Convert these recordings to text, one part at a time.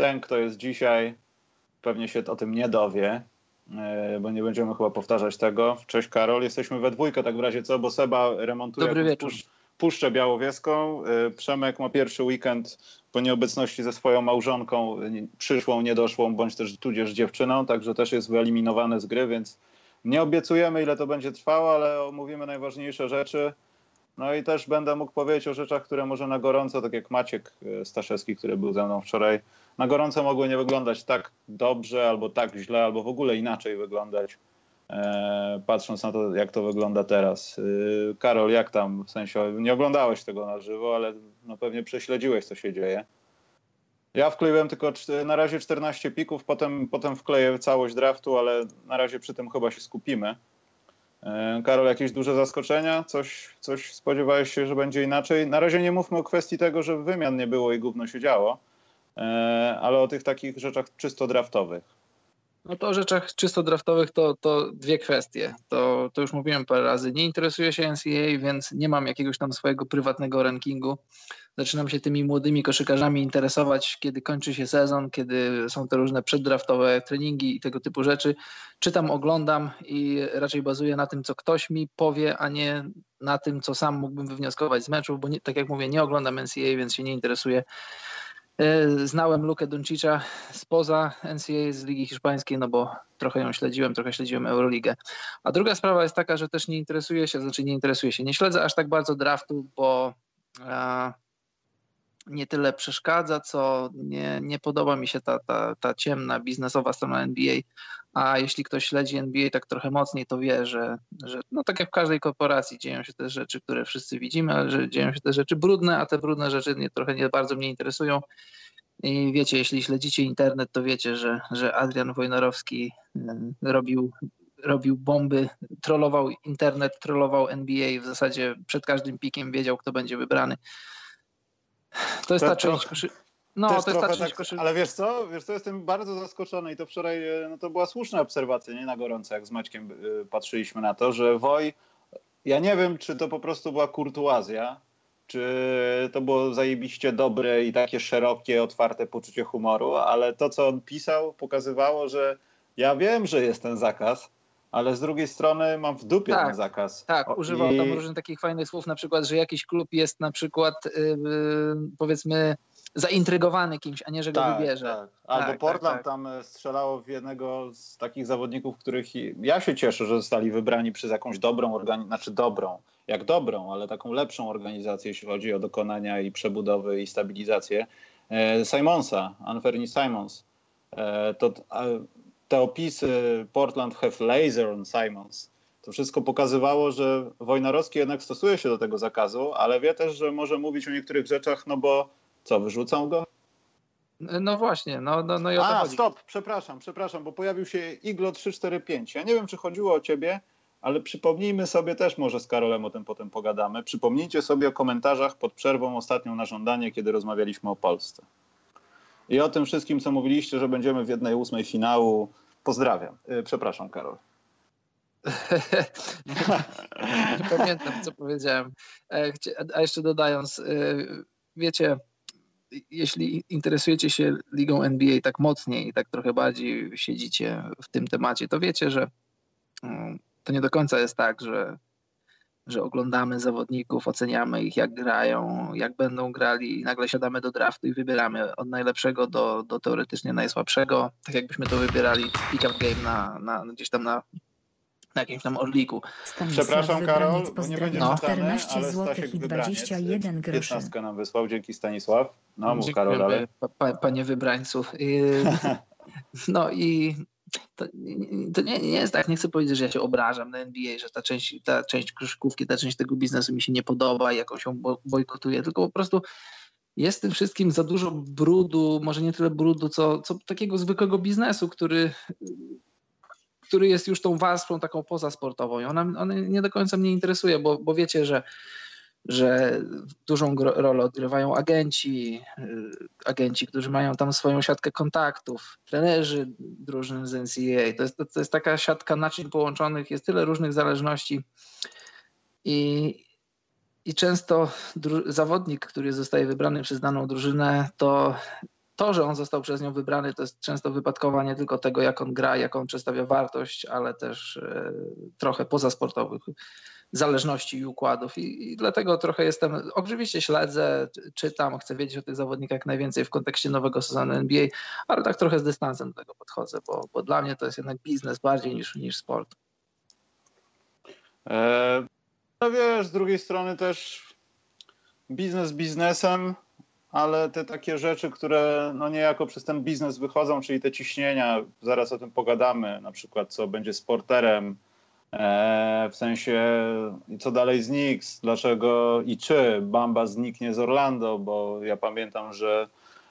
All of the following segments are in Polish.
ten, kto jest dzisiaj, pewnie się o tym nie dowie, bo nie będziemy chyba powtarzać tego. Cześć Karol, jesteśmy we dwójkę tak w razie co, bo Seba remontuje Puszczę Białowieską. Przemek ma pierwszy weekend po nieobecności ze swoją małżonką, przyszłą, niedoszłą, bądź też tudzież dziewczyną, także też jest wyeliminowany z gry, więc nie obiecujemy, ile to będzie trwało, ale omówimy najważniejsze rzeczy. No i też będę mógł powiedzieć o rzeczach, które może na gorąco, tak jak Maciek Staszewski, który był ze mną wczoraj, na gorąco mogły nie wyglądać tak dobrze, albo tak źle, albo w ogóle inaczej wyglądać, patrząc na to, jak to wygląda teraz. Karol, jak tam? W sensie, nie oglądałeś tego na żywo, ale no pewnie prześledziłeś, co się dzieje. Ja wkleiłem tylko na razie 14 pików, potem wkleję całość draftu, ale na razie przy tym chyba się skupimy. Karol, jakieś duże zaskoczenia? Coś spodziewałeś się, że będzie inaczej? Na razie nie mówmy o kwestii tego, że wymian nie było i gówno się działo, ale o tych takich rzeczach czysto draftowych. No to o rzeczach czysto draftowych to dwie kwestie. To już mówiłem parę razy. Nie interesuję się NCAA, więc nie mam jakiegoś tam swojego prywatnego rankingu. Zaczynam się tymi młodymi koszykarzami interesować, kiedy kończy się sezon, kiedy są te różne przeddraftowe treningi i tego typu rzeczy. Czytam, oglądam i raczej bazuję na tym, co ktoś mi powie, a nie na tym, co sam mógłbym wywnioskować z meczów, bo nie, tak jak mówię, nie oglądam NCAA, więc się nie interesuję. Znałem Lukę Doncicza spoza NCAA z Ligi Hiszpańskiej, no bo trochę ją śledziłem, trochę śledziłem Euroligę. A druga sprawa jest taka, że też nie śledzę aż tak bardzo draftu, bo nie tyle przeszkadza, co nie podoba mi się ta ciemna, biznesowa strona NBA. A jeśli ktoś śledzi NBA tak trochę mocniej, to wie, że no tak jak w każdej korporacji dzieją się te rzeczy, które wszyscy widzimy, ale że dzieją się te rzeczy brudne, a te brudne rzeczy trochę nie bardzo mnie interesują. I wiecie, jeśli śledzicie internet, to wiecie, że Adrian Wojnarowski robił bomby, trollował internet, trollował NBA, w zasadzie przed każdym pikiem wiedział, kto będzie wybrany. To jest ta część koszykówki. Ale wiesz co, jestem bardzo zaskoczony i to wczoraj to była słuszna obserwacja, nie na gorąco, jak z Maćkiem patrzyliśmy na to, że Woj, ja nie wiem, czy to po prostu była kurtuazja, czy to było zajebiście dobre i takie szerokie, otwarte poczucie humoru, ale to, co on pisał, pokazywało, że ja wiem, że jest ten zakaz, ale z drugiej strony mam w dupie ten zakaz. Tak, używał tam różnych takich fajnych słów, na przykład, że jakiś klub jest na przykład powiedzmy zaintrygowany kimś, a nie, że go wybierze. Tak. Albo Portland tam strzelało w jednego z takich zawodników, których ja się cieszę, że zostali wybrani przez jakąś dobrą ale taką lepszą organizację, jeśli chodzi o dokonania i przebudowy i stabilizację. Simonsa, Anthony Simons. Te opisy Portland have laser on Simons. To wszystko pokazywało, że Wojnarowski jednak stosuje się do tego zakazu, ale wie też, że może mówić o niektórych rzeczach, no bo co, wyrzucą go? No właśnie, no i o to chodzi. Stop, przepraszam, bo pojawił się Iglo 345. Ja nie wiem, czy chodziło o ciebie, ale przypomnijmy sobie też, może z Karolem o tym potem pogadamy, przypomnijcie sobie o komentarzach pod przerwą ostatnią na żądanie, kiedy rozmawialiśmy o Polsce. I o tym wszystkim, co mówiliście, że będziemy w 1/8 finału. Pozdrawiam. Przepraszam, Karol. Nie pamiętam, co powiedziałem. A jeszcze dodając, wiecie, jeśli interesujecie się ligą NBA tak mocniej i tak trochę bardziej siedzicie w tym temacie, to wiecie, że to nie do końca jest tak, że oglądamy zawodników, oceniamy ich, jak grają, jak będą grali i nagle siadamy do draftu i wybieramy od najlepszego do teoretycznie najsłabszego, tak jakbyśmy to wybierali pick-up game gdzieś tam na jakimś tam orliku. Przepraszam, Karol, bo nie będzie czytany, 14 zł i 21 groszy. 15 nam wysłał, dzięki Stanisław. No mów, Karol, dalej. Panie wybrańców. No i to nie jest tak, nie chcę powiedzieć, że ja się obrażam na NBA, że ta część koszykówki, ta część tego biznesu mi się nie podoba i jakąś ją bojkotuję, tylko po prostu jest w tym wszystkim za dużo brudu, może nie tyle brudu, co takiego zwykłego biznesu, który jest już tą warstwą taką pozasportową i ona nie do końca mnie interesuje, bo wiecie, że dużą rolę odgrywają agenci, którzy mają tam swoją siatkę kontaktów, trenerzy drużyn z NCAA. To jest taka siatka naczyń połączonych, jest tyle różnych zależności i często zawodnik, który zostaje wybrany przez daną drużynę, to to, że on został przez nią wybrany, to jest często wypadkowa nie tylko tego, jak on gra, jak on przedstawia wartość, ale też trochę pozasportowych zależności i układów i dlatego trochę oczywiście śledzę, czytam, chcę wiedzieć o tych zawodnikach jak najwięcej w kontekście nowego sezonu NBA, ale tak trochę z dystansem do tego podchodzę, bo dla mnie to jest jednak biznes bardziej niż sport. No wiesz, z drugiej strony też biznes biznesem, ale te takie rzeczy, które no niejako przez ten biznes wychodzą, czyli te ciśnienia, zaraz o tym pogadamy, na przykład co będzie z Porterem, w sensie co dalej z Knicks, dlaczego i czy Bamba zniknie z Orlando, bo ja pamiętam, że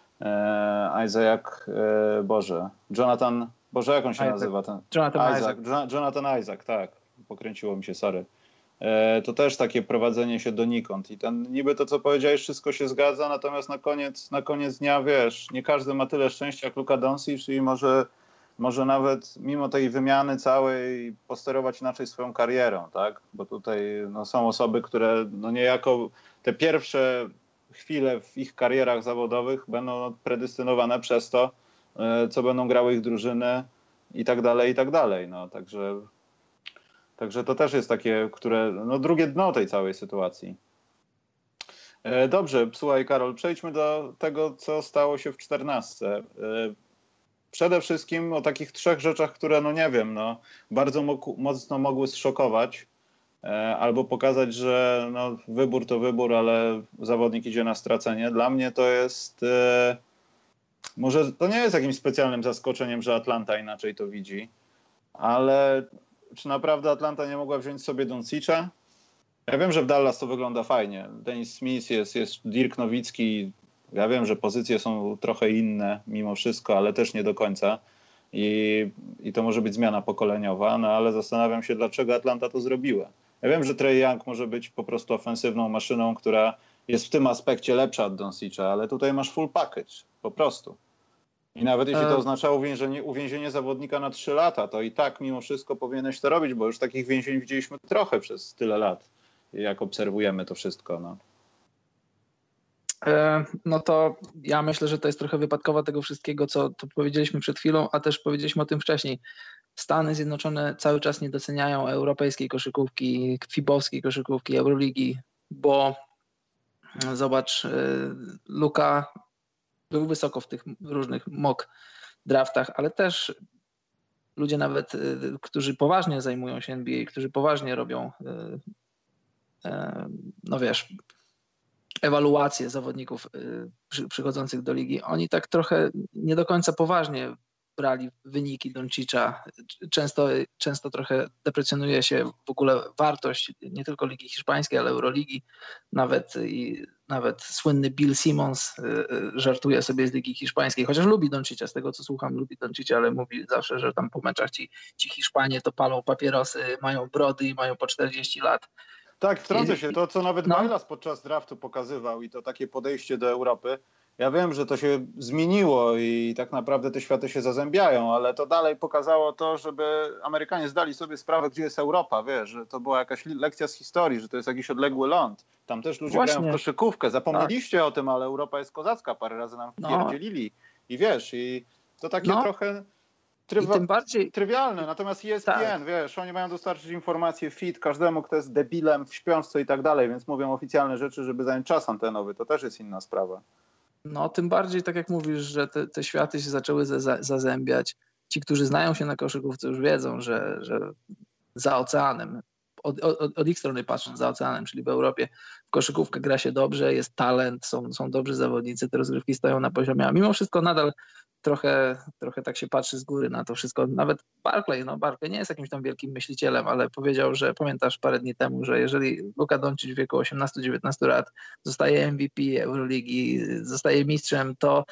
jak on się nazywa? Jonathan Isaac, tak, pokręciło mi się, sorry. To też takie prowadzenie się donikąd i niby to, co powiedziałeś, wszystko się zgadza, natomiast na koniec dnia, wiesz, nie każdy ma tyle szczęścia jak Luka Doncic i może nawet mimo tej wymiany całej posterować inaczej swoją karierą, tak? Bo tutaj no, są osoby, które no, niejako te pierwsze chwile w ich karierach zawodowych będą predestynowane przez to, co będą grały ich drużyny i tak dalej. No, Także to też jest takie, które, no drugie dno tej całej sytuacji. Dobrze, słuchaj Karol, przejdźmy do tego, co stało się w 14. Przede wszystkim o takich 3 rzeczach, które, no nie wiem, no bardzo mocno mogły zszokować albo pokazać, że no, wybór to wybór, ale zawodnik idzie na stracenie. Dla mnie to jest, może to nie jest jakimś specjalnym zaskoczeniem, że Atlanta inaczej to widzi, ale czy naprawdę Atlanta nie mogła wziąć sobie Doncic'a? Ja wiem, że w Dallas to wygląda fajnie. Dennis Smith jest Dirk Nowicki. Ja wiem, że pozycje są trochę inne mimo wszystko, ale też nie do końca. I to może być zmiana pokoleniowa, no ale zastanawiam się, dlaczego Atlanta to zrobiła. Ja wiem, że Trae Young może być po prostu ofensywną maszyną, która jest w tym aspekcie lepsza od Doncic'a, ale tutaj masz full package, po prostu. I nawet jeśli to oznacza uwięzienie zawodnika na 3 lata, to i tak mimo wszystko powinieneś to robić, bo już takich więzień widzieliśmy trochę przez tyle lat, jak obserwujemy to wszystko. No. No to ja myślę, że to jest trochę wypadkowa tego wszystkiego, co tu powiedzieliśmy przed chwilą, a też powiedzieliśmy o tym wcześniej. Stany Zjednoczone cały czas nie doceniają europejskiej koszykówki, FIBA-owskiej koszykówki, Euroligi, bo zobacz, Luka był wysoko w tych różnych mock draftach, ale też ludzie nawet, którzy poważnie zajmują się NBA, którzy poważnie robią, no wiesz, ewaluację zawodników przychodzących do ligi, oni tak trochę nie do końca poważnie brali wyniki Doncic'a. Często trochę deprecjonuje się w ogóle wartość nie tylko Ligi Hiszpańskiej, ale Euroligi. Nawet słynny Bill Simmons żartuje sobie z Ligi Hiszpańskiej, chociaż lubi Doncic'a, z tego co słucham, lubi Doncic'a, ale mówi zawsze, że tam po meczach ci Hiszpanie to palą papierosy, mają brody i mają po 40 lat. Tak, wtrącę się. To, co nawet Bailas podczas draftu pokazywał i to takie podejście do Europy, ja wiem, że to się zmieniło i tak naprawdę te światy się zazębiają, ale to dalej pokazało to, żeby Amerykanie zdali sobie sprawę, gdzie jest Europa, wiesz, że to była jakaś lekcja z historii, że to jest jakiś odległy ląd. Tam też ludzie grają w koszykówkę. Zapomnieliście o tym, ale Europa jest kozacka. Parę razy nam pierdzielili. I wiesz, i to takie trochę trywialne. Natomiast ESPN, wiesz, oni mają dostarczyć informacje fit każdemu, kto jest debilem w śpiączce i tak dalej, więc mówią oficjalne rzeczy, żeby zająć czas antenowy. To też jest inna sprawa. No tym bardziej, tak jak mówisz, że te światy się zaczęły zazębiać. Ci, którzy znają się na koszykówce, już wiedzą, że za oceanem, od ich strony patrząc, za oceanem, czyli w Europie, w koszykówkę gra się dobrze, jest talent, są dobrzy zawodnicy, te rozgrywki stoją na poziomie, a mimo wszystko nadal trochę tak się patrzy z góry na to wszystko. Nawet Barkley nie jest jakimś tam wielkim myślicielem, ale powiedział, że pamiętasz parę dni temu, że jeżeli Luka Doncic w wieku 18-19 lat zostaje MVP Euroligi, zostaje mistrzem, to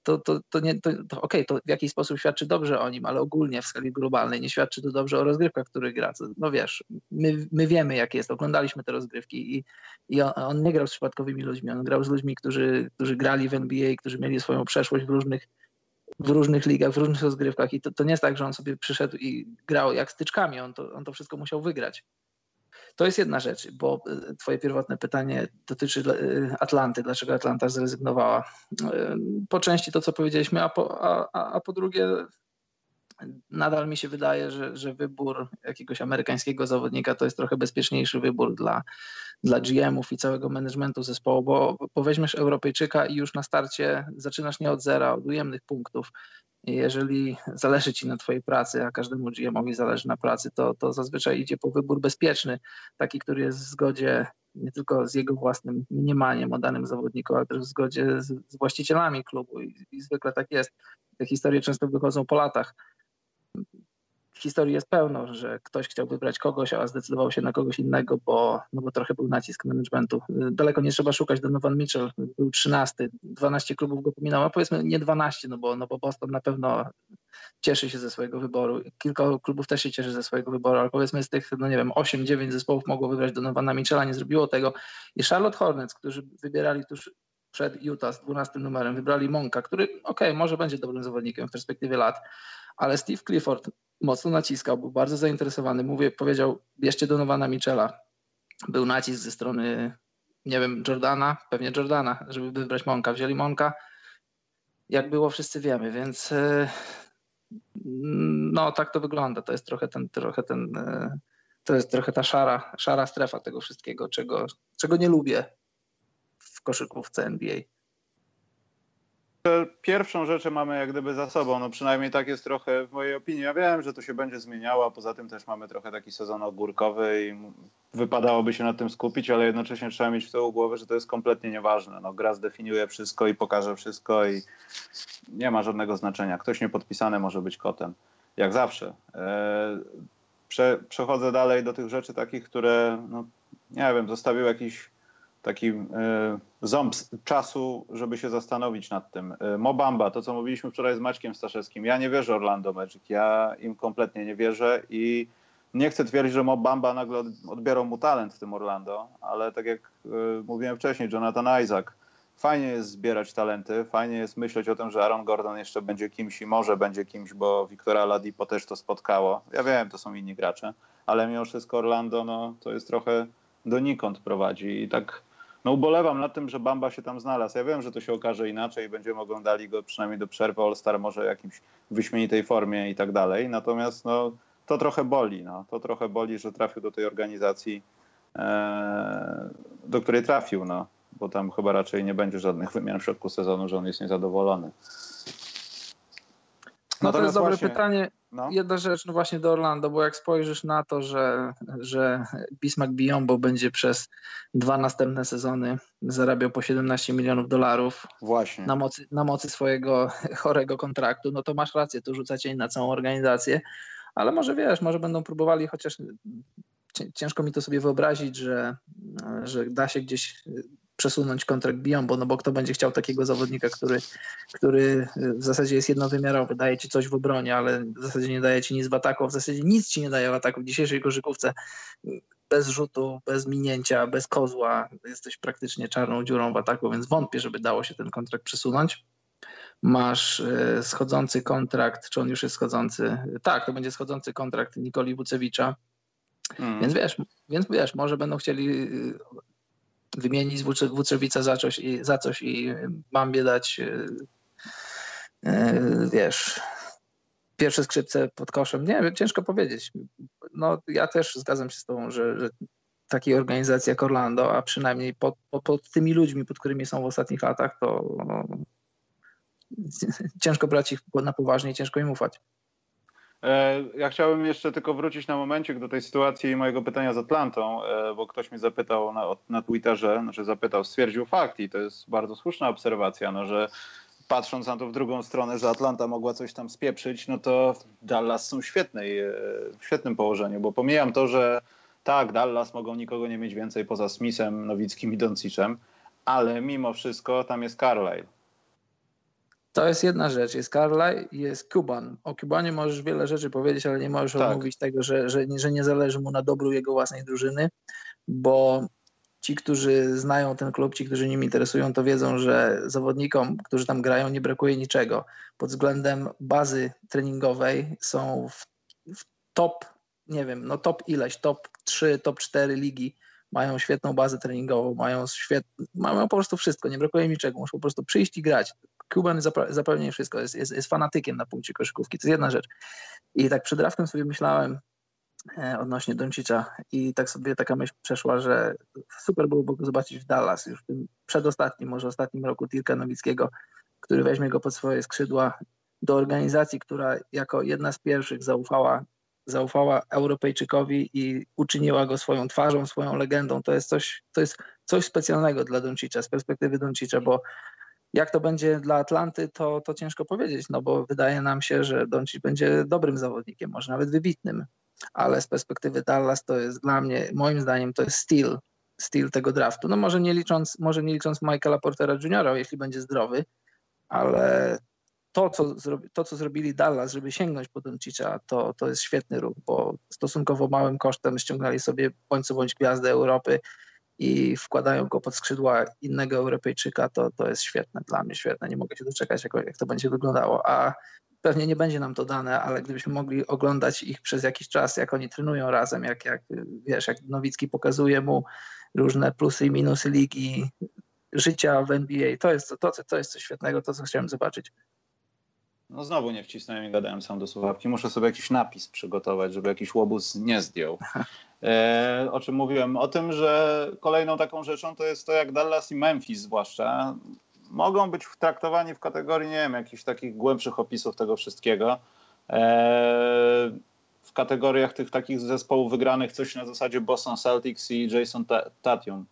w jakiś sposób świadczy dobrze o nim, ale ogólnie w skali globalnej nie świadczy to dobrze o rozgrywkach, które gra. No wiesz, my wiemy jak jest, oglądaliśmy te rozgrywki i on nie grał z przypadkowymi ludźmi, on grał z ludźmi, którzy grali w NBA, którzy mieli swoją przeszłość w różnych ligach, w różnych rozgrywkach i to nie jest tak, że on sobie przyszedł i grał jak styczkami, on to wszystko musiał wygrać. To jest jedna rzecz, bo twoje pierwotne pytanie dotyczy Atlanty. Dlaczego Atlanta zrezygnowała? Po części to, co powiedzieliśmy, a po drugie nadal mi się wydaje, że wybór jakiegoś amerykańskiego zawodnika to jest trochę bezpieczniejszy wybór dla GM-ów i całego managementu zespołu, bo weźmiesz Europejczyka i już na starcie zaczynasz nie od zera, od ujemnych punktów. Jeżeli zależy ci na twojej pracy, a każdemu GM-owi zależy na pracy, to zazwyczaj idzie po wybór bezpieczny, taki, który jest w zgodzie nie tylko z jego własnym mniemaniem o danym zawodniku, ale też w zgodzie z właścicielami klubu i zwykle tak jest. Te historie często wychodzą po latach. Historii jest pełno, że ktoś chciał wybrać kogoś, a zdecydował się na kogoś innego, bo trochę był nacisk managementu. Daleko nie trzeba szukać. Donovan Mitchell był 13, 12 klubów go pominało, a powiedzmy nie 12, bo Boston na pewno cieszy się ze swojego wyboru. Kilka klubów też się cieszy ze swojego wyboru, ale powiedzmy z tych, 8-9 zespołów mogło wybrać Donovana Mitchella, nie zrobiło tego. I Charlotte Hornets, którzy wybierali tuż przed Utah z 12 numerem, wybrali Monka, który może będzie dobrym zawodnikiem w perspektywie lat, ale Steve Clifford mocno naciskał, był bardzo zainteresowany. Powiedział, bierzcie Donovana Mitchella. Był nacisk ze strony, Jordana, pewnie Jordana, żeby wybrać Monka. Wzięli Monka. Jak było, wszyscy wiemy, więc tak to wygląda. To jest to jest trochę ta szara strefa tego wszystkiego, czego nie lubię w koszykówce NBA. Pierwszą rzecz mamy jak gdyby za sobą, przynajmniej tak jest trochę w mojej opinii. Ja wiem, że to się będzie zmieniało, a poza tym też mamy trochę taki sezon ogórkowy i wypadałoby się nad tym skupić, ale jednocześnie trzeba mieć w tyłu głowy, że to jest kompletnie nieważne. Gra zdefiniuje wszystko i pokaże wszystko i nie ma żadnego znaczenia. Ktoś niepodpisany może być kotem, jak zawsze. Przechodzę dalej do tych rzeczy takich, które, zostawiły jakiś taki ząb czasu, żeby się zastanowić nad tym. Mo Bamba, to co mówiliśmy wczoraj z Maćkiem Staszewskim, ja nie wierzę Orlando Magic, ja im kompletnie nie wierzę i nie chcę twierdzić, że Mo Bamba nagle odbiorą mu talent w tym Orlando, ale tak jak mówiłem wcześniej, Jonathan Isaac, fajnie jest zbierać talenty, fajnie jest myśleć o tym, że Aaron Gordon jeszcze będzie kimś i może będzie kimś, bo Victora Oladipo też to spotkało. Ja wiem, to są inni gracze, ale mimo wszystko Orlando to jest trochę donikąd prowadzi i tak ubolewam nad tym, że Bamba się tam znalazł. Ja wiem, że to się okaże inaczej i będziemy oglądali go przynajmniej do przerwy All-Star, może w jakimś wyśmienitej formie i tak dalej. Natomiast to trochę boli. To trochę boli, że trafił do tej organizacji, do której trafił, bo tam chyba raczej nie będzie żadnych wymian w środku sezonu, że on jest niezadowolony. To jest dobre pytanie. Jedna rzecz właśnie do Orlando, bo jak spojrzysz na to, że Bismack Biyombo będzie przez 2 następne sezony zarabiał po $17 milionów właśnie na mocy swojego chorego kontraktu, to masz rację, to rzuca cień na całą organizację, ale może będą próbowali, chociaż ciężko mi to sobie wyobrazić, że da się gdzieś przesunąć kontrakt Biyombo, bo kto będzie chciał takiego zawodnika, który w zasadzie jest jednowymiarowy, daje ci coś w obronie, ale w zasadzie nie daje ci nic w ataku, w zasadzie nic ci nie daje w ataku w dzisiejszej koszykówce. Bez rzutu, bez minięcia, bez kozła jesteś praktycznie czarną dziurą w ataku, więc wątpię, żeby dało się ten kontrakt przesunąć. Masz schodzący kontrakt, czy on już jest schodzący? Tak, to będzie schodzący kontrakt Nikoli Wucewicza. Więc wiesz, może będą chcieli wymienić Wucewica za coś i Bambie dać, pierwsze skrzypce pod koszem. Nie wiem, ciężko powiedzieć. Ja też zgadzam się z tobą, że takiej organizacji jak Orlando, a przynajmniej pod tymi ludźmi, pod którymi są w ostatnich latach, to ciężko brać ich na poważnie i ciężko im ufać. Ja chciałbym jeszcze tylko wrócić na momencik do tej sytuacji mojego pytania z Atlantą, bo ktoś mnie zapytał na Twitterze, stwierdził fakt i to jest bardzo słuszna obserwacja, że patrząc na to w drugą stronę, że Atlanta mogła coś tam spieprzyć, to Dallas są w świetnym położeniu, bo pomijam to, że tak, Dallas mogą nikogo nie mieć więcej poza Smithem, Nowickim i Doncicem, ale mimo wszystko tam jest Carlisle. To jest jedna rzecz. Jest Carlisle i jest Cuban. O Cubanie możesz wiele rzeczy powiedzieć, ale nie możesz odmówić tego, że nie zależy mu na dobru jego własnej drużyny, bo ci, którzy znają ten klub, ci, którzy nim interesują, to wiedzą, że zawodnikom, którzy tam grają, nie brakuje niczego. Pod względem bazy treningowej są w top nie wiem, no top 3, top 4 ligi, mają świetną bazę treningową, mają po prostu wszystko, nie brakuje niczego, muszą po prostu przyjść i grać. Cuban zapewnia wszystko, jest fanatykiem na punkcie koszykówki, to jest jedna rzecz. I tak przed draftem sobie myślałem odnośnie Doncicza i tak sobie taka myśl przeszła, że super byłoby go zobaczyć w Dallas, już w tym przedostatnim, może ostatnim roku Dirka Nowickiego, który weźmie go pod swoje skrzydła do organizacji, która jako jedna z pierwszych zaufała Europejczykowi i uczyniła go swoją twarzą, swoją legendą. To jest coś specjalnego dla Doncicza, z perspektywy Doncicza, bo jak to będzie dla Atlanty, to ciężko powiedzieć, no bo wydaje nam się, że Doncic będzie dobrym zawodnikiem, może nawet wybitnym, ale z perspektywy Dallas to jest dla mnie, moim zdaniem, to jest steal tego draftu. No może nie licząc Michaela Portera Jr., jeśli będzie zdrowy, ale to, co zrobili Dallas, żeby sięgnąć po Doncicza, to jest świetny ruch, bo stosunkowo małym kosztem ściągnęli sobie bądź co bądź gwiazdę Europy i wkładają go pod skrzydła innego Europejczyka, to jest świetne, dla mnie świetne. Nie mogę się doczekać, jak to będzie wyglądało, a pewnie nie będzie nam to dane, ale gdybyśmy mogli oglądać ich przez jakiś czas, jak oni trenują razem, jak Nowicki pokazuje mu różne plusy i minusy ligi, życia w NBA, to jest coś świetnego, to co chciałem zobaczyć. No znowu nie wcisnąłem i gadałem sam do słuchawki. Muszę sobie jakiś napis przygotować, żeby jakiś łobuz nie zdjął. O czym mówiłem? O tym, że kolejną taką rzeczą to jest to, jak Dallas i Memphis zwłaszcza mogą być traktowani w kategorii, nie wiem, jakichś takich głębszych opisów tego wszystkiego. W kategoriach tych takich zespołów wygranych coś na zasadzie Boston Celtics i Jason Tatum.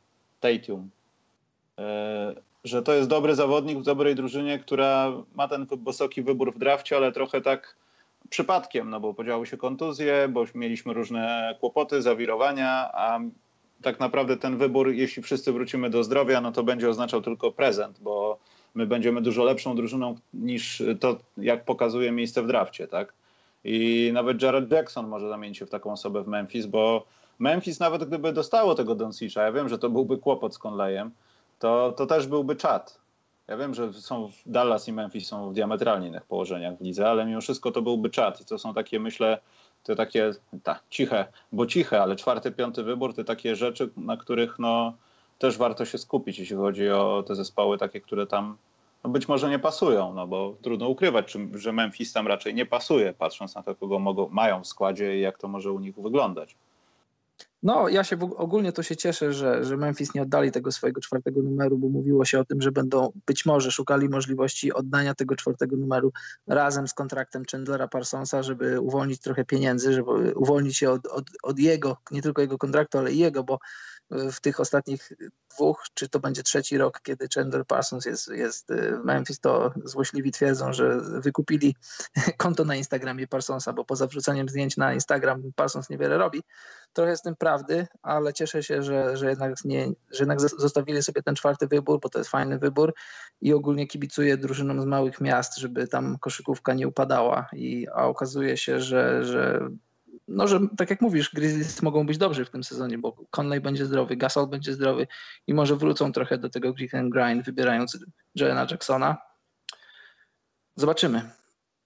Że to jest dobry zawodnik w dobrej drużynie, która ma ten wysoki wybór w drafcie, ale trochę tak przypadkiem, no bo podziały się kontuzje, bo mieliśmy różne kłopoty, zawirowania, a tak naprawdę ten wybór, jeśli wszyscy wrócimy do zdrowia, no to będzie oznaczał tylko prezent, bo my będziemy dużo lepszą drużyną niż to, jak pokazuje miejsce w drafcie, tak? I nawet Jared Jackson może zamienić się w taką osobę w Memphis, bo Memphis nawet gdyby dostało tego Doncicza, ja wiem, że to byłby kłopot z Conleyem, to też byłby czad. Ja wiem, że Dallas i Memphis są w diametralnie innych położeniach w lidze, ale mimo wszystko to byłby czad. I to są takie, myślę, to takie ciche, ale 4., 5. wybór, to takie rzeczy, na których no, też warto się skupić, jeśli chodzi o te zespoły takie, które tam no, być może nie pasują, no bo trudno ukrywać, że Memphis tam raczej nie pasuje, patrząc na to, kogo mają w składzie i jak to może u nich wyglądać. No, ja się ogólnie to się cieszę, że Memphis nie oddali tego swojego 4. numeru, bo mówiło się o tym, że będą być może szukali możliwości oddania tego 4. numeru razem z kontraktem Chandlera Parsonsa, żeby uwolnić trochę pieniędzy, żeby uwolnić się od jego, nie tylko jego kontraktu, ale i jego, bo w tych ostatnich 2, czy to będzie 3. rok, kiedy Chandler Parsons jest w Memphis, to złośliwi twierdzą, że wykupili konto na Instagramie Parsonsa, bo poza wrzucaniem zdjęć na Instagram Parsons niewiele robi. Trochę jest w tym prawdy, ale cieszę się, że jednak zostawili sobie ten 4. wybór, bo to jest fajny wybór i ogólnie kibicuję drużynom z małych miast, żeby tam koszykówka nie upadała, a okazuje się, że tak jak mówisz, Grizzlies mogą być dobrzy w tym sezonie, bo Conley będzie zdrowy, Gasol będzie zdrowy i może wrócą trochę do tego grit and grind, wybierając Jarena Jacksona. Zobaczymy.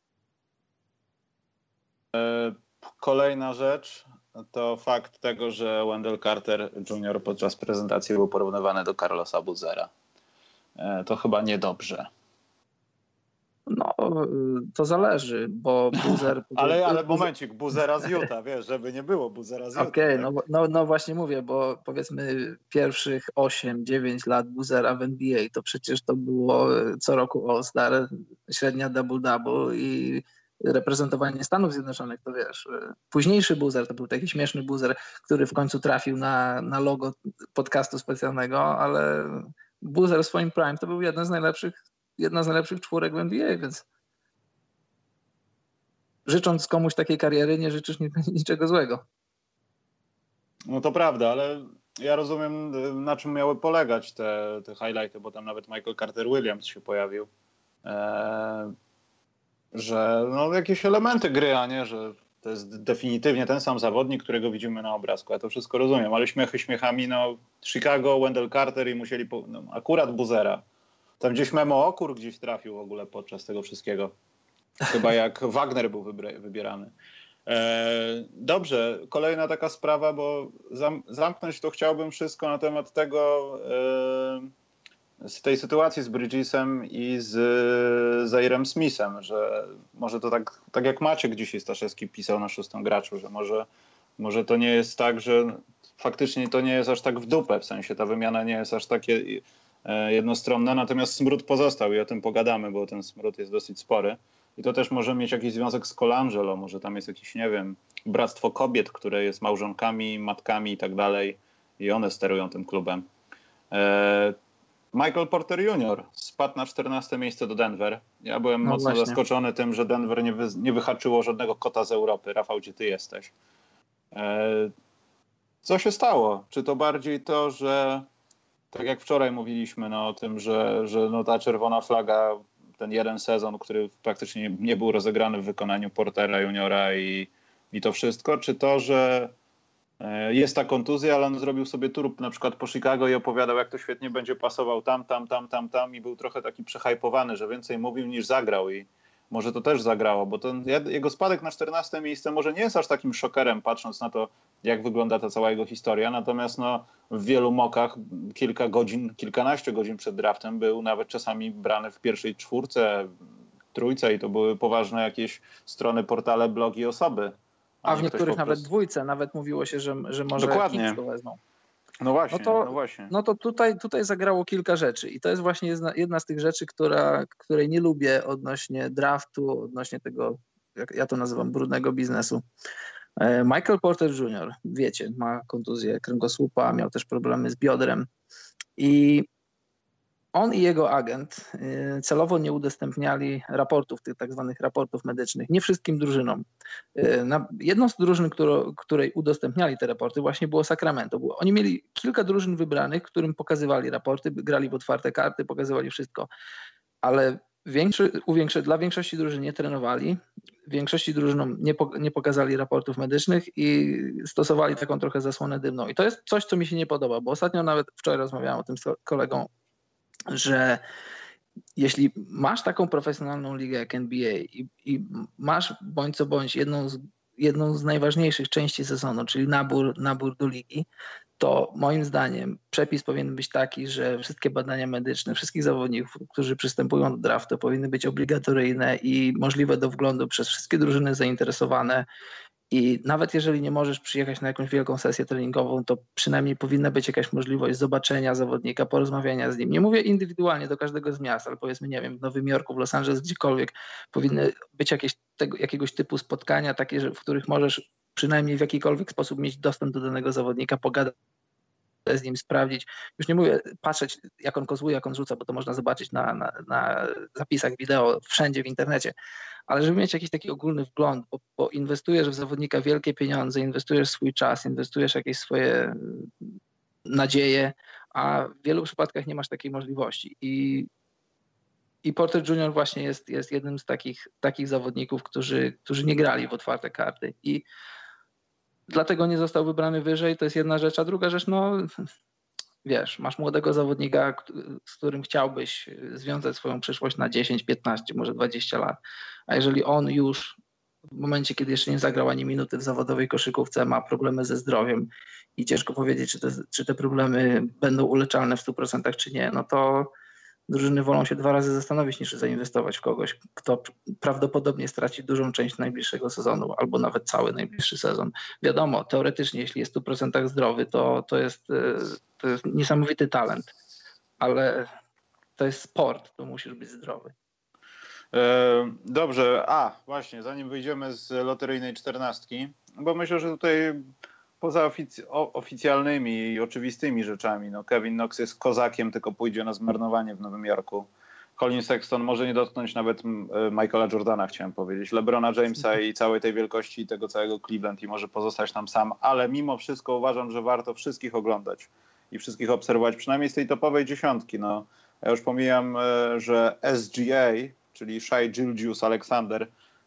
Kolejna rzecz to fakt tego, że Wendell Carter Jr. podczas prezentacji był porównywany do Carlosa Boozera. To chyba niedobrze. No, to zależy, bo Boozer... ale momencik, Boozera z Utah, wiesz, żeby nie było Boozera z Utah. Okej, tak? no właśnie mówię, bo powiedzmy pierwszych 8-9 lat Boozera w NBA, to przecież to było co roku All-Star, średnia double-double i reprezentowanie Stanów Zjednoczonych, to wiesz, późniejszy Boozer, to był taki śmieszny Boozer, który w końcu trafił na logo podcastu specjalnego, ale Boozer w swoim prime to był jedna z najlepszych czwórek w NBA, więc życząc komuś takiej kariery, nie życzysz niczego złego. No to prawda, ale ja rozumiem, na czym miały polegać te highlighty, bo tam nawet Michael Carter Williams się pojawił. Że no, jakieś elementy gry, a nie, że to jest definitywnie ten sam zawodnik, którego widzimy na obrazku. Ja to wszystko rozumiem, ale śmiechy śmiechami, no Chicago, Wendell Carter i musieli akurat Boozera. Tam gdzieś Memo Okur gdzieś trafił w ogóle podczas tego wszystkiego. Chyba jak Wagner był wybierany. Dobrze, kolejna taka sprawa, bo zamknąć to chciałbym wszystko na temat tego, z tej sytuacji z Bridgesem i z Zairem Smithem, że może to tak jak Maciek dzisiaj Staszewski pisał na Szóstym Graczu, że może to nie jest tak, że faktycznie to nie jest aż tak w dupę, w sensie ta wymiana nie jest aż takie jednostronna, natomiast smród pozostał i o tym pogadamy, bo ten smród jest dosyć spory. I to też może mieć jakiś związek z Colangelo, może tam jest jakieś, nie wiem, bractwo kobiet, które jest małżonkami, matkami i tak dalej i one sterują tym klubem. Michael Porter Jr. spadł na 14 miejsce do Denver. Ja byłem mocno zaskoczony tym, że Denver nie wyhaczyło żadnego kota z Europy. Rafał, gdzie ty jesteś? Co się stało? Czy to bardziej to, że tak jak wczoraj mówiliśmy o tym, że ta czerwona flaga, ten jeden sezon, który praktycznie nie był rozegrany w wykonaniu Portera Juniora i to wszystko, czy to, że jest ta kontuzja, ale on zrobił sobie tour na przykład po Chicago i opowiadał, jak to świetnie będzie pasował tam i był trochę taki przehajpowany, że więcej mówił niż zagrał i może to też zagrało, bo ten jego spadek na 14 miejsce może nie jest aż takim szokerem, patrząc na to, jak wygląda ta cała jego historia, natomiast w wielu mockach kilkanaście godzin przed draftem był nawet czasami brany w pierwszej czwórce, trójce i to były poważne jakieś strony, portale, blogi, osoby. A w niektórych nawet dwójce, nawet mówiło się, że może Kings to wezmą. No właśnie. No to tutaj zagrało kilka rzeczy i to jest właśnie jedna z tych rzeczy, której nie lubię odnośnie draftu, odnośnie tego, jak ja to nazywam, brudnego biznesu. Michael Porter Jr., wiecie, ma kontuzję kręgosłupa, miał też problemy z biodrem i on i jego agent celowo nie udostępniali raportów, tych tak zwanych raportów medycznych, nie wszystkim drużynom. Jedną z drużyn, której udostępniali te raporty, właśnie było Sacramento. Oni mieli kilka drużyn wybranych, którym pokazywali raporty, grali w otwarte karty, pokazywali wszystko, ale dla większości drużyn nie trenowali, większości drużynom nie pokazali raportów medycznych i stosowali taką trochę zasłonę dymną. I to jest coś, co mi się nie podoba, bo ostatnio nawet wczoraj rozmawiałem o tym z kolegą, że jeśli masz taką profesjonalną ligę jak NBA i masz bądź co bądź jedną z najważniejszych części sezonu, czyli nabór do ligi, to moim zdaniem przepis powinien być taki, że wszystkie badania medyczne wszystkich zawodników, którzy przystępują do draftu, powinny być obligatoryjne i możliwe do wglądu przez wszystkie drużyny zainteresowane. I nawet jeżeli nie możesz przyjechać na jakąś wielką sesję treningową, to przynajmniej powinna być jakaś możliwość zobaczenia zawodnika, porozmawiania z nim. Nie mówię indywidualnie do każdego z miast, ale powiedzmy, nie wiem, w Nowym Jorku, w Los Angeles, gdziekolwiek powinny być jakiegoś typu spotkania takie, w których możesz przynajmniej w jakikolwiek sposób mieć dostęp do danego zawodnika, pogadać z nim, sprawdzić. Już nie mówię patrzeć, jak on kozłuje, jak on rzuca, bo to można zobaczyć na zapisach wideo wszędzie w internecie, ale żeby mieć jakiś taki ogólny wgląd, bo inwestujesz w zawodnika wielkie pieniądze, inwestujesz swój czas, inwestujesz jakieś swoje nadzieje, a w wielu przypadkach nie masz takiej możliwości. I Porter Jr. właśnie jest jednym z takich zawodników, którzy nie grali w otwarte karty i dlatego nie został wybrany wyżej, to jest jedna rzecz, a druga rzecz, wiesz, masz młodego zawodnika, z którym chciałbyś związać swoją przyszłość na 10, 15, może 20 lat, a jeżeli on już w momencie, kiedy jeszcze nie zagrał ani minuty w zawodowej koszykówce, ma problemy ze zdrowiem i ciężko powiedzieć, czy te problemy będą uleczalne w 100% czy nie, no to drużyny wolą się 2 razy zastanowić, niż zainwestować w kogoś, kto prawdopodobnie straci dużą część najbliższego sezonu, albo nawet cały najbliższy sezon. Wiadomo, teoretycznie, jeśli jest w 100% zdrowy, to jest niesamowity talent, ale to jest sport, to musisz być zdrowy. Dobrze, właśnie, zanim wyjdziemy z loteryjnej 14, bo myślę, że tutaj poza oficjalnymi i oczywistymi rzeczami, Kevin Knox jest kozakiem, tylko pójdzie na zmarnowanie w Nowym Jorku. Colin Sexton może nie dotknąć nawet Michaela Jordana, chciałem powiedzieć, LeBrona Jamesa i całej tej wielkości tego całego Cleveland i może pozostać tam sam, ale mimo wszystko uważam, że warto wszystkich oglądać i wszystkich obserwować, przynajmniej z tej topowej 10. Ja już pomijam, że SGA, czyli Shai Gilgeous-Alexander,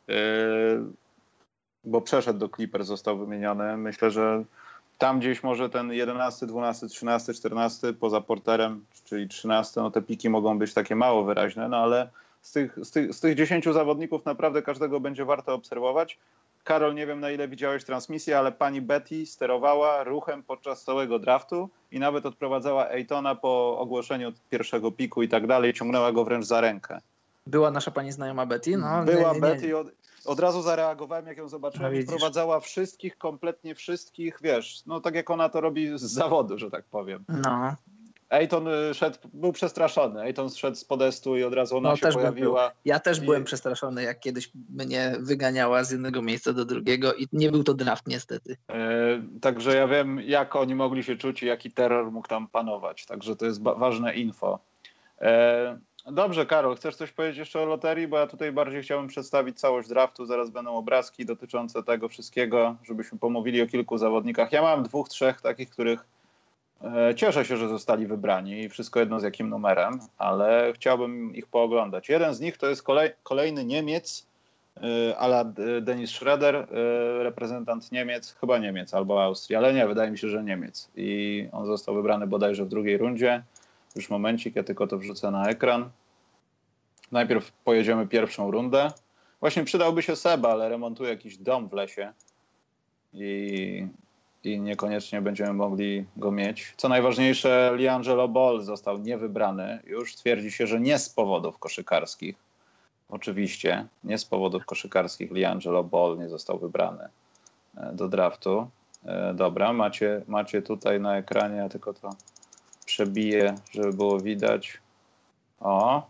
bo przeszedł do Clippers, został wymieniony. Myślę, że tam gdzieś może ten 11, 12, 13, 14 poza Porterem, czyli 13, te piki mogą być takie mało wyraźne, ale z tych 10 zawodników naprawdę każdego będzie warto obserwować. Karol, nie wiem na ile widziałeś transmisję, ale pani Betty sterowała ruchem podczas całego draftu i nawet odprowadzała Aytona po ogłoszeniu pierwszego piku i tak dalej, ciągnęła go wręcz za rękę. Była nasza pani znajoma Betty? No, była Betty, od razu zareagowałem, jak ją zobaczyłem, i wprowadzała wszystkich, kompletnie wszystkich, wiesz, no tak jak ona to robi z zawodu, że tak powiem. No. Ayton był przestraszony. Ayton szedł z podestu i od razu ona się pojawiła. Ja też byłem przestraszony, jak kiedyś mnie wyganiała z jednego miejsca do drugiego i nie był to draft niestety. Także ja wiem, jak oni mogli się czuć i jaki terror mógł tam panować. Także to jest ważne info. Dobrze, Karol, chcesz coś powiedzieć jeszcze o loterii? Bo ja tutaj bardziej chciałbym przedstawić całość draftu. Zaraz będą obrazki dotyczące tego wszystkiego, żebyśmy pomówili o kilku zawodnikach. Ja mam 2, 3 takich, których cieszę się, że zostali wybrani i wszystko jedno z jakim numerem, ale chciałbym ich pooglądać. Jeden z nich to jest kolejny Niemiec, a la Dennis Schroeder, reprezentant Niemiec, chyba Niemiec albo Austrii, ale nie, wydaje mi się, że Niemiec. I on został wybrany bodajże w 2. rundzie. Już momencik, ja tylko to wrzucę na ekran. Najpierw pojedziemy 1. rundę. Właśnie przydałby się Seba, ale remontuje jakiś dom w lesie i niekoniecznie będziemy mogli go mieć. Co najważniejsze, LiAngelo Ball został niewybrany. Już twierdzi się, że nie z powodów koszykarskich. Oczywiście, nie z powodów koszykarskich LiAngelo Ball nie został wybrany do draftu. Dobra, macie tutaj na ekranie, ja tylko to przebiję, żeby było widać. O.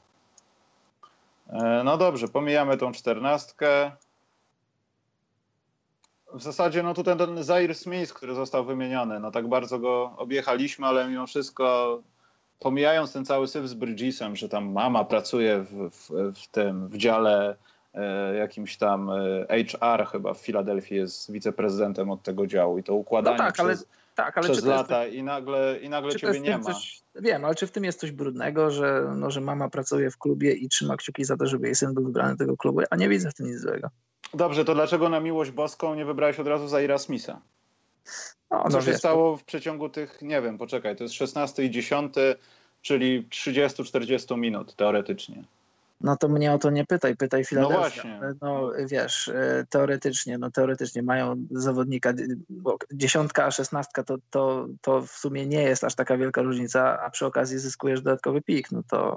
No dobrze, pomijamy tą 14. W zasadzie no tutaj ten Zaire Smith, który został wymieniony, no tak bardzo go objechaliśmy, ale mimo wszystko pomijając ten cały syf z Bridgesem, że tam mama pracuje w dziale jakimś tam HR chyba w Filadelfii, jest wiceprezydentem od tego działu i to układanie przez lata i nagle ciebie nie ma. Wiem, ale czy w tym jest coś brudnego, że mama pracuje w klubie i trzyma kciuki za to, żeby jej syn był wybrany do tego klubu? A nie widzę w tym nic złego. Dobrze, to dlaczego na miłość boską nie wybrałeś od razu Zaira Smitha? Co się stało w przeciągu tych, nie wiem, poczekaj, to jest 16 i 10, czyli 30-40 minut teoretycznie. No to mnie o to nie pytaj Filadelfia. No właśnie. No wiesz, teoretycznie mają zawodnika, bo 10 a 16 to w sumie nie jest aż taka wielka różnica, a przy okazji zyskujesz dodatkowy pik, no to...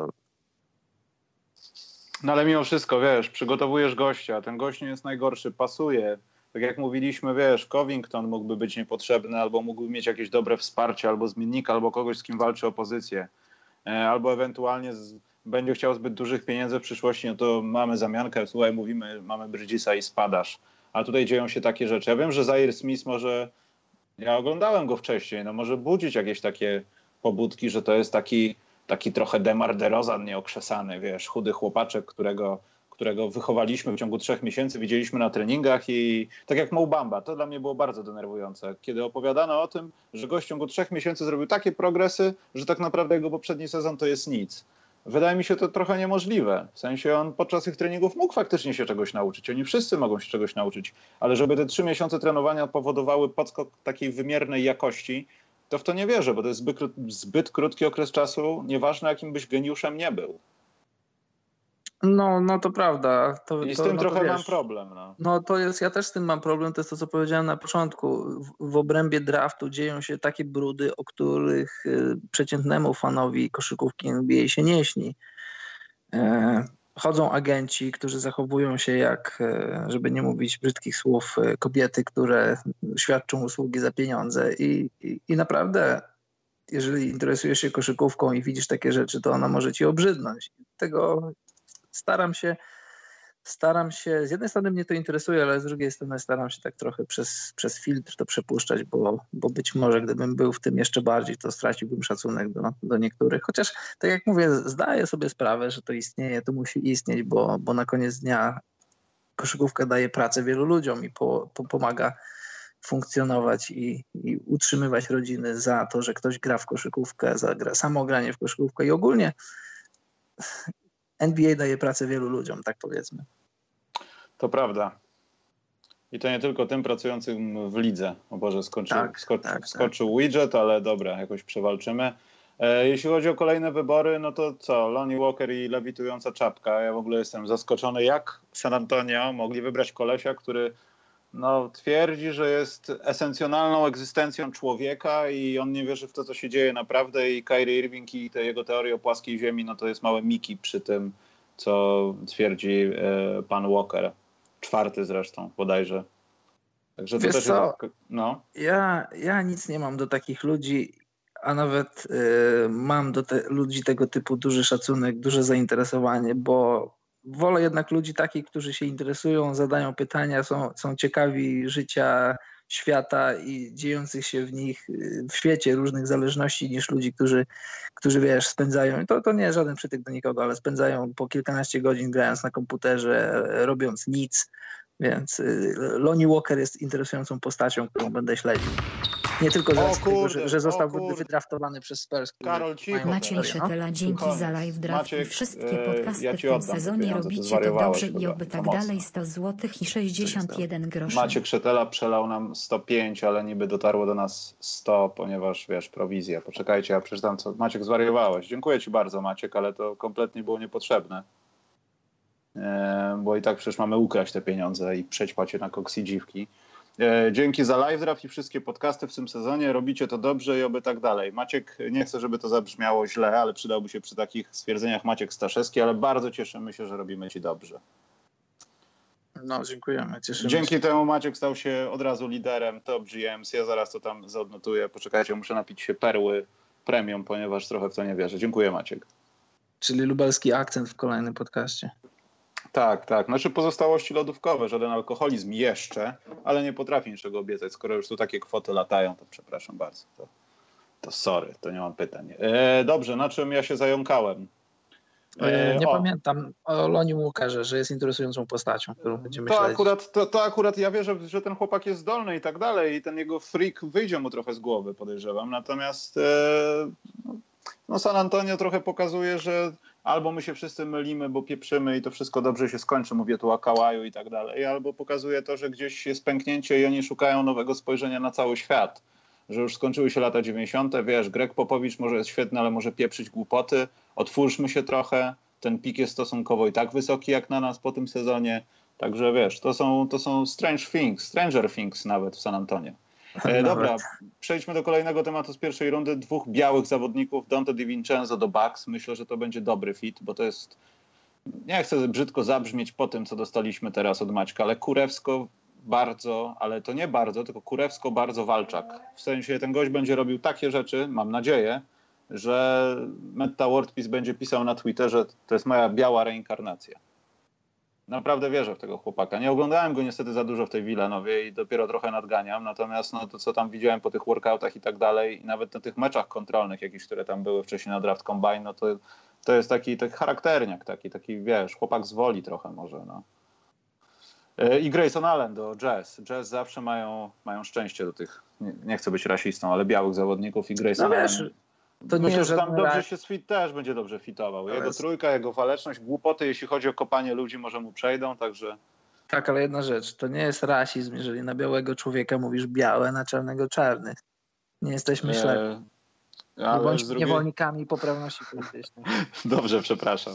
No ale mimo wszystko, wiesz, przygotowujesz gościa, ten gość nie jest najgorszy, pasuje. Tak jak mówiliśmy, wiesz, Covington mógłby być niepotrzebny, albo mógłby mieć jakieś dobre wsparcie, albo zmiennika, albo kogoś, z kim walczy o pozycję. Albo ewentualnie będzie chciał zbyt dużych pieniędzy w przyszłości, no to mamy zamiankę, słuchaj, mówimy, mamy Bridgesa i spadasz. A tutaj dzieją się takie rzeczy. Ja wiem, że Zaire Smith może, ja oglądałem go wcześniej, no może budzić jakieś takie pobudki, że to jest taki trochę DeMar DeRozan nieokrzesany, wiesz, chudy chłopaczek, którego wychowaliśmy w ciągu 3 miesięcy, widzieliśmy na treningach i tak jak Mo Bamba, to dla mnie było bardzo denerwujące, kiedy opowiadano o tym, że gość w ciągu 3 miesięcy zrobił takie progresy, że tak naprawdę jego poprzedni sezon to jest nic. Wydaje mi się to trochę niemożliwe. W sensie on podczas tych treningów mógł faktycznie się czegoś nauczyć. Oni wszyscy mogą się czegoś nauczyć, ale żeby te 3 miesiące trenowania powodowały podskok takiej wymiernej jakości, to w to nie wierzę, bo to jest zbyt krótki okres czasu, nieważne jakim byś geniuszem nie był. No to prawda. I z tym trochę mam problem. No to jest, ja też z tym mam problem, to jest to, co powiedziałem na początku. W obrębie draftu dzieją się takie brudy, o których przeciętnemu fanowi koszykówki NBA się nie śni. Chodzą agenci, którzy zachowują się jak, żeby nie mówić brzydkich słów, kobiety, które świadczą usługi za pieniądze i naprawdę, jeżeli interesujesz się koszykówką i widzisz takie rzeczy, to ona może ci obrzydnąć. Tego staram się, z jednej strony mnie to interesuje, ale z drugiej strony staram się tak trochę przez filtr to przepuszczać, bo być może gdybym był w tym jeszcze bardziej, to straciłbym szacunek do niektórych. Chociaż, tak jak mówię, zdaję sobie sprawę, że to istnieje, to musi istnieć, bo na koniec dnia koszykówka daje pracę wielu ludziom i pomaga funkcjonować i utrzymywać rodziny za to, że ktoś gra w koszykówkę, za samo granie w koszykówkę i ogólnie NBA daje pracę wielu ludziom, tak powiedzmy. To prawda. I to nie tylko tym pracującym w lidze. O Boże, skoczył widget, ale dobra, jakoś przewalczymy. Jeśli chodzi o kolejne wybory, no to co? Lonnie Walker i lewitująca czapka. Ja w ogóle jestem zaskoczony, jak San Antonio mogli wybrać kolesia, który twierdzi, że jest esencjonalną egzystencją człowieka i on nie wierzy w to, co się dzieje naprawdę, i Kyrie Irving i te jego teorie o płaskiej ziemi, no to jest małe Miki przy tym, co twierdzi pan Walker. 4. zresztą bodajże. Także to wiesz też co? jest, Ja nic nie mam do takich ludzi, a nawet mam do ludzi tego typu duży szacunek, duże zainteresowanie, bo wolę jednak ludzi takich, którzy się interesują, zadają pytania, są ciekawi życia, świata i dziejących się w świecie różnych zależności, niż ludzi, którzy wiesz, spędzają, to nie jest żaden przytyk do nikogo, ale spędzają po kilkanaście godzin grając na komputerze, robiąc nic. Więc Lonnie Walker jest interesującą postacią, którą będę śledził. Nie tylko że został wydraftowany przez Spurs. Karol, cicho. Maciej Szetela, dzięki za live draft i wszystkie podcasty w tym sezonie. Robicie to dobrze i oby tak dalej. 100 zł i 61 groszy. Maciek Szetela przelał nam 105, ale niby dotarło do nas 100, ponieważ wiesz, prowizja. Poczekajcie, ja przeczytam co. Maciek, zwariowałeś. Dziękuję ci bardzo, Maciek, ale to kompletnie było niepotrzebne. Bo i tak przecież mamy ukraść te pieniądze i przećpać je na koks i dziwki. Dzięki za live draft i wszystkie podcasty w tym sezonie. Robicie to dobrze i oby tak dalej. Maciek, nie chcę, żeby to zabrzmiało źle, ale przydałby się przy takich stwierdzeniach Maciek Staszewski, ale bardzo cieszymy się, że robimy ci dobrze. No, dziękujemy. Cieszymy Dzięki się. temu Maciek stał się od razu liderem Top GMs. Ja zaraz to tam zaodnotuję. Poczekajcie, muszę napić się perły premium, ponieważ trochę w to nie wierzę. Dziękuję, Maciek. Czyli lubelski akcent w kolejnym podcaście. Tak. Znaczy pozostałości lodówkowe, żaden alkoholizm jeszcze, ale nie potrafię niczego obiecać. Skoro już tu takie kwoty latają, to przepraszam bardzo. To sorry, to nie mam pytań. Dobrze, na czym ja się zająkałem? Nie pamiętam o Lonnie Walkerze, że jest interesującą postacią, którą będziemy śledzić. To akurat ja wierzę, że ten chłopak jest zdolny i tak dalej i ten jego freak wyjdzie mu trochę z głowy, podejrzewam. Natomiast San Antonio trochę pokazuje, że albo my się wszyscy mylimy, bo pieprzymy i to wszystko dobrze się skończy, mówię tu o Kałaju i tak dalej, albo pokazuje to, że gdzieś jest pęknięcie i oni szukają nowego spojrzenia na cały świat. Że już skończyły się lata 90., wiesz, Greg Popowicz może jest świetny, ale może pieprzyć głupoty, otwórzmy się trochę, ten pik jest stosunkowo i tak wysoki jak na nas po tym sezonie, także wiesz, to są Stranger Things nawet w San Antonio. Dobra, przejdźmy do kolejnego tematu z pierwszej rundy. 2 białych zawodników, Donte DiVincenzo do Bucks. Myślę, że to będzie dobry fit, bo to jest, nie chcę brzydko zabrzmieć po tym, co dostaliśmy teraz od Maćka, ale Kurewsko bardzo, ale to nie bardzo, tylko Kurewsko bardzo Walczak. W sensie ten gość będzie robił takie rzeczy, mam nadzieję, że Metta Wordpiece będzie pisał na Twitterze, to jest moja biała reinkarnacja. Naprawdę wierzę w tego chłopaka. Nie oglądałem go niestety za dużo w tej Villanowie i dopiero trochę nadganiam, natomiast to, co tam widziałem po tych workoutach i tak dalej, i nawet na tych meczach kontrolnych jakichś, które tam były wcześniej na Draft Combine, to jest taki charakterniak, taki wiesz, chłopak z woli trochę może, I Grayson Allen do Jazz. Jazz zawsze mają szczęście do tych, nie chcę być rasistą, ale białych zawodników i Grayson Allen. To myślę, nie, że tam dobrze się też będzie dobrze fitował. Jego trójka, jego waleczność, głupoty, jeśli chodzi o kopanie ludzi, może mu przejdą, także... Tak, ale jedna rzecz, to nie jest rasizm, jeżeli na białego człowieka mówisz białe, na czarnego czarny. Nie jesteśmy ślepi. Nie bądź niewolnikami poprawności politycznej. Dobrze, przepraszam.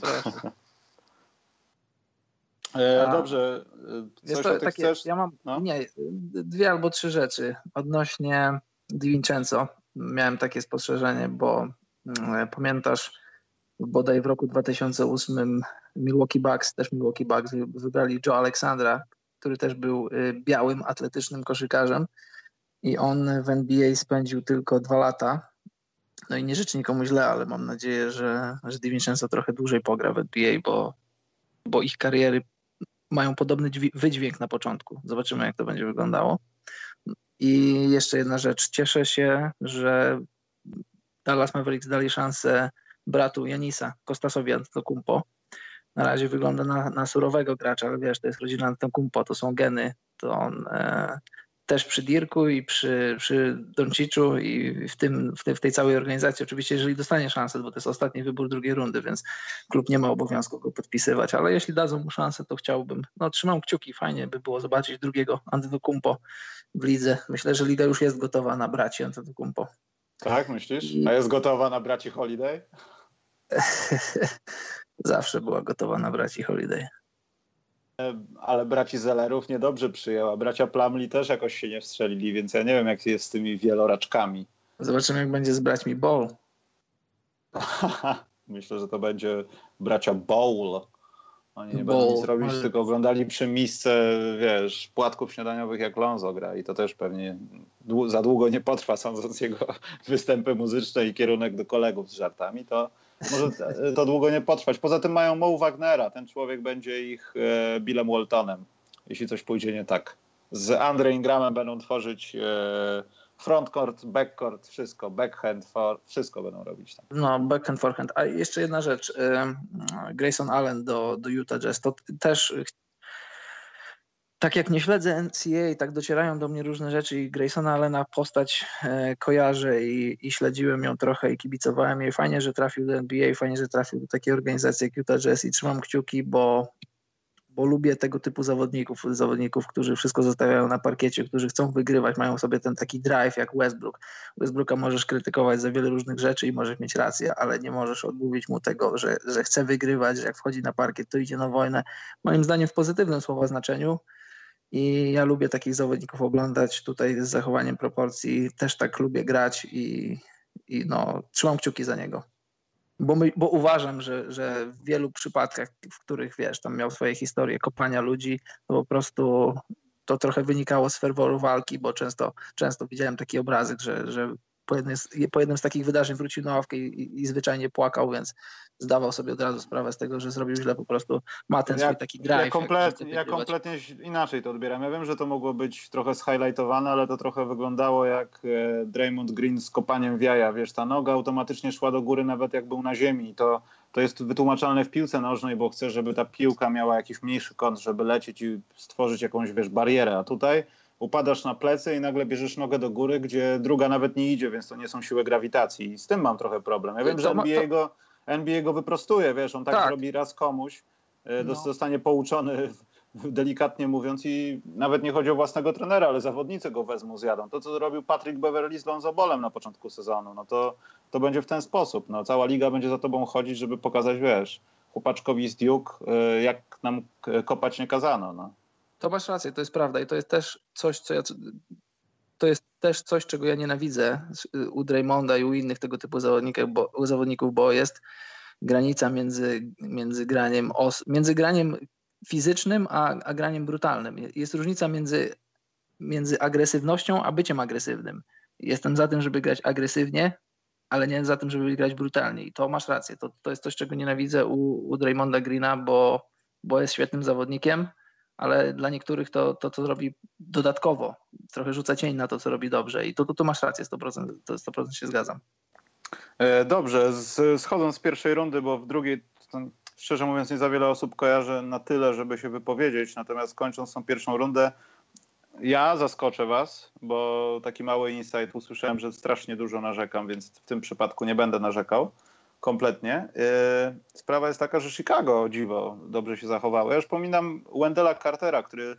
Dobrze. Coś o tych chcesz? Ja mam 2 albo 3 rzeczy odnośnie DiVincenzo. Miałem takie spostrzeżenie, bo pamiętasz, bodaj w roku 2008 Milwaukee Bucks wybrali Joe Alexandra, który też był białym, atletycznym koszykarzem i on w NBA spędził tylko 2 lata. No i nie życzę nikomu źle, ale mam nadzieję, że DiVincenzo trochę dłużej pogra w NBA, bo ich kariery mają podobny wydźwięk na początku. Zobaczymy, jak to będzie wyglądało. I jeszcze jedna rzecz. Cieszę się, że Dallas Mavericks dali szansę bratu Janisa, Kostasowi Antetokounmpo. Na razie wygląda na surowego gracza, ale wiesz, to jest rodzina Antetokounmpo, to są geny. To on też przy Dirku i przy Donciczu i w tej całej organizacji. Oczywiście, jeżeli dostanie szansę, bo to jest ostatni wybór 2. rundy, więc klub nie ma obowiązku go podpisywać, ale jeśli dadzą mu szansę, to chciałbym. Trzymam kciuki, fajnie by było zobaczyć drugiego Antetokounmpo w lidze. Myślę, że liga już jest gotowa na braci Antetokounmpo. Tak, myślisz? A jest gotowa na braci Holiday? Zawsze była gotowa na braci Holiday. Ale braci Zellerów niedobrze przyjęła. Bracia Plumlee też jakoś się nie wstrzelili, więc ja nie wiem, jak jest z tymi wieloraczkami. Zobaczymy, jak będzie z braćmi Ball. Myślę, że to będzie bracia Bowl. Oni nie będą nic robić, tylko oglądali przy misce, wiesz, płatków śniadaniowych, jak Lonzo gra i to też pewnie za długo nie potrwa, sądząc jego występy muzyczne i kierunek do kolegów z żartami, to może to długo nie potrwać. Poza tym mają Mo Wagnera, ten człowiek będzie ich Billem Waltonem, jeśli coś pójdzie nie tak. Z Andre Ingramem będą tworzyć frontcourt, backcourt, wszystko, backhand, wszystko będą robić tam. No, backhand, forehand. A jeszcze jedna rzecz. Grayson Allen do Utah Jazz. To też, tak jak nie śledzę NCAA, tak docierają do mnie różne rzeczy i Graysona Allena postać kojarzę i śledziłem ją trochę i kibicowałem jej. Fajnie, że trafił do NBA, fajnie, że trafił do takiej organizacji jak Utah Jazz i trzymam kciuki, bo lubię tego typu zawodników, którzy wszystko zostawiają na parkiecie, którzy chcą wygrywać, mają sobie ten taki drive jak Westbrook. Westbrooka możesz krytykować za wiele różnych rzeczy i możesz mieć rację, ale nie możesz odmówić mu tego, że chce wygrywać, że jak wchodzi na parkiet, to idzie na wojnę. Moim zdaniem w pozytywnym słowa znaczeniu i ja lubię takich zawodników oglądać tutaj z zachowaniem proporcji. Też tak lubię grać i no, trzymam kciuki za niego. Bo uważam, że w wielu przypadkach, w których, wiesz, tam miał swoje historie kopania ludzi, to po prostu to trochę wynikało z ferworu walki, bo często widziałem taki obrazek, że po jednym z takich wydarzeń wrócił na ławkę i zwyczajnie płakał, więc zdawał sobie od razu sprawę z tego, że zrobił źle, po prostu ma ten swój taki drive. Ja kompletnie inaczej to odbieram. Ja wiem, że to mogło być trochę zhighlightowane, ale to trochę wyglądało jak Draymond Green z kopaniem w jaja. Wiesz, ta noga automatycznie szła do góry nawet jak był na ziemi. To jest wytłumaczalne w piłce nożnej, bo chcesz, żeby ta piłka miała jakiś mniejszy kąt, żeby lecieć i stworzyć jakąś, wiesz, barierę. A tutaj upadasz na plecy i nagle bierzesz nogę do góry, gdzie druga nawet nie idzie, więc to nie są siły grawitacji. I z tym mam trochę problem. Ja wiem, że NBA go wyprostuje, wiesz, on tak zrobi raz komuś, zostanie pouczony, delikatnie mówiąc, i nawet nie chodzi o własnego trenera, ale zawodnicy go wezmą, zjadą. To, co zrobił Patrick Beverley z Lonzo Ballem na początku sezonu, no to będzie w ten sposób. No, cała liga będzie za tobą chodzić, żeby pokazać, wiesz, chłopaczkowi z Duke, jak nam kopać nie kazano, no. To masz rację, to jest prawda i to jest też coś, czego ja nienawidzę u Draymonda i u innych tego typu zawodników, bo jest granica między graniem fizycznym a graniem brutalnym. Jest różnica między agresywnością a byciem agresywnym. Jestem za tym, żeby grać agresywnie, ale nie za tym, żeby grać brutalnie. I to masz rację. To jest coś, czego nienawidzę u Draymonda Greena, bo jest świetnym zawodnikiem, ale dla niektórych to co robi dodatkowo, trochę rzuca cień na to, co robi dobrze. I tu masz rację, 100% się zgadzam. Dobrze, schodząc z pierwszej rundy, bo w drugiej, szczerze mówiąc, nie za wiele osób kojarzę na tyle, żeby się wypowiedzieć. Natomiast kończąc tą pierwszą rundę, ja zaskoczę was, bo taki mały insight usłyszałem, że strasznie dużo narzekam, więc w tym przypadku nie będę narzekał kompletnie. Sprawa jest taka, że Chicago, o dziwo, dobrze się zachowało. Ja już pominam Wendella Cartera, który,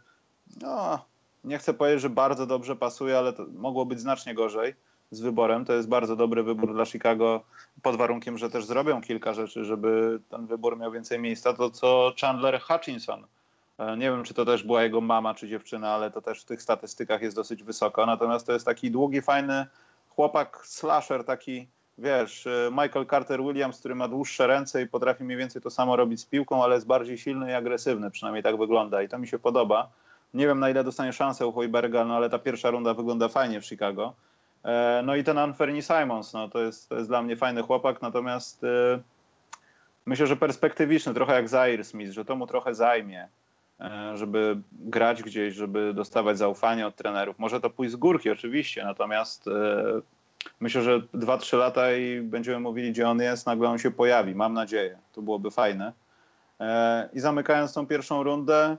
nie chcę powiedzieć, że bardzo dobrze pasuje, ale to mogło być znacznie gorzej z wyborem. To jest bardzo dobry wybór dla Chicago, pod warunkiem, że też zrobią kilka rzeczy, żeby ten wybór miał więcej miejsca. To co Chandler Hutchinson. Nie wiem, czy to też była jego mama czy dziewczyna, ale to też w tych statystykach jest dosyć wysoko. Natomiast to jest taki długi, fajny chłopak, slasher, taki, wiesz, Michael Carter Williams, który ma dłuższe ręce i potrafi mniej więcej to samo robić z piłką, ale jest bardziej silny i agresywny, przynajmniej tak wygląda i to mi się podoba. Nie wiem, na ile dostanie szansę u Hoiberga, ale ta pierwsza runda wygląda fajnie w Chicago. No i ten Anthony Simons, to jest dla mnie fajny chłopak, natomiast myślę, że perspektywiczny, trochę jak Zaire Smith, że to mu trochę zajmie, żeby grać gdzieś, żeby dostawać zaufanie od trenerów. Może to pójść z górki oczywiście, natomiast myślę, że 2-3 lata i będziemy mówili, gdzie on jest, nagle on się pojawi, mam nadzieję. To byłoby fajne. I zamykając tą pierwszą rundę,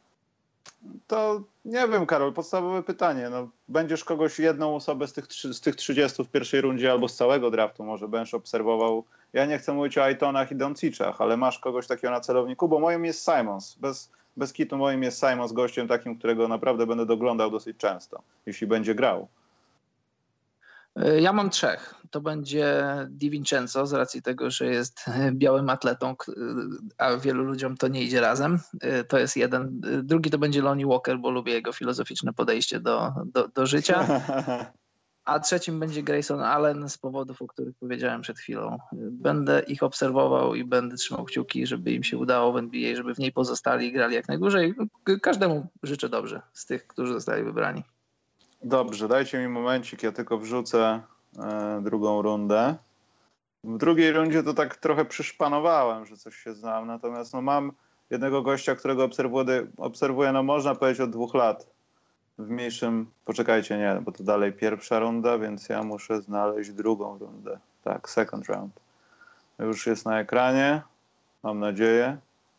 to nie wiem, Karol, podstawowe pytanie. Będziesz kogoś, jedną osobę z tych 30 w pierwszej rundzie albo z całego draftu może będziesz obserwował. Ja nie chcę mówić o Aitonach i Doncicach, ale masz kogoś takiego na celowniku, bo moim jest Simons. Bez kitu moim jest Simons gościem takim, którego naprawdę będę doglądał dosyć często, jeśli będzie grał. Ja mam 3. To będzie Di Vincenzo z racji tego, że jest białym atletą, a wielu ludziom to nie idzie razem. To jest jeden. Drugi to będzie Lonnie Walker, bo lubię jego filozoficzne podejście do życia. A 3 będzie Grayson Allen z powodów, o których powiedziałem przed chwilą. Będę ich obserwował i będę trzymał kciuki, żeby im się udało w NBA, żeby w niej pozostali i grali jak najdłużej. Każdemu życzę dobrze z tych, którzy zostali wybrani. Dobrze, dajcie mi momencik, ja tylko wrzucę drugą rundę. W drugiej rundzie to tak trochę przyszpanowałem, że coś się znam, natomiast mam jednego gościa, którego obserwuję, można powiedzieć od 2 lat. W mniejszym, poczekajcie, nie, bo to dalej pierwsza runda, więc ja muszę znaleźć drugą rundę. Tak, second round. Już jest na ekranie, mam nadzieję.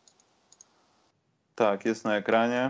Tak, jest na ekranie.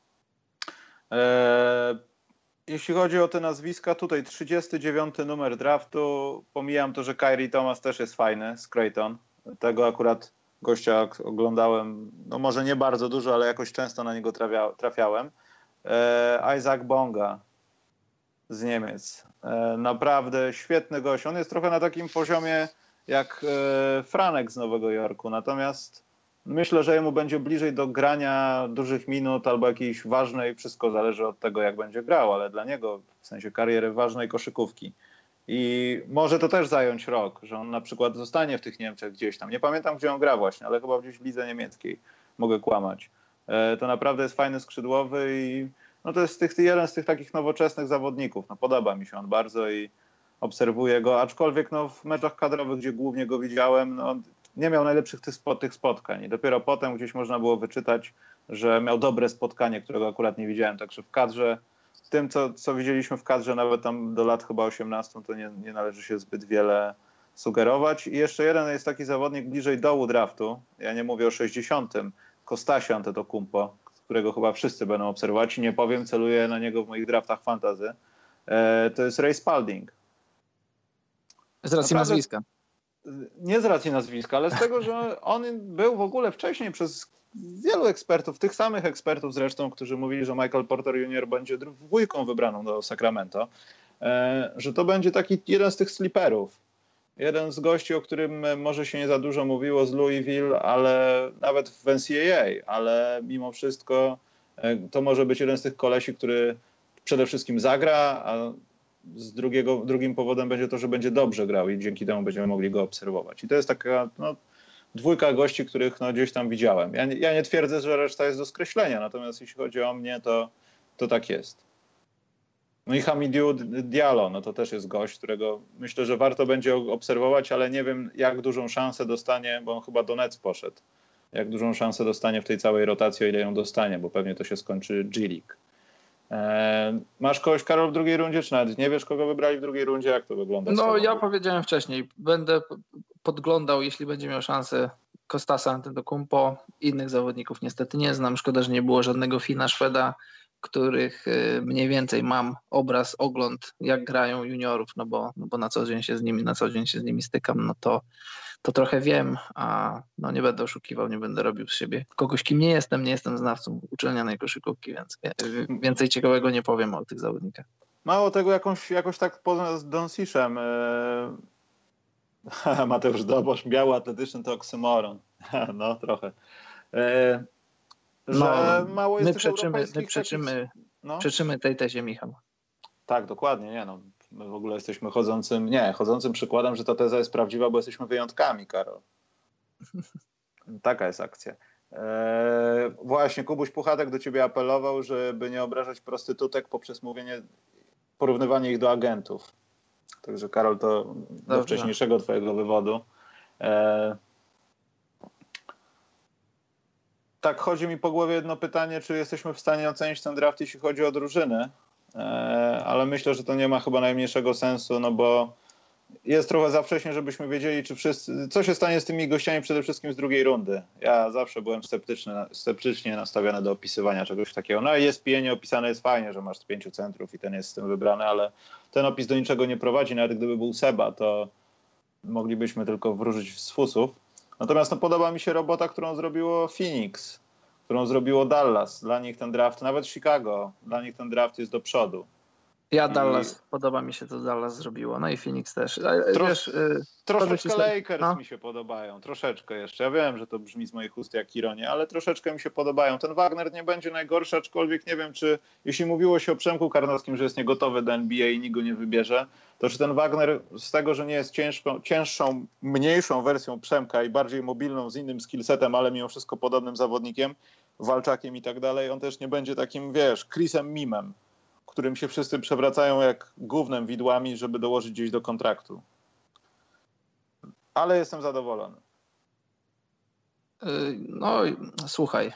Jeśli chodzi o te nazwiska, tutaj 39 numer draftu. Pomijam to, że Kyrie Thomas też jest fajny z Creighton. Tego akurat gościa oglądałem, może nie bardzo dużo, ale jakoś często na niego trafiałem. Isaac Bonga z Niemiec. Naprawdę świetny gość. On jest trochę na takim poziomie jak Franek z Nowego Jorku. Natomiast myślę, że jemu będzie bliżej do grania dużych minut albo jakiejś ważnej, wszystko zależy od tego, jak będzie grał, ale dla niego w sensie kariery ważnej koszykówki. I może to też zająć rok, że on na przykład zostanie w tych Niemczech gdzieś tam. Nie pamiętam, gdzie on gra właśnie, ale chyba gdzieś w lidze niemieckiej. Mogę kłamać. To naprawdę jest fajny skrzydłowy i to jest jeden z tych takich nowoczesnych zawodników. Podoba mi się on bardzo i obserwuję go, aczkolwiek w meczach kadrowych, gdzie głównie go widziałem, nie miał najlepszych tych spotkań. I dopiero potem gdzieś można było wyczytać, że miał dobre spotkanie, którego akurat nie widziałem. Także w kadrze, w tym co widzieliśmy w kadrze nawet tam do lat chyba 18, to nie należy się zbyt wiele sugerować. I jeszcze jeden jest taki zawodnik bliżej dołu draftu. Ja nie mówię o 60. Kostasi Antetokounmpo, którego chyba wszyscy będą obserwować i nie powiem, celuję na niego w moich draftach fantasy. To jest Ray Spalding. Z racji nazwiska. Nie z racji nazwiska, ale z tego, że on był w ogóle wcześniej przez wielu ekspertów, tych samych ekspertów zresztą, którzy mówili, że Michael Porter Jr. będzie 2 wybraną do Sacramento, że to będzie taki jeden z tych sleeperów. Jeden z gości, o którym może się nie za dużo mówiło z Louisville, ale nawet w NCAA, ale mimo wszystko to może być jeden z tych kolesi, który przede wszystkim zagra, a drugim powodem będzie to, że będzie dobrze grał i dzięki temu będziemy mogli go obserwować. I to jest taka 2 gości, których gdzieś tam widziałem. Ja nie twierdzę, że reszta jest do skreślenia, natomiast jeśli chodzi o mnie, to tak jest. I Hamidou Diallo, to też jest gość, którego myślę, że warto będzie obserwować, ale nie wiem, jak dużą szansę dostanie, bo on chyba do Nets poszedł. Jak dużą szansę dostanie w tej całej rotacji, o ile ją dostanie, bo pewnie to się skończy G-League. Masz kogoś, Karol, w drugiej rundzie, czy nawet nie wiesz, kogo wybrali w drugiej rundzie? Jak to wygląda? Ja powiedziałem wcześniej, będę podglądał, jeśli będzie miał szansę, Kostasa Antetokounmpo. Innych zawodników niestety nie znam. Szkoda, że nie było żadnego Fina, Szweda, których mniej więcej mam ogląd, jak grają juniorów, bo na co dzień się z nimi stykam, to trochę wiem, a nie będę oszukiwał, nie będę robił z siebie kogoś, kim nie jestem znawcą uczelnianej koszykówki, więc więcej ciekawego nie powiem o tych zawodnikach. Mało tego, jakoś tak poza Donsiszem Mateusz Dobosz, biały atletyczny to oksymoron. Trochę. Że mało jest przeczymy tej tezie, Michał. Tak, dokładnie. My w ogóle jesteśmy chodzącym przykładem, że ta teza jest prawdziwa, bo jesteśmy wyjątkami, Karol. Taka jest akcja. Właśnie, Kubuś Puchatek do ciebie apelował, żeby nie obrażać prostytutek poprzez porównywanie ich do agentów. Także, Karol, to do wcześniejszego twojego wywodu. Tak, chodzi mi po głowie jedno pytanie, czy jesteśmy w stanie ocenić ten draft, jeśli chodzi o drużyny, ale myślę, że to nie ma chyba najmniejszego sensu, bo jest trochę za wcześnie, żebyśmy wiedzieli, co się stanie z tymi gościami przede wszystkim z drugiej rundy. Ja zawsze byłem sceptycznie nastawiony do opisywania czegoś takiego. No i ESPN opisane jest fajnie, że masz 5 centrów i ten jest z tym wybrany, ale ten opis do niczego nie prowadzi. Nawet gdyby był Seba, to moglibyśmy tylko wróżyć z fusów. Natomiast podoba mi się robota, którą zrobiło Phoenix, którą zrobiło Dallas. Dla nich ten draft, nawet Chicago, dla nich ten draft jest do przodu. Dallas, podoba mi się to Dallas zrobiło, no i Phoenix też. Troszeczkę Lakers mi się podobają, troszeczkę jeszcze. Ja wiem, że to brzmi z moich ust jak ironia, ale troszeczkę mi się podobają. Ten Wagner nie będzie najgorszy, aczkolwiek nie wiem, czy jeśli mówiło się o Przemku Karnowskim, że jest niegotowy do NBA i nikt go nie wybierze, to czy ten Wagner z tego, że nie jest cięższą, mniejszą wersją Przemka i bardziej mobilną z innym skillsetem, ale mimo wszystko podobnym zawodnikiem, walczakiem i tak dalej, on też nie będzie takim, Chrisem Mimem, którym się wszyscy przewracają jak gównem widłami, żeby dołożyć gdzieś do kontraktu. Ale jestem zadowolony. No, słuchaj.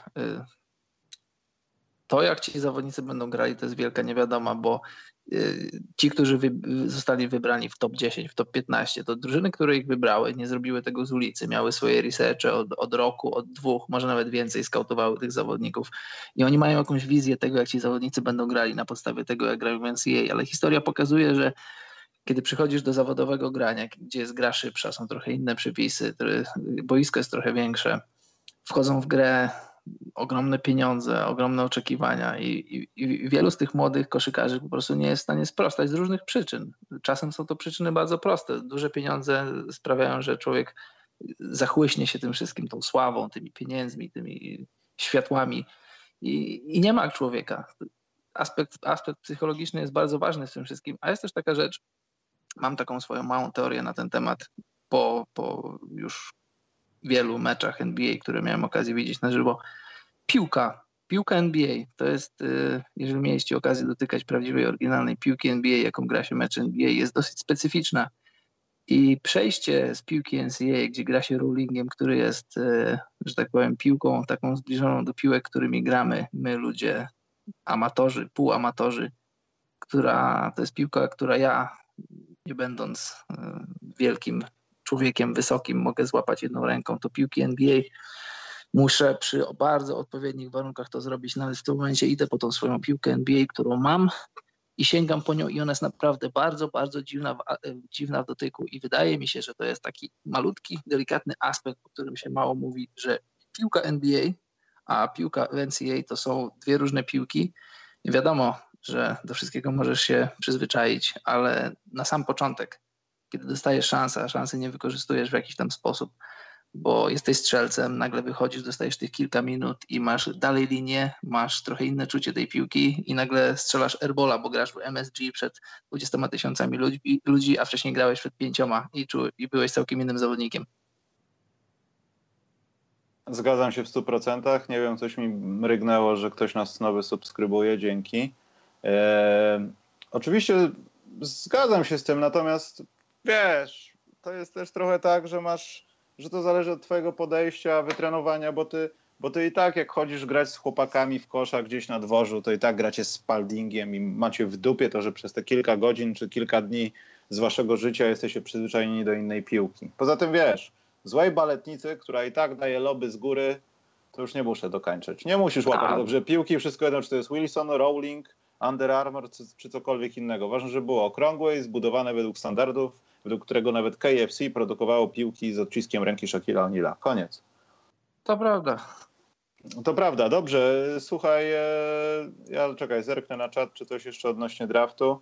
To, jak ci zawodnicy będą grali, to jest wielka niewiadoma, bo ci, którzy zostali wybrani w top 10, w top 15, to drużyny, które ich wybrały, nie zrobiły tego z ulicy, miały swoje researche od roku, od 2, może nawet więcej, skautowały tych zawodników i oni mają jakąś wizję tego, jak ci zawodnicy będą grali na podstawie tego, jak grają w NCAA, ale historia pokazuje, że kiedy przychodzisz do zawodowego grania, gdzie jest gra szybsza, są trochę inne przepisy, boisko jest trochę większe, wchodzą w grę ogromne pieniądze, ogromne oczekiwania i wielu z tych młodych koszykarzy po prostu nie jest w stanie sprostać z różnych przyczyn. Czasem są to przyczyny bardzo proste. Duże pieniądze sprawiają, że człowiek zachłyśnie się tym wszystkim, tą sławą, tymi pieniędzmi, tymi światłami i nie ma człowieka. Aspekt psychologiczny jest bardzo ważny w tym wszystkim, a jest też taka rzecz, mam taką swoją małą teorię na ten temat po już wielu meczach NBA, które miałem okazję widzieć na żywo. Piłka NBA to jest, jeżeli mieliście okazję dotykać prawdziwej, oryginalnej piłki NBA, jaką gra się mecz NBA, jest dosyć specyficzna. I przejście z piłki NCAA, gdzie gra się rollingiem, który jest, że tak powiem, piłką taką zbliżoną do piłek, którymi gramy my ludzie, amatorzy, półamatorzy, to jest piłka, która ja, nie będąc wielkim człowiekiem wysokim, mogę złapać jedną ręką, to piłki NBA muszę przy bardzo odpowiednich warunkach to zrobić. Nawet w tym momencie idę po tą swoją piłkę NBA, którą mam i sięgam po nią i ona jest naprawdę bardzo, bardzo dziwna w dotyku i wydaje mi się, że to jest taki malutki, delikatny aspekt, o którym się mało mówi, że piłka NBA, a piłka w NCAA to są dwie różne piłki. I wiadomo, że do wszystkiego możesz się przyzwyczaić, ale na sam początek, kiedy dostajesz szansę, a szansy nie wykorzystujesz w jakiś tam sposób, bo jesteś strzelcem, nagle wychodzisz, dostajesz tych kilka minut i masz dalej linię, masz trochę inne czucie tej piłki i nagle strzelasz airbola, bo grasz w MSG przed 20 000 ludzi, a wcześniej grałeś przed 5 i byłeś całkiem innym zawodnikiem. Zgadzam się w 100%. Nie wiem, coś mi mrygnęło, że ktoś nas nowy subskrybuje. Dzięki. Oczywiście zgadzam się z tym, natomiast wiesz, to jest też trochę tak, że to zależy od twojego podejścia, wytrenowania, bo ty i tak jak chodzisz grać z chłopakami w kosza gdzieś na dworzu, to i tak gracie z Spaldingiem i macie w dupie to, że przez te kilka godzin czy kilka dni z waszego życia jesteście przyzwyczajeni do innej piłki. Poza tym wiesz, złej baletnicy, która i tak daje loby z góry, to już nie muszę dokańczać. Nie musisz łapać dobrze piłki, wszystko jedno, czy to jest Wilson, Rowling, Under Armour, czy cokolwiek innego. Ważne, żeby było okrągłe i zbudowane według standardów, według którego nawet KFC produkowało piłki z odciskiem ręki Shaquilla O'Neala. Koniec. To prawda. To prawda, dobrze. Słuchaj, zerknę na czat, czy coś jeszcze odnośnie draftu.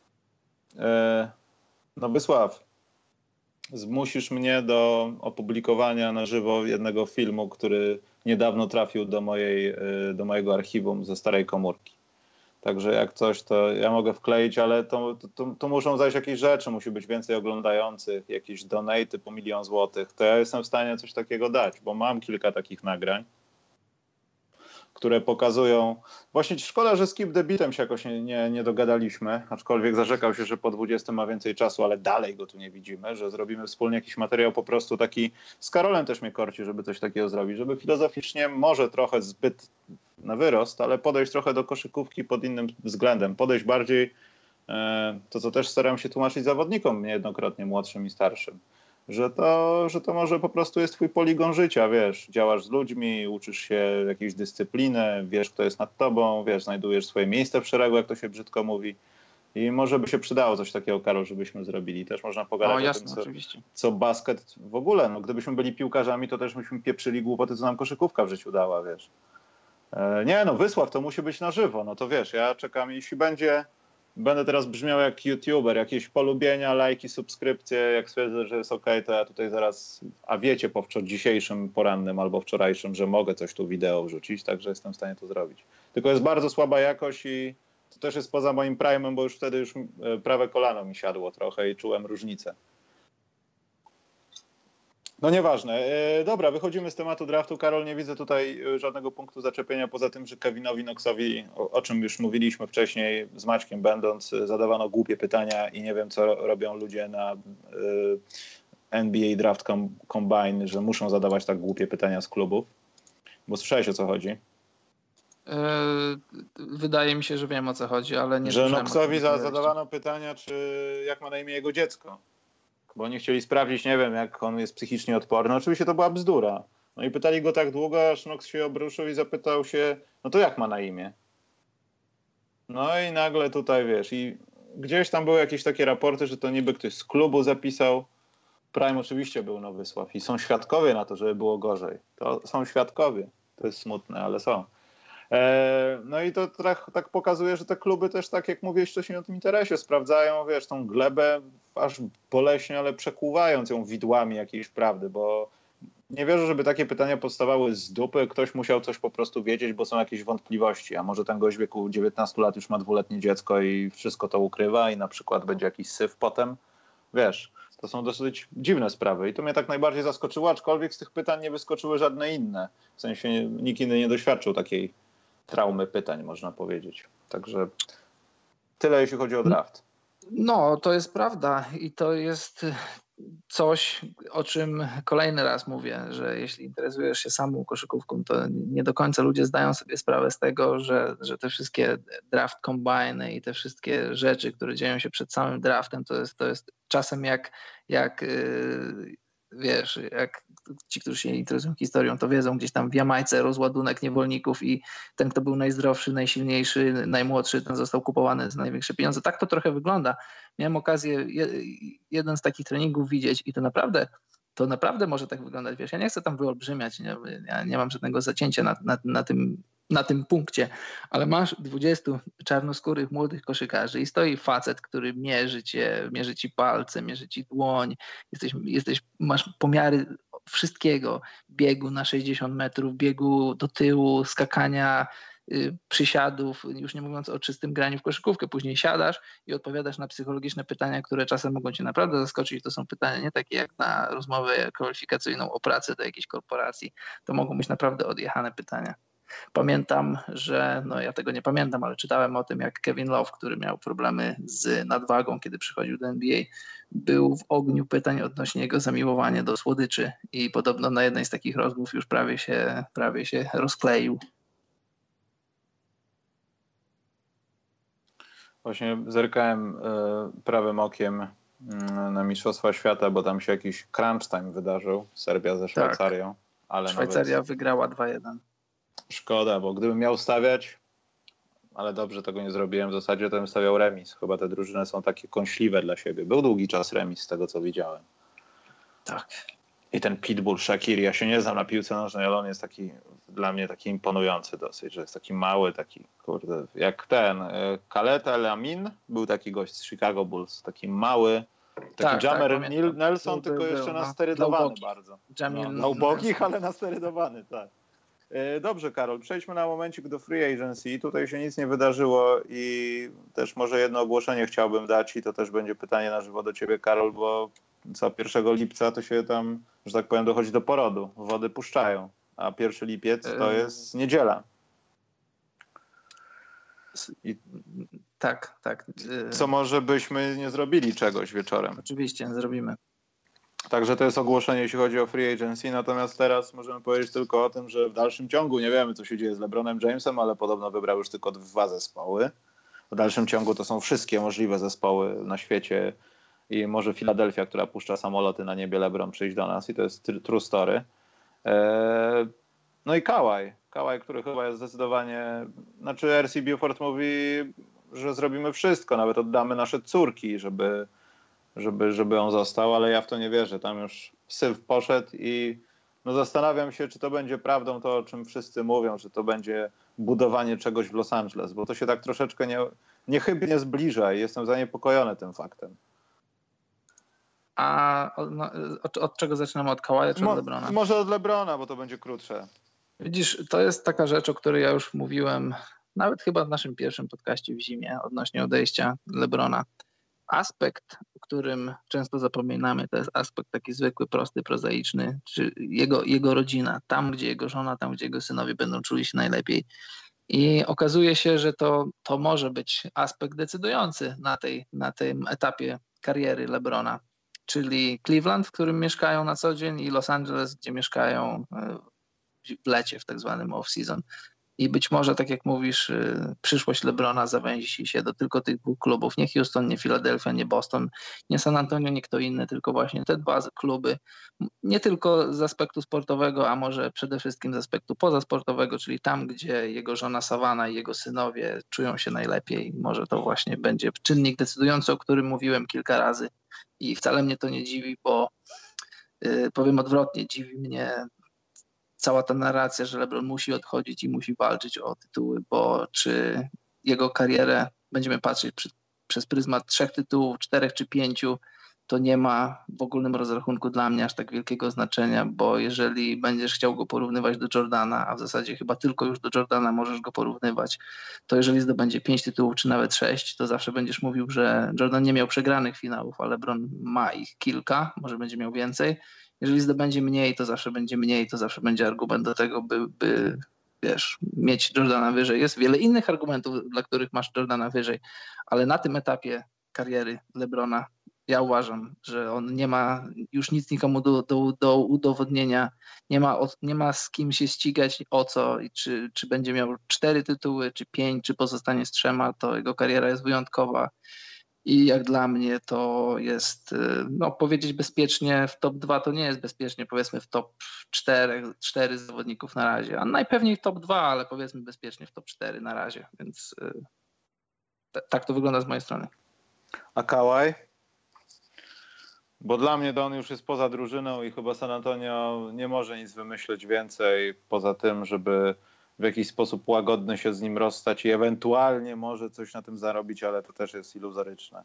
No Wysław, zmusisz mnie do opublikowania na żywo jednego filmu, który niedawno trafił do mojego archiwum ze starej komórki. Także jak coś, to ja mogę wkleić, ale to muszą zajść jakieś rzeczy, musi być więcej oglądających, jakieś donaty po 1 000 000 złotych. To ja jestem w stanie coś takiego dać, bo mam kilka takich nagrań, które pokazują... Właśnie szkoda, że z Keep the Beatem się jakoś nie dogadaliśmy, aczkolwiek zarzekał się, że po 20 ma więcej czasu, ale dalej go tu nie widzimy, że zrobimy wspólnie jakiś materiał po prostu taki... Z Karolem też mnie korci, żeby coś takiego zrobić, żeby filozoficznie może trochę zbyt na wyrost, ale podejść trochę do koszykówki pod innym względem. Podejść bardziej, to co też staram się tłumaczyć zawodnikom niejednokrotnie młodszym i starszym, że to może po prostu jest twój poligon życia, wiesz, działasz z ludźmi, uczysz się jakiejś dyscypliny, wiesz, kto jest nad tobą, wiesz, znajdujesz swoje miejsce w szeregu, jak to się brzydko mówi. I może by się przydało coś takiego, Karol, żebyśmy zrobili. Też można pogadać o tym, co basket w ogóle. No, gdybyśmy byli piłkarzami, to też byśmy pieprzyli głupoty, co nam koszykówka w życiu dała, wiesz. Nie, no Wysław, to musi być na żywo. No to wiesz, ja czekam, jeśli będzie będę teraz brzmiał jak youtuber, jakieś polubienia, lajki, subskrypcje, jak stwierdzę, że jest okej, to ja tutaj zaraz, a wiecie po dzisiejszym porannym albo wczorajszym, że mogę coś tu wideo wrzucić, także jestem w stanie to zrobić. Tylko jest bardzo słaba jakość i to też jest poza moim prime'em, bo już wtedy prawe kolano mi siadło trochę i czułem różnicę. No nieważne. Dobra, wychodzimy z tematu draftu. Karol, nie widzę tutaj żadnego punktu zaczepienia poza tym, że Kevinowi Knoxowi, o czym już mówiliśmy wcześniej z Maćkiem będąc, zadawano głupie pytania i nie wiem, co robią ludzie na NBA Draft Combine, że muszą zadawać tak głupie pytania z klubów. Bo słyszałeś, o co chodzi? Wydaje mi się, że wiem, o co chodzi, ale nie że Knoxowi zadawano pytania, czy jak ma na imię jego dziecko. Bo oni chcieli sprawdzić, nie wiem, jak on jest psychicznie odporny. Oczywiście to była bzdura. No i pytali go tak długo, aż Knox się obruszył i zapytał się, no to jak ma na imię? No i nagle tutaj, wiesz, i gdzieś tam były jakieś takie raporty, że to niby ktoś z klubu zapisał. Prime oczywiście był Nowy Sław i są świadkowie na to, żeby było gorzej. To są świadkowie. To jest smutne, ale są. No i to tak pokazuje, że te kluby też, tak jak mówiłeś wcześniej o tym interesie, sprawdzają, wiesz, tą glebę aż boleśnie, ale przekuwając ją widłami jakiejś prawdy, bo nie wierzę, żeby takie pytania powstawały z dupy. Ktoś musiał coś po prostu wiedzieć, bo są jakieś wątpliwości, a może ten gość w wieku 19 lat już ma 2-letnie dziecko i wszystko to ukrywa i na przykład będzie jakiś syf potem. Wiesz, to są dosyć dziwne sprawy i to mnie tak najbardziej zaskoczyło, aczkolwiek z tych pytań nie wyskoczyły żadne inne. W sensie nikt inny nie doświadczył takiej traumy pytań, można powiedzieć. Także tyle, jeśli chodzi o draft. No, to jest prawda i to jest coś, o czym kolejny raz mówię, że jeśli interesujesz się samą koszykówką, to nie do końca ludzie zdają sobie sprawę z tego, że te wszystkie draft combine i te wszystkie rzeczy, które dzieją się przed samym draftem, to jest czasem jak wiesz, jak ci, którzy się interesują historią, to wiedzą, gdzieś tam w Jamajce rozładunek niewolników i ten, kto był najzdrowszy, najsilniejszy, najmłodszy, ten został kupowany za największe pieniądze. Tak to trochę wygląda. Miałem okazję jeden z takich treningów widzieć i to naprawdę może tak wyglądać. Wiesz, ja nie chcę tam wyolbrzymiać, ja nie mam żadnego zacięcia na tym punkcie, ale masz 20 czarnoskórych młodych koszykarzy i stoi facet, który mierzy ci palce, mierzy ci dłoń, masz pomiary wszystkiego, biegu na 60 metrów, biegu do tyłu, skakania, przysiadów, już nie mówiąc o czystym graniu w koszykówkę. Później siadasz i odpowiadasz na psychologiczne pytania, które czasem mogą cię naprawdę zaskoczyć. To są pytania nie takie jak na rozmowę kwalifikacyjną o pracę do jakiejś korporacji. To mogą być naprawdę odjechane pytania. Pamiętam, że, no ja tego nie pamiętam, ale czytałem o tym, jak Kevin Love, który miał problemy z nadwagą, kiedy przychodził do NBA, był w ogniu pytań odnośnie jego zamiłowania do słodyczy i podobno na jednej z takich rozmów już prawie się rozkleił. Właśnie zerkałem prawym okiem na Mistrzostwa Świata, bo tam się jakiś crunch time wydarzył, Serbia ze Szwajcarią. Tak. Ale Szwajcaria wygrała 2-1. Szkoda, bo gdybym miał stawiać, ale dobrze tego nie zrobiłem, w zasadzie to bym stawiał remis. Chyba te drużyny są takie kąśliwe dla siebie. Był długi czas remis z tego, co widziałem. Tak. I ten Pitbull Shaqiri, ja się nie znam na piłce nożnej, ale on jest taki, dla mnie taki imponujący dosyć, że jest taki mały, taki kurde, jak ten Khaled El-Amin, był taki gość z Chicago Bulls, taki mały, taki Jamer Nelson, tylko jeszcze nasterydowany bardzo. Na ubogich, ale nasterydowany, tak. Dobrze, Karol, przejdźmy na momencik do free agency. Tutaj się nic nie wydarzyło i też może jedno ogłoszenie chciałbym dać i to też będzie pytanie na żywo do ciebie, Karol, bo co 1 lipca to się tam, że tak powiem, dochodzi do porodu. Wody puszczają, a 1 lipiec to jest niedziela. Tak. Co może byśmy nie zrobili czegoś wieczorem? Oczywiście, zrobimy. Także to jest ogłoszenie, jeśli chodzi o free agency, natomiast teraz możemy powiedzieć tylko o tym, że w dalszym ciągu nie wiemy, co się dzieje z LeBronem Jamesem, ale podobno wybrał już tylko 2 zespoły. W dalszym ciągu to są wszystkie możliwe zespoły na świecie i może Filadelfia, która puszcza samoloty na niebie, LeBron przyjść do nas i to jest true story. No i Kawhi, który chyba jest zdecydowanie, znaczy R.C. Buford mówi, że zrobimy wszystko, nawet oddamy nasze córki, żeby on został, ale ja w to nie wierzę. Tam już syf poszedł i no zastanawiam się, czy to będzie prawdą to, o czym wszyscy mówią, czy to będzie budowanie czegoś w Los Angeles, bo to się tak troszeczkę niechybnie zbliża i jestem zaniepokojony tym faktem. A od czego zaczynamy? Od Kawaja czy od LeBrona? Może od LeBrona, bo to będzie krótsze. Widzisz, to jest taka rzecz, o której ja już mówiłem, nawet chyba w naszym pierwszym podcaście w zimie odnośnie odejścia LeBrona. Aspekt, o którym często zapominamy, to jest aspekt taki zwykły, prosty, prozaiczny, czy jego rodzina, tam gdzie jego żona, tam gdzie jego synowie będą czuli się najlepiej. I okazuje się, że to może być aspekt decydujący na tym etapie kariery LeBrona, czyli Cleveland, w którym mieszkają na co dzień, i Los Angeles, gdzie mieszkają w lecie, w tak zwanym off-season. I być może, tak jak mówisz, przyszłość LeBrona zawęzi się do tylko tych dwóch klubów. Nie Houston, nie Philadelphia, nie Boston, nie San Antonio, nie kto inny, tylko właśnie te dwa kluby. Nie tylko z aspektu sportowego, a może przede wszystkim z aspektu pozasportowego, czyli tam, gdzie jego żona Savannah i jego synowie czują się najlepiej. Może to właśnie będzie czynnik decydujący, o którym mówiłem kilka razy. I wcale mnie to nie dziwi, bo powiem odwrotnie, dziwi mnie cała ta narracja, że LeBron musi odchodzić i musi walczyć o tytuły, bo czy jego karierę będziemy patrzeć przez pryzmat 3 tytułów, 4 czy 5, to nie ma w ogólnym rozrachunku dla mnie aż tak wielkiego znaczenia, bo jeżeli będziesz chciał go porównywać do Jordana, a w zasadzie chyba tylko już do Jordana możesz go porównywać, to jeżeli zdobędzie 5 tytułów czy nawet 6, to zawsze będziesz mówił, że Jordan nie miał przegranych finałów, a LeBron ma ich kilka, może będzie miał więcej. Jeżeli zdobędzie mniej, to zawsze będzie mniej, to zawsze będzie argument do tego, by wiesz, mieć Jordana wyżej. Jest wiele innych argumentów, dla których masz Jordana wyżej, ale na tym etapie kariery LeBrona ja uważam, że on nie ma już nic nikomu do udowodnienia, nie ma z kim się ścigać o co i czy będzie miał 4 tytuły, czy 5, czy pozostanie z 3, to jego kariera jest wyjątkowa. I jak dla mnie to jest, no powiedzieć bezpiecznie w top 2 to nie jest bezpiecznie, powiedzmy w top 4 zawodników na razie, a najpewniej w top 2, ale powiedzmy bezpiecznie w top 4 na razie, więc tak to wygląda z mojej strony. A Kawhi? Bo dla mnie to on już jest poza drużyną i chyba San Antonio nie może nic wymyśleć więcej poza tym, żeby w jakiś sposób łagodny się z nim rozstać i ewentualnie może coś na tym zarobić, ale to też jest iluzoryczne.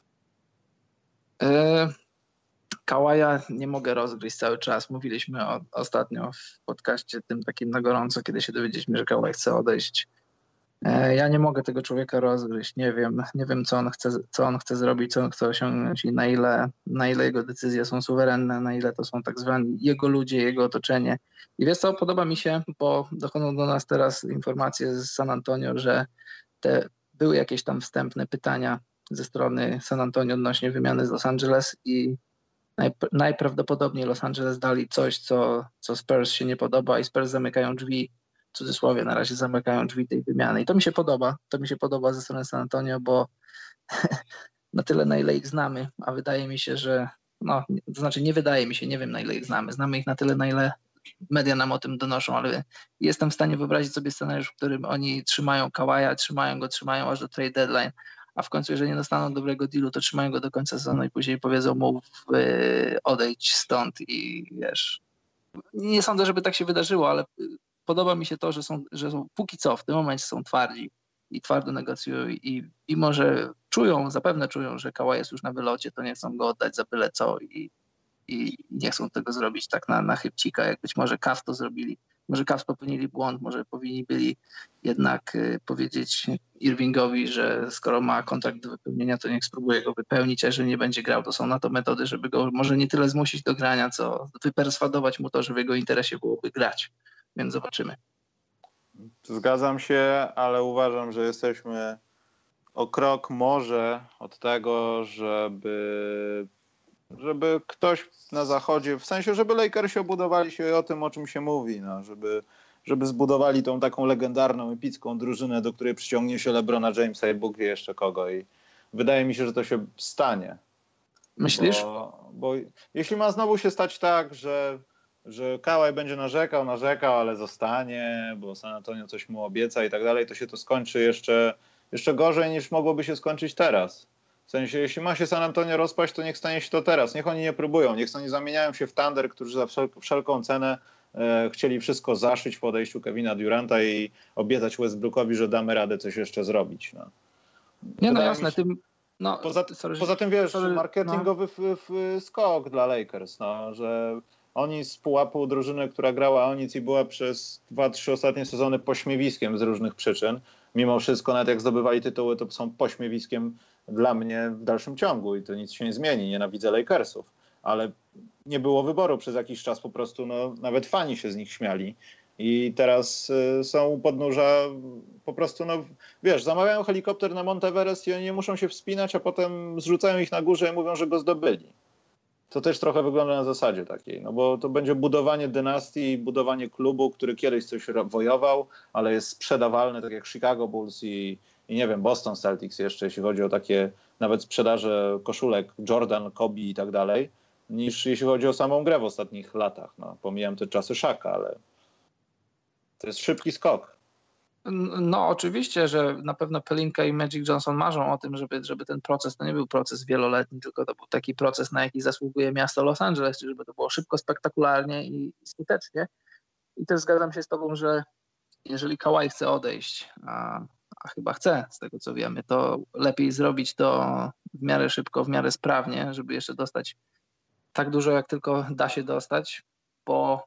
Kawaja nie mogę rozgryźć cały czas. Mówiliśmy ostatnio w podcaście tym takim na gorąco, kiedy się dowiedzieliśmy, że Kawaj chce odejść. Ja nie mogę tego człowieka rozgryźć. Nie wiem co on chce zrobić, co on chce osiągnąć i na ile jego decyzje są suwerenne, na ile to są tak zwani jego ludzie, jego otoczenie. I wiesz co, podoba mi się, bo dochodzą do nas teraz informacje z San Antonio, że były jakieś tam wstępne pytania ze strony San Antonio odnośnie wymiany z Los Angeles i najprawdopodobniej Los Angeles dali coś, co Spurs się nie podoba i Spurs zamykają drzwi, w cudzysłowie na razie zamykają drzwi tej wymiany. I to mi się podoba ze strony San Antonio, bo na tyle, na ile ich znamy, a wydaje mi się, że to znaczy nie wydaje mi się, nie wiem na ile ich znamy. Znamy ich na tyle, na ile media nam o tym donoszą, ale jestem w stanie wyobrazić sobie scenariusz, w którym oni trzymają Kawaja, trzymają aż do trade deadline, a w końcu, jeżeli nie dostaną dobrego dealu, to trzymają go do końca sezonu i później powiedzą mu odejdź stąd i wiesz. Nie sądzę, żeby tak się wydarzyło, ale podoba mi się to, że są póki co w tym momencie są twardzi i twardo negocjują i mimo, że zapewne czują, że Kawhi jest już na wylocie, to nie chcą go oddać za byle co i nie chcą tego zrobić tak na chybcika, jak być może Cavs to zrobili. Może Cavs popełnili błąd, może powinni byli jednak powiedzieć Irvingowi, że skoro ma kontrakt do wypełnienia, to niech spróbuje go wypełnić, a jeżeli nie będzie grał, to są na to metody, żeby go może nie tyle zmusić do grania, co wyperswadować mu to, że w jego interesie byłoby grać. Więc zobaczymy. Zgadzam się, ale uważam, że jesteśmy o krok może od tego, żeby ktoś na zachodzie, w sensie, żeby Lakersi obudowali się o tym, o czym się mówi, żeby zbudowali tą taką legendarną, epicką drużynę, do której przyciągnie się LeBrona Jamesa i Bóg wie jeszcze kogo. I wydaje mi się, że to się stanie. Myślisz? Bo jeśli ma znowu się stać tak, że Kawhi będzie narzekał, ale zostanie, bo San Antonio coś mu obieca i tak dalej, to się to skończy jeszcze gorzej niż mogłoby się skończyć teraz. W sensie, jeśli ma się San Antonio rozpaść, to niech stanie się to teraz. Niech oni nie próbują, niech oni zamieniają się w Thunder, którzy za wszelką cenę chcieli wszystko zaszyć po odejściu Kevina Duranta i obiecać Westbrookowi, że damy radę coś jeszcze zrobić. No. Nie, no jasne, tym... No, poza tym wiesz, marketingowy skok dla Lakers, że oni z pułapu drużyny, która grała o nic i była przez 2-3 ostatnie sezony pośmiewiskiem z różnych przyczyn. Mimo wszystko, nawet jak zdobywali tytuły, to są pośmiewiskiem dla mnie w dalszym ciągu i to nic się nie zmieni. Nienawidzę Lakersów, ale nie było wyboru przez jakiś czas, po prostu nawet fani się z nich śmiali. I teraz są u podnóża po prostu, wiesz, zamawiają helikopter na Mount Everest i oni nie muszą się wspinać, a potem zrzucają ich na górze i mówią, że go zdobyli. To też trochę wygląda na zasadzie takiej, bo to będzie budowanie dynastii, budowanie klubu, który kiedyś coś wojował, ale jest sprzedawalny, tak jak Chicago Bulls i nie wiem, Boston Celtics jeszcze, jeśli chodzi o takie nawet sprzedaże koszulek Jordan, Kobe i tak dalej, niż jeśli chodzi o samą grę w ostatnich latach. Pomijam te czasy Shaka, ale to jest szybki skok. No oczywiście, że na pewno Pelinka i Magic Johnson marzą o tym, żeby ten proces to nie był proces wieloletni, tylko to był taki proces, na jaki zasługuje miasto Los Angeles, żeby to było szybko, spektakularnie i skutecznie. I też zgadzam się z tobą, że jeżeli Kawhi chce odejść, a chyba chce, z tego co wiemy, to lepiej zrobić to w miarę szybko, w miarę sprawnie, żeby jeszcze dostać tak dużo, jak tylko da się dostać, bo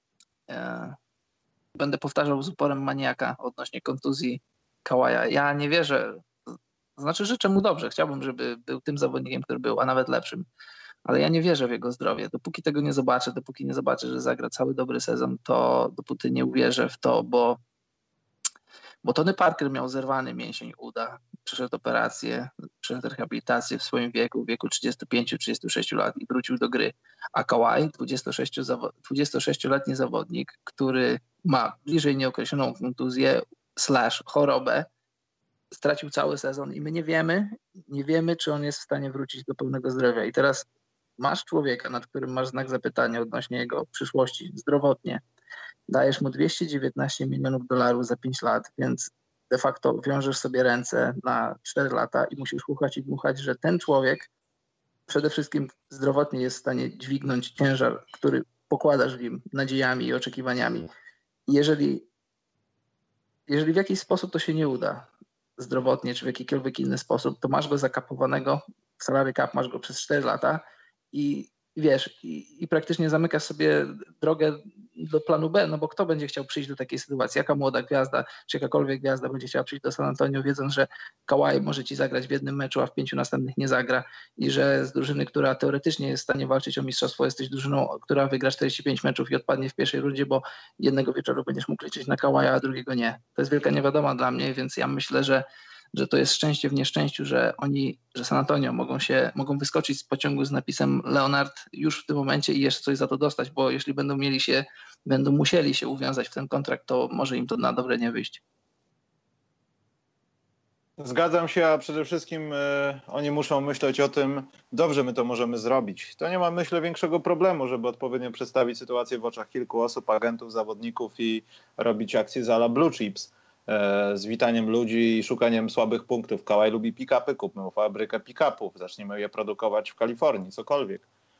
będę powtarzał z uporem maniaka odnośnie kontuzji Kawaja. Ja nie wierzę, znaczy życzę mu dobrze, chciałbym, żeby był tym zawodnikiem, który był, a nawet lepszym, ale ja nie wierzę w jego zdrowie. Dopóki tego nie zobaczę, dopóki nie zobaczę, że zagra cały dobry sezon, to dopóty nie uwierzę w to, bo Tony Parker miał zerwany mięsień uda, przeszedł operację, przeszedł rehabilitację w swoim wieku 35-36 lat i wrócił do gry. A Kawhi, 26-letni zawodnik, który ma bliżej nieokreśloną kontuzję / chorobę, stracił cały sezon i my nie wiemy, czy on jest w stanie wrócić do pełnego zdrowia. I teraz masz człowieka, nad którym masz znak zapytania odnośnie jego przyszłości zdrowotnie. Dajesz mu $219 milionów za 5 lat, więc de facto wiążesz sobie ręce na 4 lata i musisz chuchać i dmuchać, że ten człowiek przede wszystkim zdrowotnie jest w stanie dźwignąć ciężar, który pokładasz w nim nadziejami i oczekiwaniami. Jeżeli w jakiś sposób to się nie uda, zdrowotnie czy w jakikolwiek inny sposób, to masz go zakapowanego, w salary cap masz go przez 4 lata i wiesz, i praktycznie zamykasz sobie drogę do planu B, no bo kto będzie chciał przyjść do takiej sytuacji? Jaka młoda gwiazda, czy jakakolwiek gwiazda będzie chciała przyjść do San Antonio, wiedząc, że Kawhi może ci zagrać w jednym meczu, a w 5 następnych nie zagra i że z drużyny, która teoretycznie jest w stanie walczyć o mistrzostwo, jesteś drużyną, która wygra 45 meczów i odpadnie w pierwszej rundzie, bo jednego wieczoru będziesz mógł liczyć na Kawhi'a, a drugiego nie. To jest wielka niewiadoma dla mnie, więc ja myślę, że to jest szczęście w nieszczęściu, że San Antonio mogą wyskoczyć z pociągu z napisem Leonard już w tym momencie i jeszcze coś za to dostać, bo jeśli będą musieli się uwiązać w ten kontrakt, to może im to na dobre nie wyjść. Zgadzam się, a przede wszystkim oni muszą myśleć o tym, dobrze, my to możemy zrobić. To nie ma, myślę, większego problemu, żeby odpowiednio przedstawić sytuację w oczach kilku osób, agentów, zawodników i robić akcje z ala Blue Chips. Z witaniem ludzi i szukaniem słabych punktów. Kawhi lubi pick-upy, kupmy mu fabrykę pick-upów, zaczniemy je produkować w Kalifornii, cokolwiek.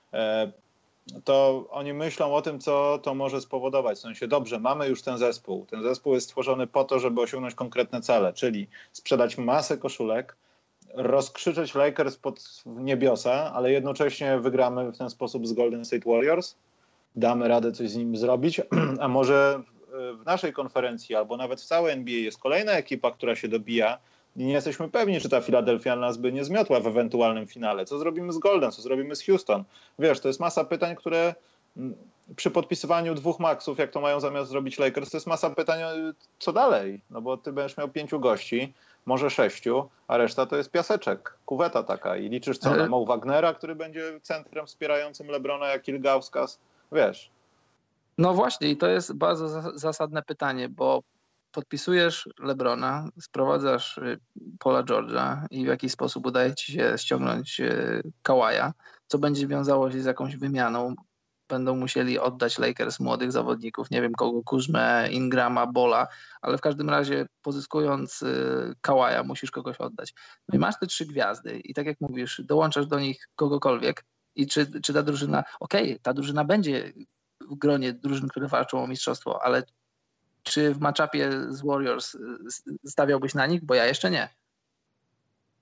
To oni myślą o tym, co to może spowodować. W sensie, dobrze, mamy już ten zespół. Ten zespół jest stworzony po to, żeby osiągnąć konkretne cele, czyli sprzedać masę koszulek, rozkrzyczeć Lakers pod niebiosa, ale jednocześnie wygramy w ten sposób z Golden State Warriors, damy radę coś z nim zrobić, a może w naszej konferencji albo nawet w całej NBA jest kolejna ekipa, która się dobija i nie jesteśmy pewni, czy ta Filadelfia nas by nie zmiotła w ewentualnym finale. Co zrobimy z Golden, co zrobimy z Houston? Wiesz, to jest masa pytań, które przy podpisywaniu 2 maksów, jak to mają zamiast zrobić Lakers, to jest masa pytań, co dalej? No bo ty będziesz miał 5 gości, może 6, a reszta to jest piaseczek, kuweta taka i liczysz co, na Mo Wagnera, który będzie centrem wspierającym LeBrona jak Ilgauskas? Wiesz. No właśnie i to jest bardzo zasadne pytanie, bo podpisujesz LeBrona, sprowadzasz Paula George'a i w jakiś sposób udaje ci się ściągnąć Kawhi'a, co będzie wiązało się z jakąś wymianą. Będą musieli oddać Lakers młodych zawodników, nie wiem kogo, Kuzmę, Ingrama, Bola, ale w każdym razie pozyskując Kawhi'a musisz kogoś oddać. No i masz te 3 gwiazdy i tak jak mówisz, dołączasz do nich kogokolwiek i czy ta drużyna, ta drużyna będzie w gronie drużyn, które walczą o mistrzostwo, ale czy w matchupie z Warriors stawiałbyś na nich? Bo ja jeszcze nie.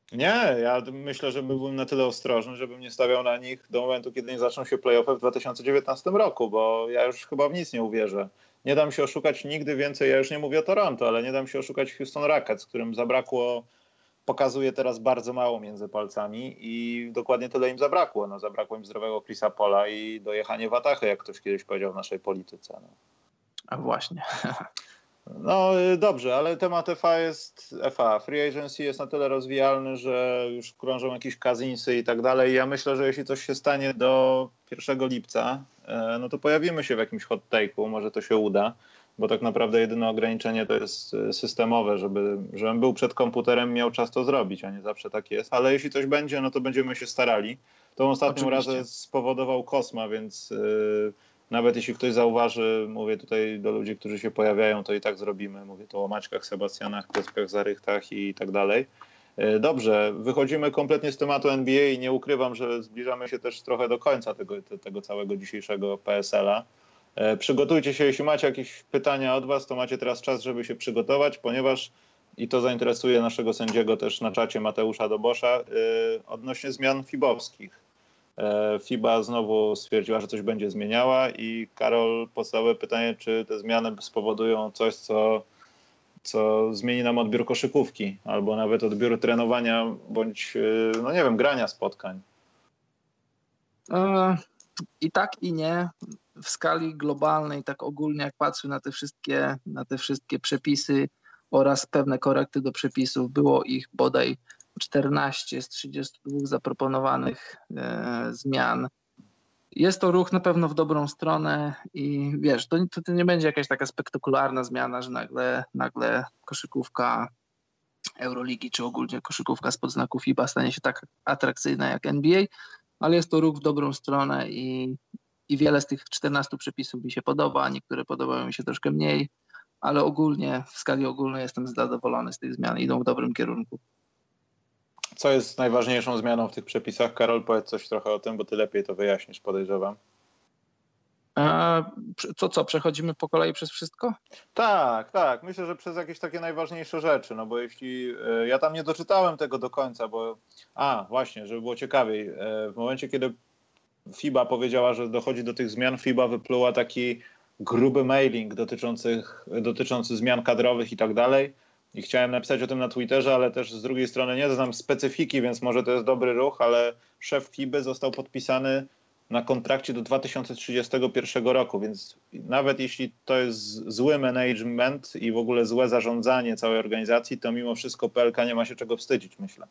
Nie, ja myślę, że byłbym na tyle ostrożny, żebym nie stawiał na nich do momentu, kiedy nie zaczną się play-offy w 2019 roku, bo ja już chyba w nic nie uwierzę. Nie dam się oszukać nigdy więcej, ja już nie mówię o Toronto, ale nie dam się oszukać Houston Rockets, którym pokazuje teraz bardzo mało między palcami i dokładnie tyle im zabrakło. No, zabrakło im zdrowego Chrisa Paula i dojechanie watachy, jak ktoś kiedyś powiedział w naszej polityce. No. A właśnie. No dobrze, ale temat FA. Free agency jest na tyle rozwijalny, że już krążą jakieś Cousinsy i tak dalej. Ja myślę, że jeśli coś się stanie do 1 lipca, no to pojawimy się w jakimś hot take'u, może to się uda, bo tak naprawdę jedyne ograniczenie to jest systemowe, żebym był przed komputerem, miał czas to zrobić, a nie zawsze tak jest. Ale jeśli coś będzie, no to będziemy się starali. Tą ostatnią razem spowodował Kosma, więc nawet jeśli ktoś zauważy, mówię tutaj do ludzi, którzy się pojawiają, to i tak zrobimy. Mówię tu o Maćkach, Sebastianach, Kacprach, Zarychtach i tak dalej. Dobrze, wychodzimy kompletnie z tematu NBA i nie ukrywam, że zbliżamy się też trochę do końca tego całego dzisiejszego PSL-a. Przygotujcie się, jeśli macie jakieś pytania od was, to macie teraz czas, żeby się przygotować, ponieważ i to zainteresuje naszego sędziego też na czacie Mateusza Dobosza odnośnie zmian FIBA-owskich. FIBA znowu stwierdziła, że coś będzie zmieniała i Karol, podstawowe pytanie, czy te zmiany spowodują coś, co zmieni nam odbiór koszykówki, albo nawet odbiór trenowania, bądź, no nie wiem, grania spotkań. I tak, i nie. W skali globalnej, tak ogólnie, jak patrzę na te wszystkie przepisy oraz pewne korekty do przepisów, było ich bodaj 14 z 32 zaproponowanych zmian. Jest to ruch na pewno w dobrą stronę i wiesz, to nie będzie jakaś taka spektakularna zmiana, że nagle koszykówka Euroligi czy ogólnie koszykówka spod znaku FIBA stanie się tak atrakcyjna jak NBA, ale jest to ruch w dobrą stronę i wiele z tych 14 przepisów mi się podoba, niektóre podobają mi się troszkę mniej, ale ogólnie, w skali ogólnej jestem zadowolony z tych zmian, idą w dobrym kierunku. Co jest najważniejszą zmianą w tych przepisach? Karol, powiedz coś trochę o tym, bo ty lepiej to wyjaśnisz, podejrzewam. Przechodzimy po kolei przez wszystko? Tak. Myślę, że przez jakieś takie najważniejsze rzeczy, no bo jeśli ja tam nie doczytałem tego do końca, bo właśnie, żeby było ciekawiej, w momencie, kiedy FIBA powiedziała, że dochodzi do tych zmian, FIBA wypluła taki gruby mailing dotyczący zmian kadrowych i tak dalej. I chciałem napisać o tym na Twitterze, ale też z drugiej strony nie znam specyfiki, więc może to jest dobry ruch, ale szef FIBY został podpisany na kontrakcie do 2031 roku, więc nawet jeśli to jest zły management i w ogóle złe zarządzanie całej organizacji, to mimo wszystko PLK nie ma się czego wstydzić, myślę.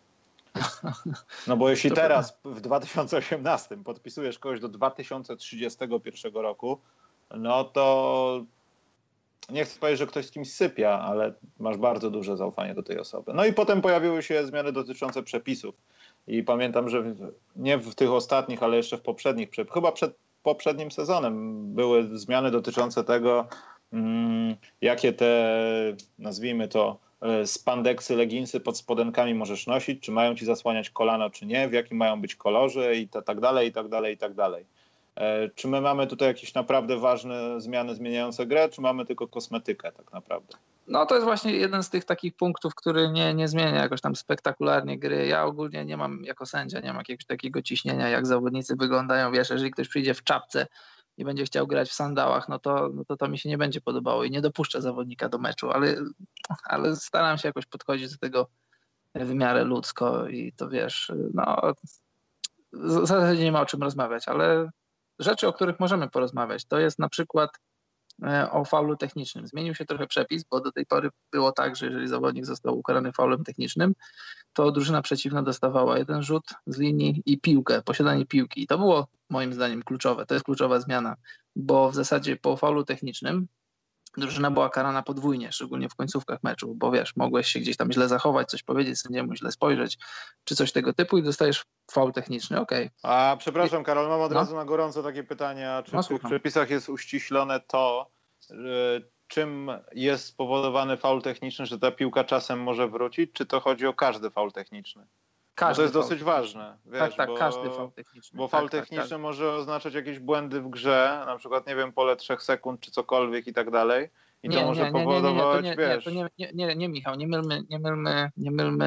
No bo jeśli teraz w 2018 podpisujesz kogoś do 2031 roku, no to nie chcę powiedzieć, że ktoś z kimś sypia, ale masz bardzo duże zaufanie do tej osoby. No i potem pojawiły się zmiany dotyczące przepisów. I pamiętam, że nie w tych ostatnich, ale jeszcze w poprzednich, chyba przed poprzednim sezonem były zmiany dotyczące tego, jakie te, nazwijmy to, spandeksy, leginsy pod spodenkami możesz nosić, czy mają ci zasłaniać kolano, czy nie, w jakim mają być kolorze i tak dalej. Czy my mamy tutaj jakieś naprawdę ważne zmiany zmieniające grę, czy mamy tylko kosmetykę tak naprawdę? No to jest właśnie jeden z tych takich punktów, który nie zmienia jakoś tam spektakularnie gry. Ja ogólnie nie mam, jako sędzia, nie mam jakiegoś takiego ciśnienia, jak zawodnicy wyglądają. Wiesz, jeżeli ktoś przyjdzie w czapce i będzie chciał grać w sandałach, no to mi się nie będzie podobało i nie dopuszczę zawodnika do meczu, ale staram się jakoś podchodzić do tego w miarę ludzko i to wiesz, no w zasadzie nie ma o czym rozmawiać, ale rzeczy, o których możemy porozmawiać, to jest na przykład o faulu technicznym. Zmienił się trochę przepis, bo do tej pory było tak, że jeżeli zawodnik został ukarany faulem technicznym, to drużyna przeciwna dostawała jeden rzut z linii i piłkę, posiadanie piłki. I to było moim zdaniem kluczowe. To jest kluczowa zmiana, bo w zasadzie po faulu technicznym drużyna była karana podwójnie, szczególnie w końcówkach meczu, bo wiesz, mogłeś się gdzieś tam źle zachować, coś powiedzieć sędziemu, źle spojrzeć, czy coś tego typu i dostajesz faul techniczny, okej. A przepraszam Karol, mam od razu na gorąco takie pytania, czy w tych przepisach jest uściślone to, czym jest spowodowany faul techniczny, że ta piłka czasem może wrócić, czy to chodzi o każdy faul techniczny? Bo to jest dosyć ważne. Wiesz, tak, każdy faul techniczny. Bo faul techniczny może oznaczać jakieś błędy w grze, na przykład, nie wiem, pole 3 sekund, czy cokolwiek i tak dalej. I to może powodować, wiesz... Nie, Michał, nie mylmy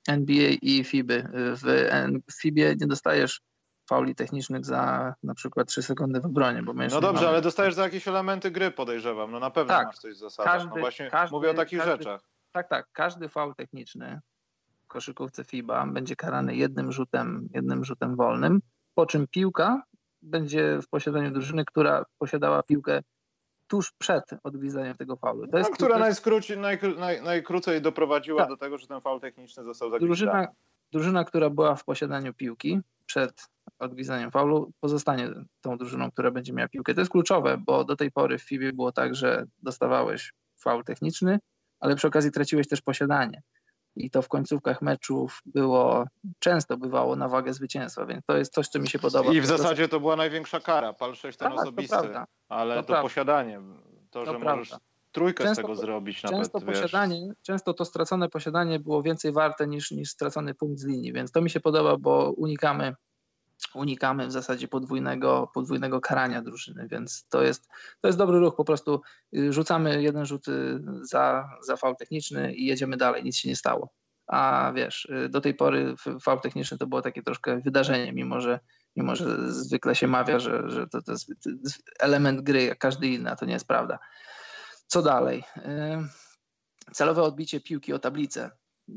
NBA i FIBy. W FIBie nie dostajesz fauli technicznych za na przykład 3 sekundy w obronie. Bo my no dobrze, ale dostajesz za jakieś elementy gry, podejrzewam. No na pewno tak, masz coś w zasadach. No właśnie mówię o takich rzeczach. Tak. Każdy faul techniczny w koszykówce FIBA będzie karany jednym rzutem wolnym, po czym piłka będzie w posiadaniu drużyny, która posiadała piłkę tuż przed odgwizdzeniem tego faulu. Która najkrócej doprowadziła do tego, że ten faul techniczny został zagwizdany. Drużyna, która była w posiadaniu piłki przed odgwizdaniem faulu, pozostanie tą drużyną, która będzie miała piłkę. To jest kluczowe, bo do tej pory w FIBie było tak, że dostawałeś faul techniczny, ale przy okazji traciłeś też posiadanie. I to w końcówkach meczów często bywało na wagę zwycięstwa, więc to jest coś, co mi się podoba. I w zasadzie to była największa kara, pal 6 ten osobisty, ale to posiadanie, że możesz trójkę z tego zrobić nawet. Często to stracone posiadanie było więcej warte niż stracony punkt z linii, więc to mi się podoba, bo unikamy w zasadzie podwójnego karania drużyny, więc to jest dobry ruch, po prostu rzucamy jeden rzut za faul techniczny i jedziemy dalej, nic się nie stało. A wiesz, do tej pory faul techniczny to było takie troszkę wydarzenie, mimo że zwykle się mawia, że to jest element gry jak każdy inny, a to nie jest prawda. Co dalej? Celowe odbicie piłki o tablicę.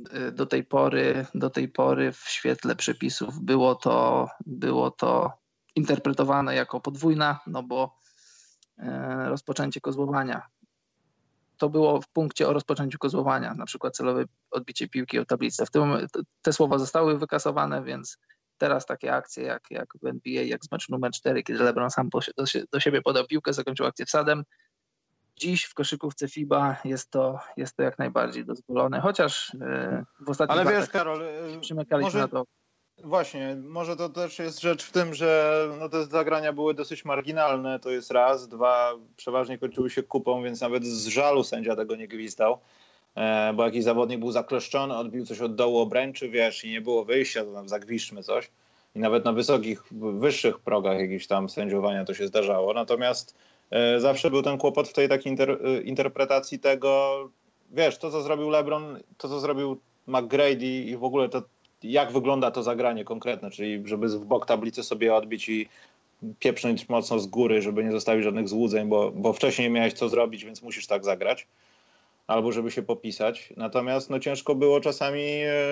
Do tej pory w świetle przepisów było to interpretowane jako podwójna, no bo rozpoczęcie kozłowania. To było w punkcie o rozpoczęciu kozłowania, na przykład celowe odbicie piłki o tablicę. W tym te słowa zostały wykasowane, więc teraz takie akcje jak w NBA, jak z meczu numer 4, kiedy LeBron sam do siebie podał piłkę, zakończył akcję wsadem. Dziś w koszykówce FIBA jest to jak najbardziej dozwolone, chociaż w ostatnich latach... Ale wiesz, Karol, przymykaliśmy na to. Właśnie, może to też jest rzecz w tym, że te zagrania były dosyć marginalne, to jest raz, dwa, przeważnie kończyły się kupą, więc nawet z żalu sędzia tego nie gwizdał, bo jakiś zawodnik był zakleszczony, odbił coś od dołu obręczy, wiesz, i nie było wyjścia, to tam zagwizdźmy coś. I nawet na wyższych progach jakichś tam sędziowania to się zdarzało, natomiast zawsze był ten kłopot w tej takiej interpretacji tego, wiesz, to co zrobił LeBron, to co zrobił McGrady i w ogóle to jak wygląda to zagranie konkretne, czyli żeby w bok tablicy sobie odbić i pieprznąć mocno z góry, żeby nie zostawić żadnych złudzeń, bo wcześniej nie miałeś co zrobić, więc musisz tak zagrać, albo żeby się popisać. Natomiast ciężko było czasami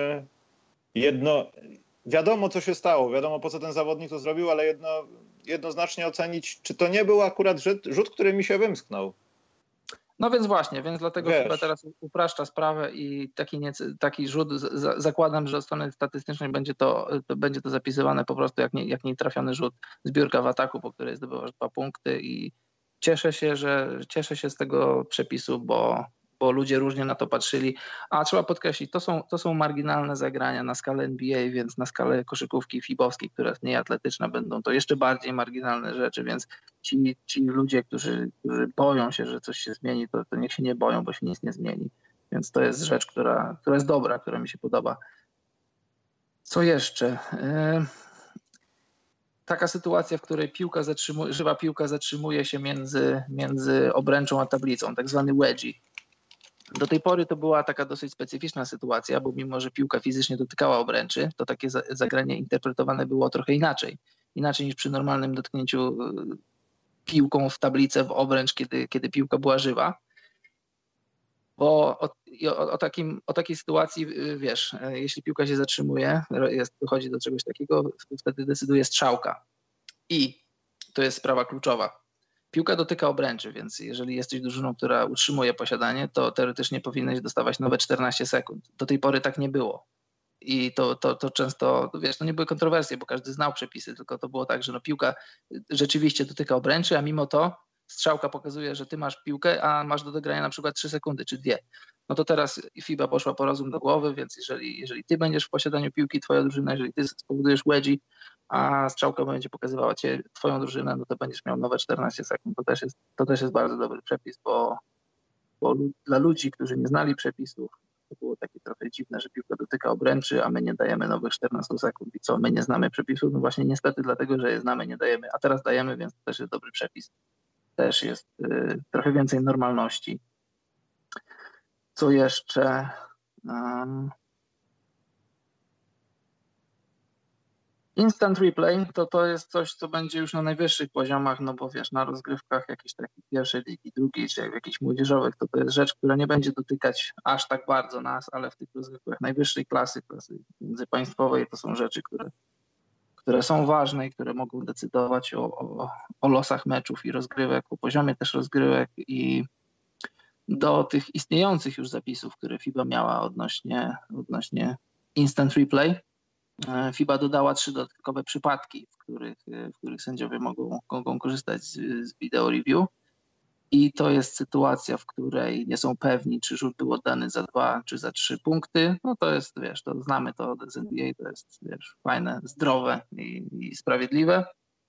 wiadomo co się stało, wiadomo po co ten zawodnik to zrobił, ale jednoznacznie ocenić, czy to nie był akurat rzut, który mi się wymsknął. No więc właśnie, dlatego chyba teraz upraszcza sprawę i taki rzut, zakładam, że od strony statystycznej będzie to zapisywane po prostu jak nietrafiony rzut, zbiórka w ataku, po której zdobywasz 2 punkty i cieszę się z tego przepisu, bo ludzie różnie na to patrzyli, a trzeba podkreślić, to są marginalne zagrania na skalę NBA, więc na skalę koszykówki fibowskiej, która jest mniej atletyczna, będą to jeszcze bardziej marginalne rzeczy, więc ci ludzie, którzy boją się, że coś się zmieni, to niech się nie boją, bo się nic nie zmieni. Więc to jest rzecz, która jest dobra, która mi się podoba. Co jeszcze? Taka sytuacja, w której żywa piłka zatrzymuje się między obręczą a tablicą, tak zwany wedgie. Do tej pory to była taka dosyć specyficzna sytuacja, bo mimo, że piłka fizycznie dotykała obręczy, to takie zagranie interpretowane było trochę inaczej niż przy normalnym dotknięciu piłką w tablicę, w obręcz, kiedy piłka była żywa. Bo o takiej sytuacji, wiesz, jeśli piłka się zatrzymuje, dochodzi do czegoś takiego, wtedy decyduje strzałka. I to jest sprawa kluczowa. Piłka dotyka obręczy, więc jeżeli jesteś drużyną, która utrzymuje posiadanie, to teoretycznie powinieneś dostawać nowe 14 sekund. Do tej pory tak nie było. I to często, wiesz, to nie były kontrowersje, bo każdy znał przepisy, tylko to było tak, że piłka rzeczywiście dotyka obręczy, a mimo to strzałka pokazuje, że ty masz piłkę, a masz do dogrania na przykład 3 sekundy czy 2. No to teraz FIBA poszła po rozum do głowy, więc jeżeli ty będziesz w posiadaniu piłki, twoja drużyna, jeżeli ty spowodujesz wedgie, a strzałka będzie pokazywała twoją drużynę, no to będziesz miał nowe 14 sekund. To też jest bardzo dobry przepis, bo dla ludzi, którzy nie znali przepisów, to było takie trochę dziwne, że piłka dotyka obręczy, a my nie dajemy nowych 14 sekund. I co, my nie znamy przepisów? No właśnie niestety dlatego, że je znamy, nie dajemy, a teraz dajemy, więc to też jest dobry przepis. Też jest trochę więcej normalności. Co jeszcze? Instant replay to jest coś, co będzie już na najwyższych poziomach, no bo wiesz, na rozgrywkach jakiejś takiej pierwszej ligi, drugiej, czy jakichś młodzieżowych, to jest rzecz, która nie będzie dotykać aż tak bardzo nas, ale w tych rozgrywkach najwyższej klasy międzypaństwowej to są rzeczy, które są ważne i które mogą decydować o losach meczów i rozgrywek, o poziomie też rozgrywek i do tych istniejących już zapisów, które FIBA miała odnośnie instant replay. FIBA dodała 3 dodatkowe przypadki, w których sędziowie mogą korzystać z video review. I to jest sytuacja, w której nie są pewni, czy rzut był oddany za 2 czy za 3 punkty. No to jest, wiesz, to znamy to od NBA, to jest, wiesz, fajne, zdrowe i sprawiedliwe.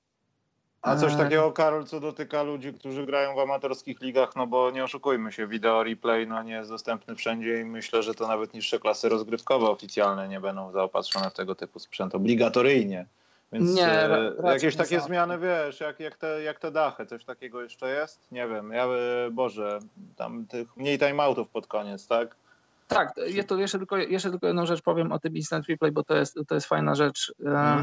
A coś takiego, Karol, co dotyka ludzi, którzy grają w amatorskich ligach, no bo nie oszukujmy się, video replay nie jest dostępny wszędzie i myślę, że to nawet niższe klasy rozgrywkowe oficjalne nie będą zaopatrzone w tego typu sprzęt obligatoryjnie. Więc nie, jakieś takie zmiany, wiesz, jak te dachy, coś takiego jeszcze jest? Nie wiem, Boże, tam tych mniej timeoutów pod koniec, tak? Tak, jeszcze tylko jedną rzecz powiem o tym instant replay, bo to jest fajna rzecz.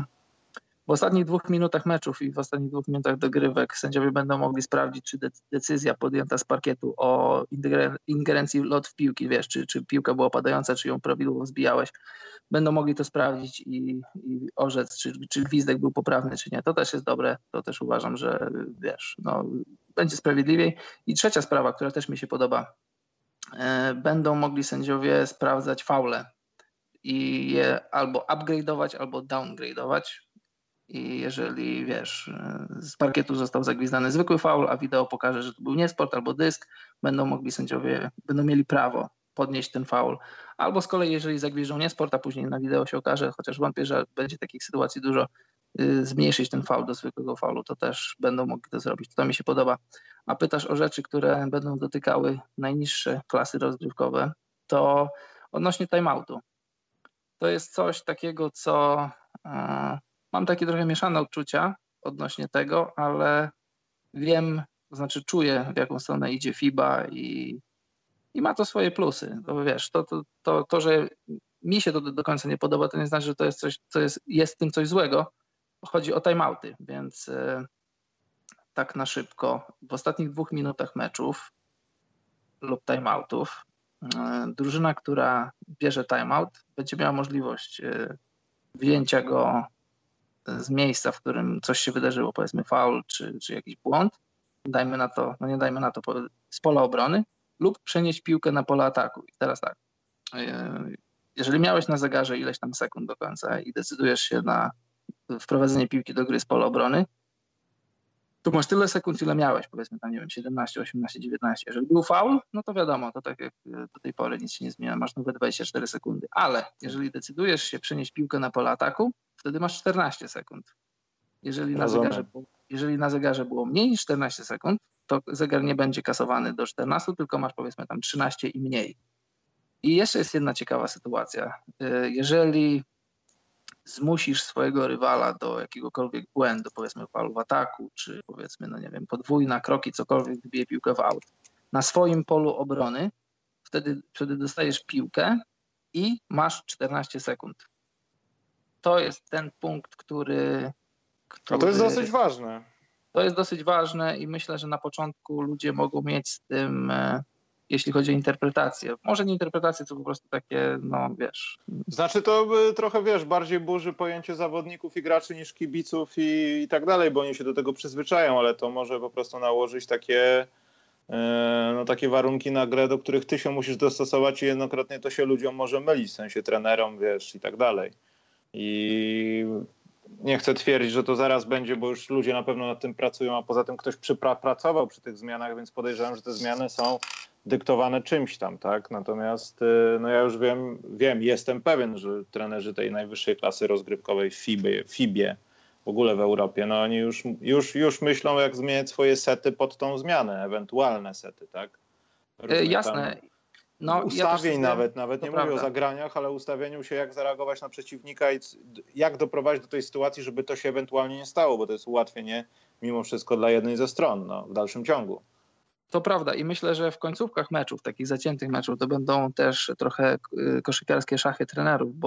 W ostatnich 2 minutach meczów i w ostatnich 2 minutach dogrywek sędziowie będą mogli sprawdzić, czy decyzja podjęta z parkietu o ingerencji lot w piłki, wiesz, czy piłka była padająca, czy ją prawidłowo zbijałeś, będą mogli to sprawdzić i orzec, czy gwizdek był poprawny, czy nie. To też jest dobre, to też uważam, że wiesz, no, będzie sprawiedliwiej. I trzecia sprawa, która też mi się podoba, będą mogli sędziowie sprawdzać faule i je albo upgrade'ować, albo downgrade'ować. I jeżeli, wiesz, z parkietu został zagwizdany zwykły faul, a wideo pokaże, że to był niesport albo dysk, sędziowie będą mieli prawo podnieść ten faul. Albo z kolei, jeżeli zagwiżdżą niesport, a później na wideo się okaże, chociaż wątpię, że będzie takich sytuacji dużo, zmniejszyć ten faul do zwykłego faulu, to też będą mogli to zrobić. To mi się podoba. A pytasz o rzeczy, które będą dotykały najniższe klasy rozgrywkowe, to odnośnie timeoutu. To jest coś takiego, co... Mam takie trochę mieszane odczucia odnośnie tego, ale wiem, to znaczy czuję, w jaką stronę idzie FIBA i ma to swoje plusy. Bo wiesz, to, że mi się to do końca nie podoba, to nie znaczy, że to jest coś, co jest w tym coś złego. Chodzi o timeouty, więc tak na szybko. W ostatnich 2 minutach meczów lub timeoutów drużyna, która bierze timeout, będzie miała możliwość wzięcia go z miejsca, w którym coś się wydarzyło, powiedzmy faul czy jakiś błąd, z pola obrony lub przenieść piłkę na pole ataku. I teraz tak, jeżeli miałeś na zegarze ileś tam sekund do końca i decydujesz się na wprowadzenie piłki do gry z pola obrony, to masz tyle sekund, ile miałeś, powiedzmy tam, nie wiem, 17, 18, 19. Jeżeli był faul, no to wiadomo, to tak jak do tej pory nic się nie zmienia, masz nowe 24 sekundy. Ale jeżeli decydujesz się przenieść piłkę na pole ataku, wtedy masz 14 sekund. Jeżeli na zegarze było mniej niż 14 sekund, to zegar nie będzie kasowany do 14, tylko masz powiedzmy tam 13 i mniej. I jeszcze jest jedna ciekawa sytuacja. Jeżeli zmusisz swojego rywala do jakiegokolwiek błędu, powiedzmy faulu w ataku, czy powiedzmy, no nie wiem, podwójna kroki, cokolwiek wybije piłkę w aut, na swoim polu obrony, wtedy dostajesz piłkę i masz 14 sekund. To jest ten punkt, który... A to jest dosyć ważne. To jest dosyć ważne i myślę, że na początku ludzie mogą mieć z tym, jeśli chodzi o interpretację. Może nie interpretację, to po prostu takie, no wiesz... Znaczy to trochę, wiesz, bardziej burzy pojęcie zawodników i graczy niż kibiców i tak dalej, bo oni się do tego przyzwyczają, ale to może po prostu nałożyć takie warunki na grę, do których ty się musisz dostosować i jednokrotnie to się ludziom może mylić, w sensie trenerom, wiesz, i tak dalej. I nie chcę twierdzić, że to zaraz będzie, bo już ludzie na pewno nad tym pracują, a poza tym ktoś pracował przy tych zmianach, więc podejrzewam, że te zmiany są dyktowane czymś tam, tak? Natomiast no ja już wiem, jestem pewien, że trenerzy tej najwyższej klasy rozgrywkowej FIBie, w ogóle w Europie, no oni już myślą, jak zmieniać swoje sety pod tą zmianę, ewentualne sety, tak? Jasne. No, ustawień nawet nie mówię o zagraniach, ale ustawieniu się, jak zareagować na przeciwnika i jak doprowadzić do tej sytuacji, żeby to się ewentualnie nie stało, bo to jest ułatwienie mimo wszystko dla jednej ze stron, no, w dalszym ciągu. To prawda i myślę, że w końcówkach meczów, takich zaciętych meczów, to będą też trochę koszykarskie szachy trenerów, bo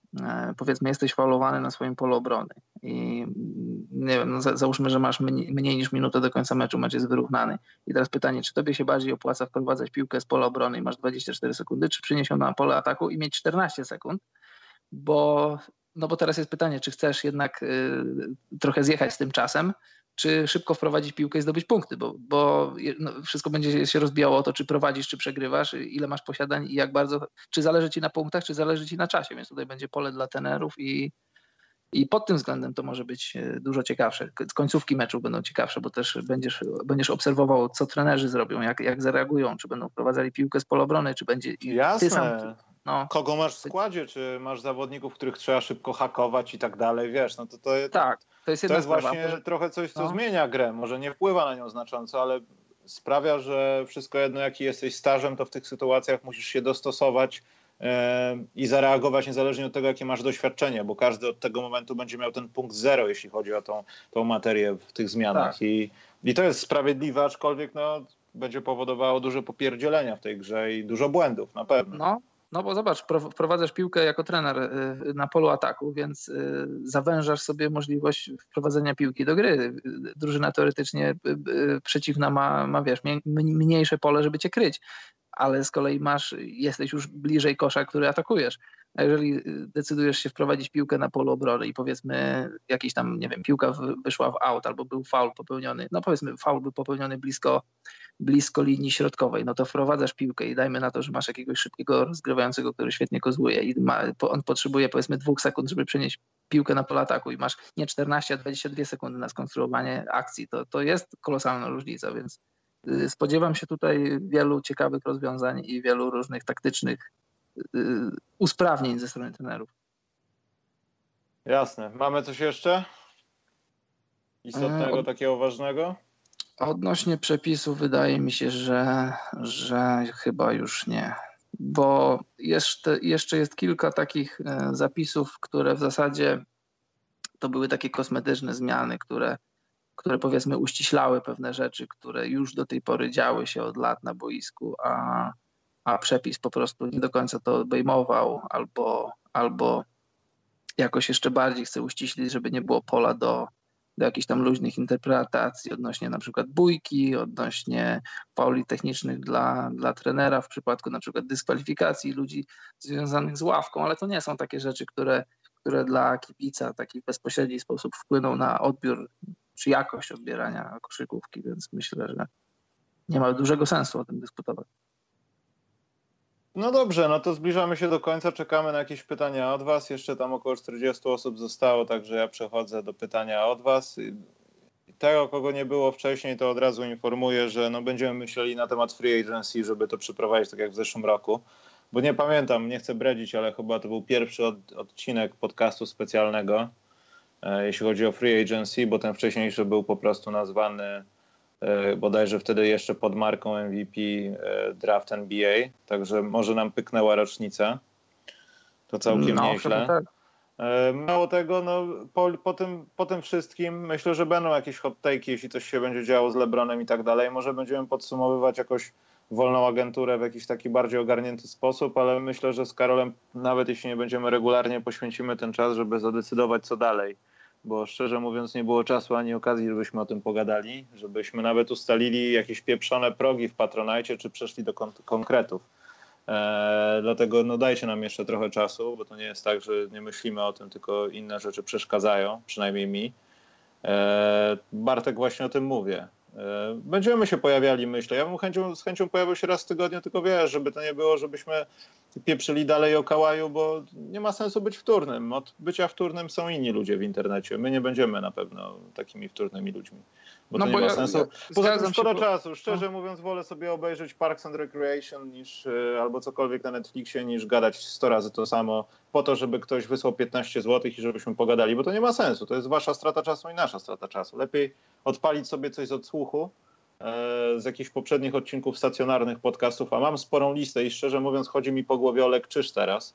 powiedzmy jesteś faulowany na swoim polu obrony i nie wiem, no załóżmy, że masz mniej niż minutę do końca meczu, mecz jest wyrównany i teraz pytanie, czy tobie się bardziej opłaca wprowadzać piłkę z pola obrony i masz 24 sekundy, czy przynieść ją na pole ataku i mieć 14 sekund, bo teraz jest pytanie, czy chcesz jednak trochę zjechać z tym czasem, czy szybko wprowadzić piłkę i zdobyć punkty, bo wszystko będzie się rozbijało o to, czy prowadzisz, czy przegrywasz, ile masz posiadań i jak bardzo, czy zależy ci na punktach, czy zależy ci na czasie, więc tutaj będzie pole dla trenerów i pod tym względem to może być dużo ciekawsze. Końcówki meczu będą ciekawsze, bo też będziesz obserwował, co trenerzy zrobią, jak zareagują, czy będą wprowadzali piłkę z pola obrony, czy będzie... Jasne. Ty sam, kogo masz w składzie, czy masz zawodników, których trzeba szybko hakować i tak dalej, wiesz, no to tak, to jest właśnie trochę coś, co zmienia grę, może nie wpływa na nią znacząco, ale sprawia, że wszystko jedno, jaki jesteś stażem, to w tych sytuacjach musisz się dostosować i zareagować niezależnie od tego, jakie masz doświadczenie, bo każdy od tego momentu będzie miał ten punkt zero, jeśli chodzi o tą materię w tych zmianach. Tak. I to jest sprawiedliwe, aczkolwiek będzie powodowało dużo popierdzielenia w tej grze i dużo błędów, na pewno. No bo zobacz, wprowadzasz piłkę jako trener na polu ataku, więc zawężasz sobie możliwość wprowadzenia piłki do gry. Drużyna teoretycznie przeciwna ma wiesz, mniejsze pole, żeby cię kryć, ale z kolei jesteś już bliżej kosza, który atakujesz. A jeżeli decydujesz się wprowadzić piłkę na polu obrony i powiedzmy jakiś tam, nie wiem, piłka wyszła w out albo był faul popełniony, no powiedzmy faul był popełniony blisko linii środkowej, no to wprowadzasz piłkę i dajmy na to, że masz jakiegoś szybkiego rozgrywającego, który świetnie kozłuje i on potrzebuje powiedzmy 2 sekund, żeby przenieść piłkę na pole ataku i masz nie 14, a 22 sekundy na skonstruowanie akcji. To jest kolosalna różnica, więc spodziewam się tutaj wielu ciekawych rozwiązań i wielu różnych taktycznych usprawnień ze strony trenerów. Jasne. Mamy coś jeszcze istotnego, takiego ważnego? Odnośnie przepisów wydaje mi się, że chyba już nie. Bo jeszcze jest kilka takich zapisów, które w zasadzie to były takie kosmetyczne zmiany, które powiedzmy uściślały pewne rzeczy, które już do tej pory działy się od lat na boisku, a przepis po prostu nie do końca to obejmował albo jakoś jeszcze bardziej chce uściślić, żeby nie było pola do jakichś tam luźnych interpretacji odnośnie na przykład bójki, odnośnie fauli technicznych dla trenera w przypadku na przykład dyskwalifikacji ludzi związanych z ławką, ale to nie są takie rzeczy, które dla kibica w taki bezpośredni sposób wpłyną na odbiór czy jakość odbierania koszykówki, więc myślę, że nie ma dużego sensu o tym dyskutować. No dobrze, no to zbliżamy się do końca, czekamy na jakieś pytania od was. Jeszcze tam około 40 osób zostało, także ja przechodzę do pytania od was. Tego, kogo nie było wcześniej, to od razu informuję, że będziemy myśleli na temat free agency, żeby to przeprowadzić tak jak w zeszłym roku. Bo nie pamiętam, nie chcę bredzić, ale chyba to był pierwszy odcinek podcastu specjalnego, jeśli chodzi o free agency, bo ten wcześniejszy był po prostu nazwany bodajże wtedy jeszcze pod marką MVP Draft NBA, także może nam pyknęła rocznica. To całkiem nieźle. Tak. Mało tego, po tym wszystkim myślę, że będą jakieś hot take'i, jeśli coś się będzie działo z LeBronem i tak dalej. Może będziemy podsumowywać jakoś wolną agenturę w jakiś taki bardziej ogarnięty sposób, ale myślę, że z Karolem, nawet jeśli nie będziemy regularnie, poświęcimy ten czas, żeby zadecydować, co dalej. Bo szczerze mówiąc nie było czasu ani okazji, żebyśmy o tym pogadali, żebyśmy nawet ustalili jakieś pieprzone progi w Patronite, czy przeszli do konkretów. Dlatego dajcie nam jeszcze trochę czasu, bo to nie jest tak, że nie myślimy o tym, tylko inne rzeczy przeszkadzają, przynajmniej mi. Bartek, właśnie o tym mówię. Będziemy się pojawiali, myślę. Ja bym z chęcią pojawił się raz w tygodniu, tylko wiesz, żeby to nie było, żebyśmy pieprzyli dalej o Kałaju, bo nie ma sensu być wtórnym. Od bycia wtórnym są inni ludzie w internecie. My nie będziemy na pewno takimi wtórnymi ludźmi, bo to nie ma sensu. Poza tym szkoda czasu. Szczerze mówiąc, wolę sobie obejrzeć Parks and Recreation albo cokolwiek na Netflixie, niż gadać 100 razy to samo po to, żeby ktoś wysłał 15 zł i żebyśmy pogadali, bo to nie ma sensu. To jest wasza strata czasu i nasza strata czasu. Lepiej odpalić sobie coś z odsłuchu, z jakichś poprzednich odcinków stacjonarnych podcastów, a mam sporą listę i szczerze mówiąc chodzi mi po głowie Oleg Czyż teraz,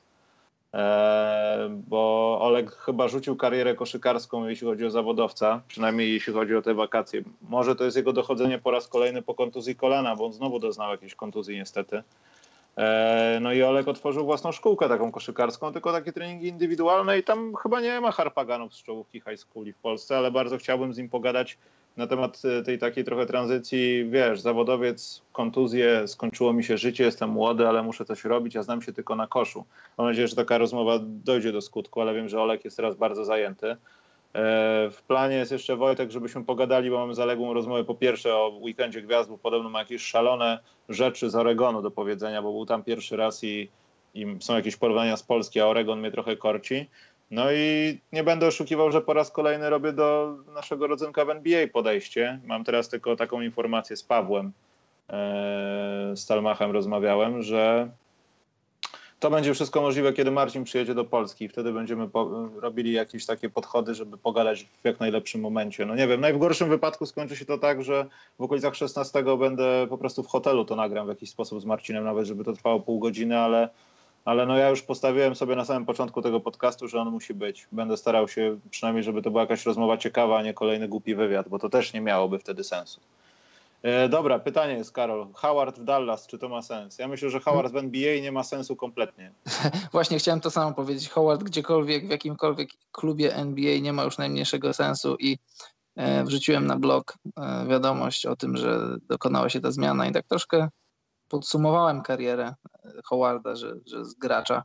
bo Oleg chyba rzucił karierę koszykarską, jeśli chodzi o zawodowca, przynajmniej jeśli chodzi o te wakacje. Może to jest jego dochodzenie po raz kolejny po kontuzji kolana, bo on znowu doznał jakiejś kontuzji niestety. No i Olek otworzył własną szkółkę taką koszykarską, tylko takie treningi indywidualne i tam chyba nie ma harpaganów z czołówki high schooli w Polsce, ale bardzo chciałbym z nim pogadać na temat tej takiej trochę tranzycji, wiesz, zawodowiec, kontuzje, skończyło mi się życie, jestem młody, ale muszę coś robić, ja znam się tylko na koszu. Mam nadzieję, że taka rozmowa dojdzie do skutku, ale wiem, że Olek jest teraz bardzo zajęty. W planie jest jeszcze Wojtek, żebyśmy pogadali, bo mamy zaległą rozmowę po pierwsze o Weekendzie Gwiazd, bo podobno ma jakieś szalone rzeczy z Oregonu do powiedzenia, bo był tam pierwszy raz i są jakieś porównania z Polski, a Oregon mnie trochę korci. No i nie będę oszukiwał, że po raz kolejny robię do naszego rodzynka w NBA podejście. Mam teraz tylko taką informację z Pawłem Stalmachem rozmawiałem, że to będzie wszystko możliwe, kiedy Marcin przyjedzie do Polski. Wtedy będziemy robili jakieś takie podchody, żeby pogadać w jak najlepszym momencie. No nie wiem, w gorszym wypadku skończy się to tak, że w okolicach 16 będę po prostu w hotelu, to nagram w jakiś sposób z Marcinem, nawet żeby to trwało pół godziny, ale no ja już postawiłem sobie na samym początku tego podcastu, że on musi być. Będę starał się przynajmniej, żeby to była jakaś rozmowa ciekawa, a nie kolejny głupi wywiad, bo to też nie miałoby wtedy sensu. Dobra, pytanie jest, Karol. Howard w Dallas, czy to ma sens? Ja myślę, że Howard w NBA nie ma sensu kompletnie. Właśnie chciałem to samo powiedzieć. Howard gdziekolwiek, w jakimkolwiek klubie NBA nie ma już najmniejszego sensu i wrzuciłem na blog wiadomość o tym, że dokonała się ta zmiana i tak troszkę podsumowałem karierę Howarda, że z gracza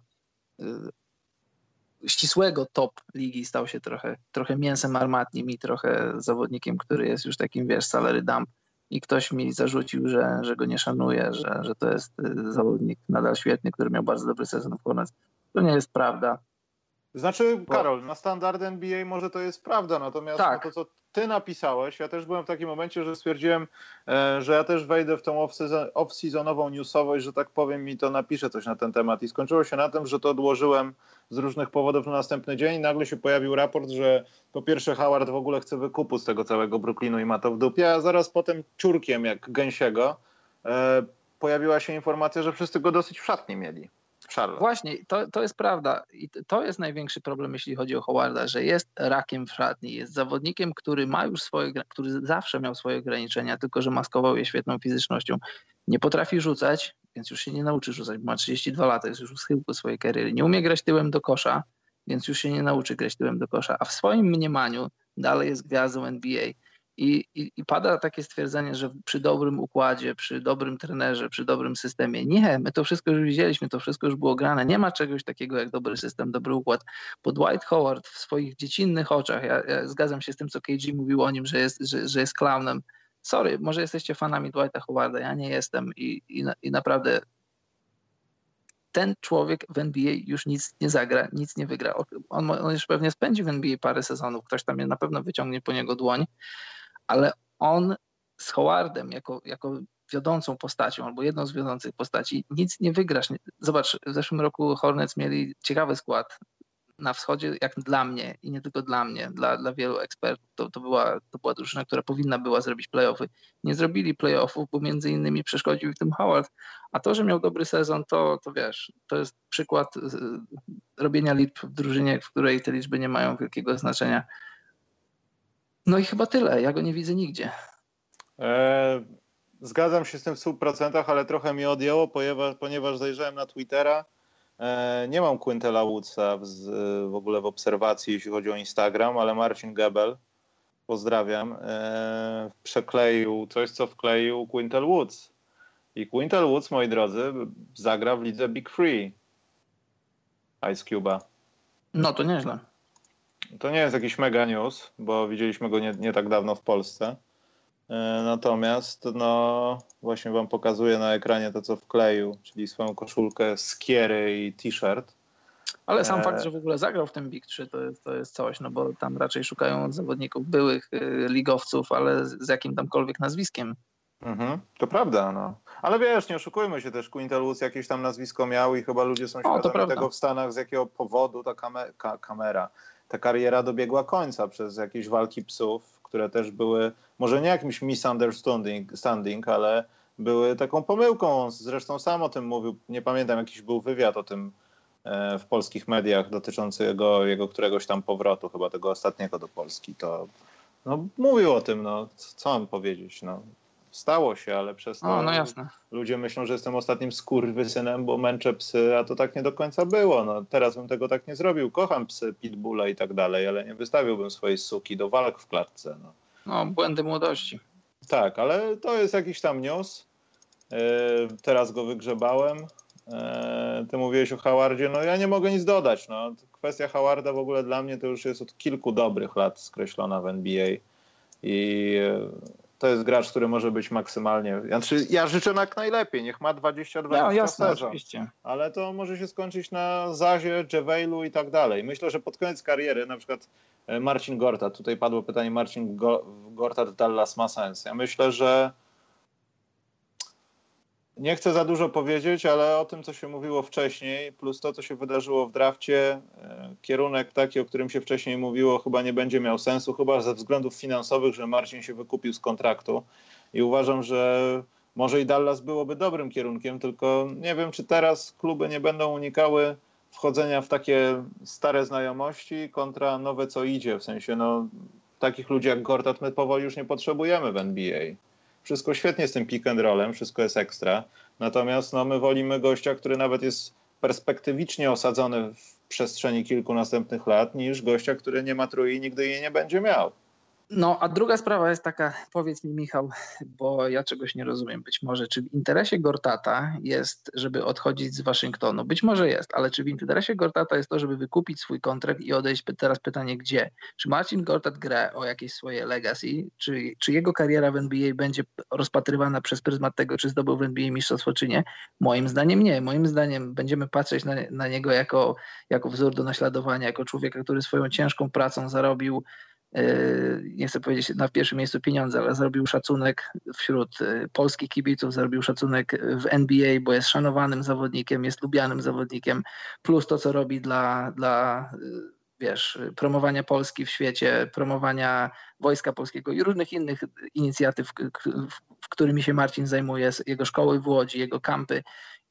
ścisłego top ligi stał się trochę mięsem armatnim i trochę zawodnikiem, który jest już takim, wiesz, salary dump. I ktoś mi zarzucił, że go nie szanuje, że to jest zawodnik nadal świetny, który miał bardzo dobry sezon w Hornets. To nie jest prawda. Znaczy, Karol, na standard NBA może to jest prawda, natomiast tak. To, co ty napisałeś, ja też byłem w takim momencie, że stwierdziłem, że ja też wejdę w tą off-seasonową newsowość, że tak powiem, i to napiszę coś na ten temat. I skończyło się na tym, że to odłożyłem z różnych powodów na następny dzień i nagle się pojawił raport, że po pierwsze Howard w ogóle chce wykupu z tego całego Brooklynu i ma to w dupie, a zaraz potem ciurkiem jak gęsiego pojawiła się informacja, że wszyscy go dosyć w szatni mieli. Charlotte. Właśnie, to jest prawda i to jest największy problem, jeśli chodzi o Howarda, że jest rakiem w szatni, jest zawodnikiem, który ma już który zawsze miał swoje ograniczenia, tylko że maskował je świetną fizycznością. Nie potrafi rzucać, więc już się nie nauczy rzucać, bo ma 32 lata, jest już w schyłku swojej kariery. Nie umie grać tyłem do kosza, więc już się nie nauczy grać tyłem do kosza, a w swoim mniemaniu dalej jest gwiazdą NBA. I pada takie stwierdzenie, że przy dobrym układzie, przy dobrym trenerze, przy dobrym systemie. Nie, my to wszystko już widzieliśmy, to wszystko już było grane. Nie ma czegoś takiego jak dobry system, dobry układ. Bo Dwight Howard w swoich dziecinnych oczach, ja zgadzam się z tym, co KG mówił o nim, że jest klaunem. Sorry, może jesteście fanami Dwighta Howarda, ja nie jestem i naprawdę ten człowiek w NBA już nic nie zagra, nic nie wygra. On już pewnie spędzi w NBA parę sezonów, ktoś tam na pewno wyciągnie po niego dłoń, ale on z Howardem jako wiodącą postacią albo jedną z wiodących postaci nic nie wygrasz. Zobacz, w zeszłym roku Hornets mieli ciekawy skład na wschodzie, jak dla mnie i nie tylko dla mnie, dla wielu ekspertów. To była drużyna, która powinna była zrobić playoffy. Nie zrobili playoffów, bo między innymi przeszkodził w tym Howard. A to, że miał dobry sezon, to wiesz, to jest przykład robienia liczb w drużynie, w której te liczby nie mają wielkiego znaczenia. No i chyba tyle. Ja go nie widzę nigdzie. Zgadzam się z tym w 100%, ale trochę mi odjęło, ponieważ zajrzałem na Twittera. Nie mam Quintela Woodsa w ogóle w obserwacji, jeśli chodzi o Instagram, ale Marcin Gebel, pozdrawiam, przekleił coś, co wkleił Quintel Woods. I Quintel Woods, moi drodzy, zagra w lidze Big Free Ice Cube'a. No to nieźle. To nie jest jakiś mega news, bo widzieliśmy go nie tak dawno w Polsce. Natomiast właśnie wam pokazuję na ekranie to, co wkleił, czyli swoją koszulkę, skiery i t-shirt. Ale sam fakt, że w ogóle zagrał w tym Big 3 to jest coś, no bo tam raczej szukają zawodników byłych ligowców, ale z jakim tamkolwiek nazwiskiem. To prawda, no. Ale wiesz, nie oszukujmy się też, Quintel Woods jakieś tam nazwisko miał i chyba ludzie są świadomi tego w Stanach, z jakiego powodu ta kariera dobiegła końca przez jakieś walki psów, które też były może nie jakimś misunderstanding, ale były taką pomyłką. On zresztą sam o tym mówił. Nie pamiętam, jakiś był wywiad o tym w polskich mediach dotyczący jego któregoś tam powrotu, chyba tego ostatniego do Polski. To mówił o tym, co mam powiedzieć. stało się, ale przez to no jasne. Ludzie myślą, że jestem ostatnim skurwysynem, bo męczę psy, a to tak nie do końca było. No, teraz bym tego tak nie zrobił. Kocham psy, pitbulle i tak dalej, ale nie wystawiłbym swojej suki do walk w klatce. No, błędy młodości. Tak, ale to jest jakiś tam news. Teraz go wygrzebałem. Ty mówiłeś o Howardzie, no ja nie mogę nic dodać. No. Kwestia Howarda w ogóle dla mnie to już jest od kilku dobrych lat skreślona w NBA i to jest gracz, który może być maksymalnie... Znaczy, ja życzę jak najlepiej, niech ma 22 jasne, sezon, oczywiście. ale to może się skończyć na Zazie, Javailu i tak dalej. Myślę, że pod koniec kariery, na przykład Marcin Gortat, tutaj padło pytanie, Marcin Gortat w Dallas ma sens. Ja myślę, że nie chcę za dużo powiedzieć, ale o tym, co się mówiło wcześniej, plus to, co się wydarzyło w drafcie, kierunek taki, o którym się wcześniej mówiło, chyba nie będzie miał sensu, chyba ze względów finansowych, że Marcin się wykupił z kontraktu i uważam, że może i Dallas byłoby dobrym kierunkiem, tylko nie wiem, czy teraz kluby nie będą unikały wchodzenia w takie stare znajomości kontra nowe, co idzie, w sensie takich ludzi jak Gortat my powoli już nie potrzebujemy w NBA. Wszystko świetnie z tym pick and rollem, wszystko jest ekstra. Natomiast my wolimy gościa, który nawet jest perspektywicznie osadzony w przestrzeni kilku następnych lat, niż gościa, który nie ma trójki i nigdy jej nie będzie miał. No, a druga sprawa jest taka, powiedz mi Michał, bo ja czegoś nie rozumiem być może, czy w interesie Gortata jest, żeby odchodzić z Waszyngtonu? Być może jest, ale czy w interesie Gortata jest to, żeby wykupić swój kontrakt i odejść? Teraz pytanie, gdzie? Czy Marcin Gortat gra o jakieś swoje legacy? Czy jego kariera w NBA będzie rozpatrywana przez pryzmat tego, czy zdobył w NBA mistrzostwo, czy nie? Moim zdaniem nie. Moim zdaniem będziemy patrzeć na niego jako wzór do naśladowania, jako człowieka, który swoją ciężką pracą zarobił, nie chcę powiedzieć na pierwszym miejscu pieniądze, ale zrobił szacunek wśród polskich kibiców, zrobił szacunek w NBA, bo jest szanowanym zawodnikiem, jest lubianym zawodnikiem, plus to, co robi dla promowania Polski w świecie, promowania Wojska Polskiego i różnych innych inicjatyw, którymi się Marcin zajmuje, jego szkoły w Łodzi, jego kampy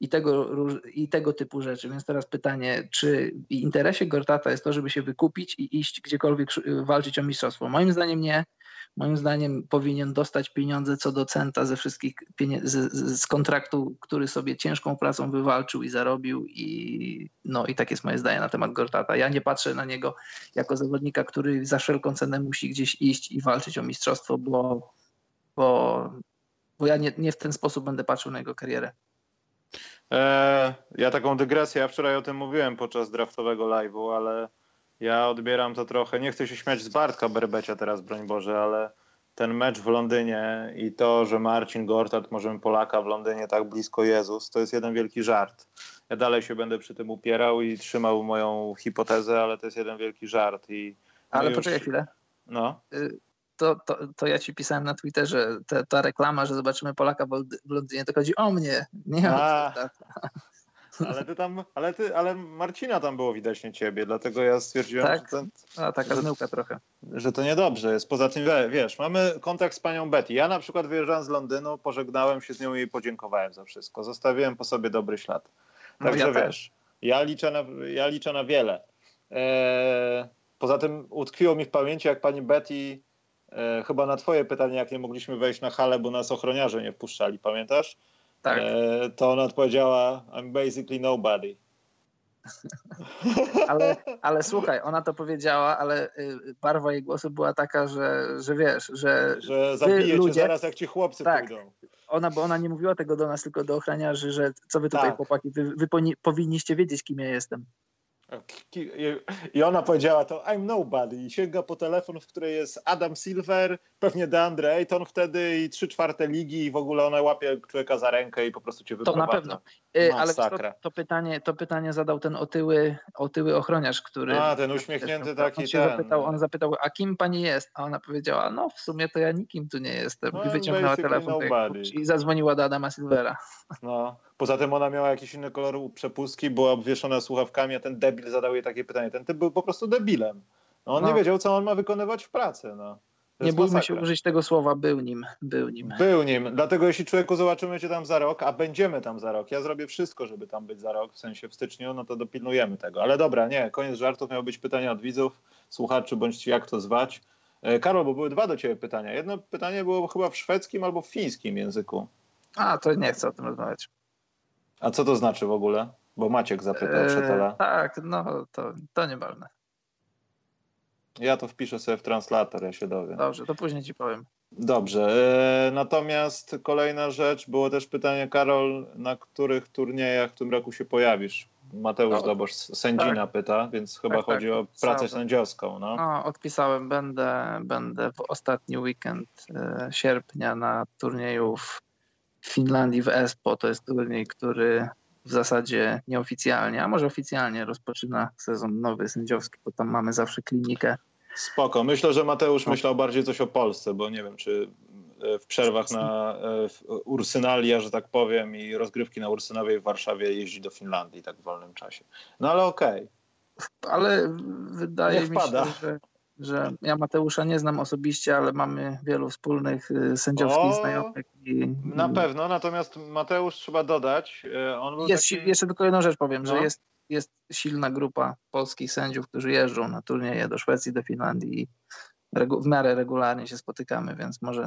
i tego typu rzeczy. Więc teraz pytanie, czy w interesie Gortata jest to, żeby się wykupić i iść gdziekolwiek walczyć o mistrzostwo? Moim zdaniem nie. Moim zdaniem powinien dostać pieniądze co do centa ze wszystkich z kontraktu, który sobie ciężką pracą wywalczył i zarobił i tak jest moje zdanie na temat Gortata. Ja nie patrzę na niego jako zawodnika, który za wszelką cenę musi gdzieś iść i walczyć o mistrzostwo, bo ja nie w ten sposób będę patrzył na jego karierę. Ja taką dygresję, ja wczoraj o tym mówiłem podczas draftowego live'u, ale ja odbieram to trochę, nie chcę się śmiać z Bartka Berbecia teraz, broń Boże, ale ten mecz w Londynie i to, że Marcin Gortat, możemy Polaka w Londynie tak blisko Jezus, to jest jeden wielki żart. Ja dalej się będę przy tym upierał i trzymał moją hipotezę, ale to jest jeden wielki żart. Ale poczekaj chwilę. No. To ja ci pisałem na Twitterze, ta reklama, że zobaczymy Polaka w Londynie, to chodzi o mnie, nie o Gortata. Ale Marcina tam było widać, nie ciebie, dlatego ja stwierdziłem, tak? Taka zmyłka trochę. Że to niedobrze jest. Poza tym, wiesz, mamy kontakt z panią Betty. Ja na przykład wyjeżdżałem z Londynu, pożegnałem się z nią i jej podziękowałem za wszystko. Zostawiłem po sobie dobry ślad. Także ja wiesz, ja liczę na wiele. Poza tym utkwiło mi w pamięci, jak pani Betty chyba na twoje pytanie, jak nie mogliśmy wejść na halę, bo nas ochroniarze nie wpuszczali, pamiętasz? Tak. To ona odpowiedziała, I'm basically nobody. Ale słuchaj, ona to powiedziała, ale barwa jej głosu była taka, że wiesz, że zabije cię zaraz, jak ci chłopcy pójdą. Bo ona nie mówiła tego do nas, tylko do ochroniarzy, że co wy tutaj chłopaki, wy powinniście wiedzieć, kim ja jestem. I ona powiedziała to I'm nobody i sięga po telefon, w której jest Adam Silver, pewnie DeAndre Ayton wtedy i 3/4 ligi i w ogóle ona łapie człowieka za rękę i po prostu cię wyprowadza. To na pewno. Ale to pytanie zadał ten otyły ochroniarz, który... ten uśmiechnięty taki. On zapytał, a kim pani jest? A ona powiedziała, no w sumie to ja nikim tu nie jestem. I wyciągnęła telefon i zadzwoniła do Adama Silvera. Poza tym ona miała jakiś inny kolor przepustki, była obwieszona słuchawkami, a ten debil zadał jej takie pytanie. Ten typ był po prostu debilem. On nie wiedział, co on ma wykonywać w pracy. Nie bójmy się użyć tego słowa, był nim. Dlatego jeśli człowieku zobaczymy cię tam za rok, a będziemy tam za rok, ja zrobię wszystko, żeby tam być za rok, w sensie w styczniu, to dopilnujemy tego. Ale dobra, koniec żartów, miało być pytania od widzów, słuchaczy, bądź jak to zwać. Karol, bo były dwa do ciebie pytania. Jedno pytanie było chyba w szwedzkim albo w fińskim języku. To nie chcę o tym rozmawiać. A co to znaczy w ogóle? Bo Maciek zapytał Szetela. Tak, to nieważne. Ja to wpiszę sobie w translator, ja się dowiem. Dobrze, to później ci powiem. Dobrze. Natomiast kolejna rzecz, było też pytanie, Karol, na których turniejach w tym roku się pojawisz? Mateusz Dobosz sędzina pyta, więc chyba chodzi o pracę sędziowską. Odpisałem, będę w ostatni weekend sierpnia na turnieju w Finlandii w Espoo. To jest turniej, który w zasadzie nieoficjalnie, a może oficjalnie rozpoczyna sezon nowy sędziowski, bo tam mamy zawsze klinikę. Spoko. Myślę, że Mateusz myślał bardziej coś o Polsce, bo nie wiem, czy w przerwach na Ursynalia, że tak powiem, i rozgrywki na Ursynowej w Warszawie jeździ do Finlandii tak w wolnym czasie. No ale okej. Ale wydaje mi się, że ja Mateusza nie znam osobiście, ale mamy wielu wspólnych sędziowskich znajomych. Na pewno, natomiast Mateusz trzeba dodać. On był Jeszcze tylko jedną rzecz powiem, że jest silna grupa polskich sędziów, którzy jeżdżą na turnieje do Szwecji, do Finlandii i w miarę regularnie się spotykamy, więc może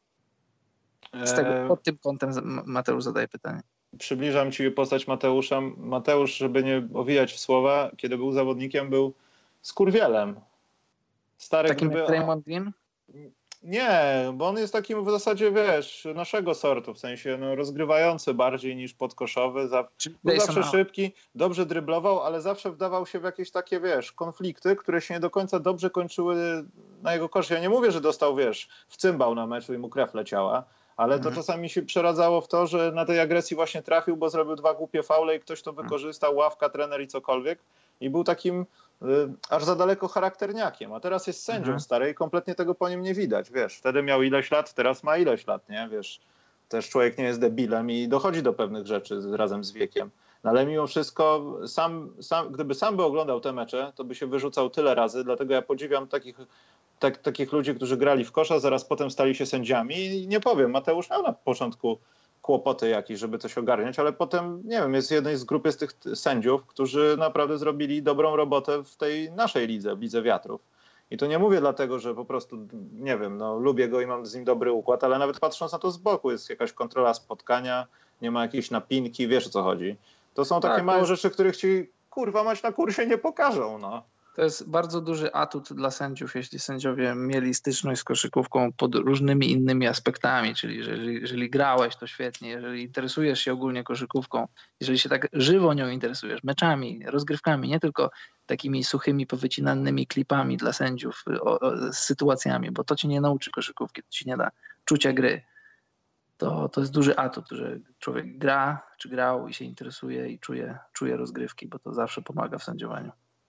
pod tym kątem Mateusz zadaje pytanie. Przybliżam ci postać Mateusza. Mateusz, żeby nie owijać w słowa, kiedy był zawodnikiem, był skurwielem. Takim jak Raymond Green? Nie, bo on jest takim w zasadzie, naszego sortu, w sensie rozgrywający bardziej niż podkoszowy. Był zawsze szybki, dobrze dryblował, ale zawsze wdawał się w jakieś takie, konflikty, które się nie do końca dobrze kończyły na jego korzyść. Ja nie mówię, że dostał, w cymbał na meczu i mu krew leciała, ale to czasami się przeradzało w to, że na tej agresji właśnie trafił, bo zrobił 2 głupie faule i ktoś to wykorzystał, ławka, trener i cokolwiek. I był takim aż za daleko charakterniakiem, a teraz jest sędzią stary i kompletnie tego po nim nie widać, Wtedy miał ileś lat, teraz ma ileś lat, nie? Też człowiek nie jest debilem i dochodzi do pewnych rzeczy razem z wiekiem. No ale mimo wszystko gdyby sam by oglądał te mecze, to by się wyrzucał tyle razy, dlatego ja podziwiam takich ludzi, którzy grali w kosza, zaraz potem stali się sędziami i nie powiem, Mateusz miał na początku kłopoty jakieś, żeby coś ogarniać, ale potem, nie wiem, jest jednej z grupy z tych sędziów, którzy naprawdę zrobili dobrą robotę w tej naszej lidze, w Lidze Wiatrów. I to nie mówię dlatego, że po prostu, nie wiem, lubię go i mam z nim dobry układ, ale nawet patrząc na to z boku, jest jakaś kontrola spotkania, nie ma jakiejś napinki, wiesz o co chodzi. To są takie małe rzeczy, których ci, mać na kursie nie pokażą, To jest bardzo duży atut dla sędziów, jeśli sędziowie mieli styczność z koszykówką pod różnymi innymi aspektami, czyli jeżeli grałeś, to świetnie, jeżeli interesujesz się ogólnie koszykówką, jeżeli się tak żywo nią interesujesz, meczami, rozgrywkami, nie tylko takimi suchymi, powycinanymi klipami dla sędziów, z sytuacjami, bo to ci nie nauczy koszykówki, to ci nie da czucia gry. To jest duży atut, że człowiek gra, czy grał i się interesuje i czuje rozgrywki, bo to zawsze pomaga w sędziowaniu.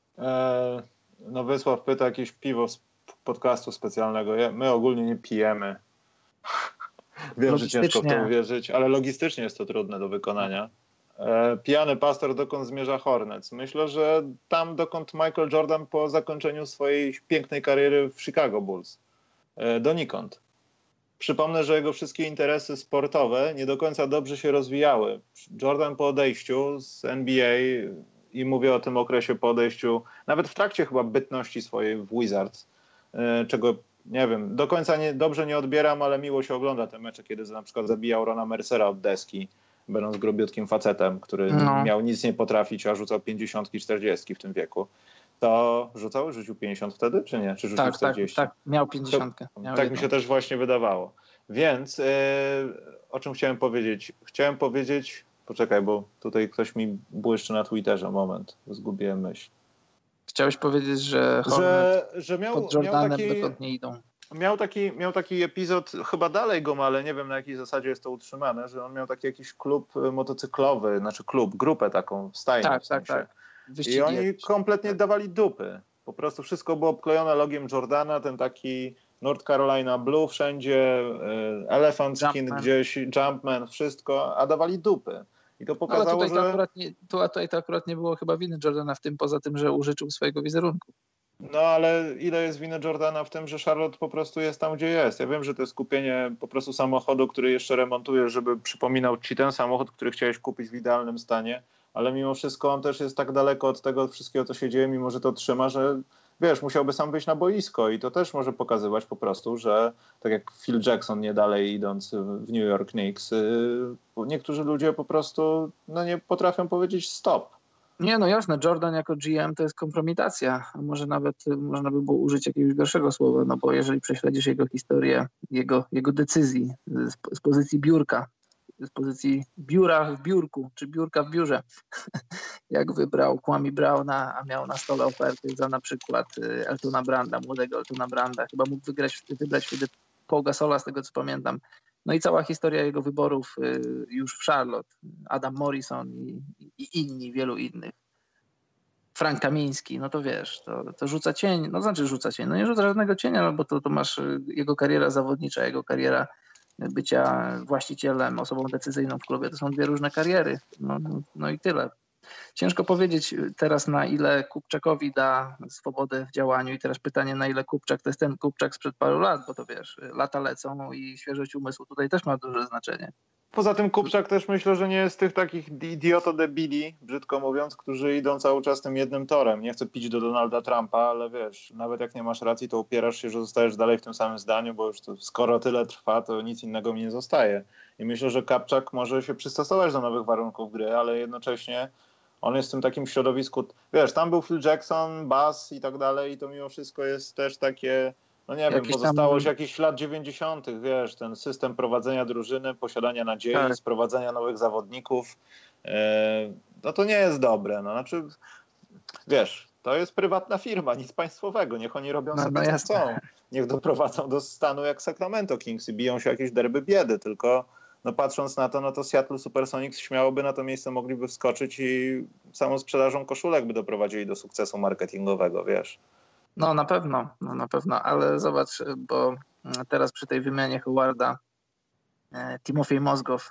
Wysław pyta jakieś piwo z podcastu specjalnego. My ogólnie nie pijemy. Wiem, że ciężko w to uwierzyć, ale logistycznie jest to trudne do wykonania. Pijany pastor, dokąd zmierza Hornets? Myślę, że tam, dokąd Michael Jordan po zakończeniu swojej pięknej kariery w Chicago Bulls. Donikąd. Przypomnę, że jego wszystkie interesy sportowe nie do końca dobrze się rozwijały. Jordan po odejściu z NBA, i mówię o tym okresie po odejściu, nawet w trakcie chyba bytności swojej w Wizards, czego, nie wiem, do końca dobrze nie odbieram, ale miło się ogląda te mecze, kiedy na przykład zabijał Rona Mercera od deski, będąc grubiutkim facetem, który miał nic nie potrafić, a rzucał 50, 40 w tym wieku. To rzucił 50 wtedy, czy nie? Czy rzucił 40? Tak, miał 50. Tak mi się też właśnie wydawało. Więc o czym chciałem powiedzieć? Chciałem powiedzieć, poczekaj, bo tutaj ktoś mi błyszczy na Twitterze, moment, zgubiłem myśl. Chciałeś powiedzieć, że pod Jordanem dokąd nie idą. Miał taki epizod, chyba dalej go ma, ale nie wiem na jakiej zasadzie jest to utrzymane, że on miał taki jakiś klub motocyklowy, znaczy grupę taką w stajni. Tak. I oni kompletnie dawali dupy. Po prostu wszystko było obklejone logiem Jordana, ten taki North Carolina Blue wszędzie, Elephant Skin gdzieś, Jumpman, wszystko, a dawali dupy. I to pokazało, ale tutaj to akurat nie było chyba winy Jordana w tym, poza tym, że użyczył swojego wizerunku. No ale ile jest winy Jordana w tym, że Charlotte po prostu jest tam, gdzie jest? Ja wiem, że to jest kupienie po prostu samochodu, który jeszcze remontujesz, żeby przypominał ci ten samochód, który chciałeś kupić w idealnym stanie, ale mimo wszystko on też jest tak daleko od tego wszystkiego, co się dzieje, mimo że to trzyma, że wiesz, musiałby sam wyjść na boisko i to też może pokazywać po prostu, że tak jak Phil Jackson nie dalej idąc w New York Knicks, niektórzy ludzie po prostu nie potrafią powiedzieć stop. Nie, no jasne, Jordan jako GM to jest kompromitacja. A może nawet można by było użyć jakiegoś gorszego słowa, no bo jeżeli prześledzisz jego historię, jego decyzji z pozycji biurka, z pozycji biura w biurku, czy biurka w biurze, jak wybrał Kwame Browna, a miał na stole oferty za na przykład Eltona Branda, młodego Eltona Branda, chyba mógł wybrać wtedy Paul Gasola, z tego co pamiętam. No i cała historia jego wyborów już w Charlotte, Adam Morrison i inni, wielu innych. Frank Kamiński, no to wiesz, to rzuca cień, no znaczy rzuca cień, no nie rzuca żadnego cienia, no bo to masz jego kariera zawodnicza, jego kariera bycia właścicielem, osobą decyzyjną w klubie, to są dwie różne kariery, no i tyle. Ciężko powiedzieć teraz, na ile Kupczakowi da swobodę w działaniu i teraz pytanie, na ile Kupczak to jest ten Kupczak sprzed paru lat, bo to wiesz, lata lecą i świeżość umysłu tutaj też ma duże znaczenie. Poza tym Kupczak też myślę, że nie jest z tych takich idioto-debili, brzydko mówiąc, którzy idą cały czas tym jednym torem. Nie chcę pić do Donalda Trumpa, ale wiesz, nawet jak nie masz racji, to upierasz się, że zostajesz dalej w tym samym zdaniu, bo już to, skoro tyle trwa, to nic innego mi nie zostaje. I myślę, że Kupczak może się przystosować do nowych warunków gry, ale jednocześnie on jest w tym takim środowisku, wiesz, tam był Phil Jackson, Bass i tak dalej i to mimo wszystko jest też takie, no nie wiem, pozostałość jakichś lat 90., wiesz, ten system prowadzenia drużyny, posiadania nadziei, tak, sprowadzania nowych zawodników, no to nie jest dobre, no znaczy, wiesz, to jest prywatna firma, nic państwowego, niech oni robią sobie co chcą, niech doprowadzą do stanu jak Sacramento Kings i biją się jakieś derby biedy, tylko no patrząc na to, no to Seattle Supersonics śmiałoby na to miejsce mogliby wskoczyć i samą sprzedażą koszulek by doprowadzili do sukcesu marketingowego, wiesz. No na pewno, ale zobacz, bo teraz przy tej wymianie Howarda Timofej Mozgow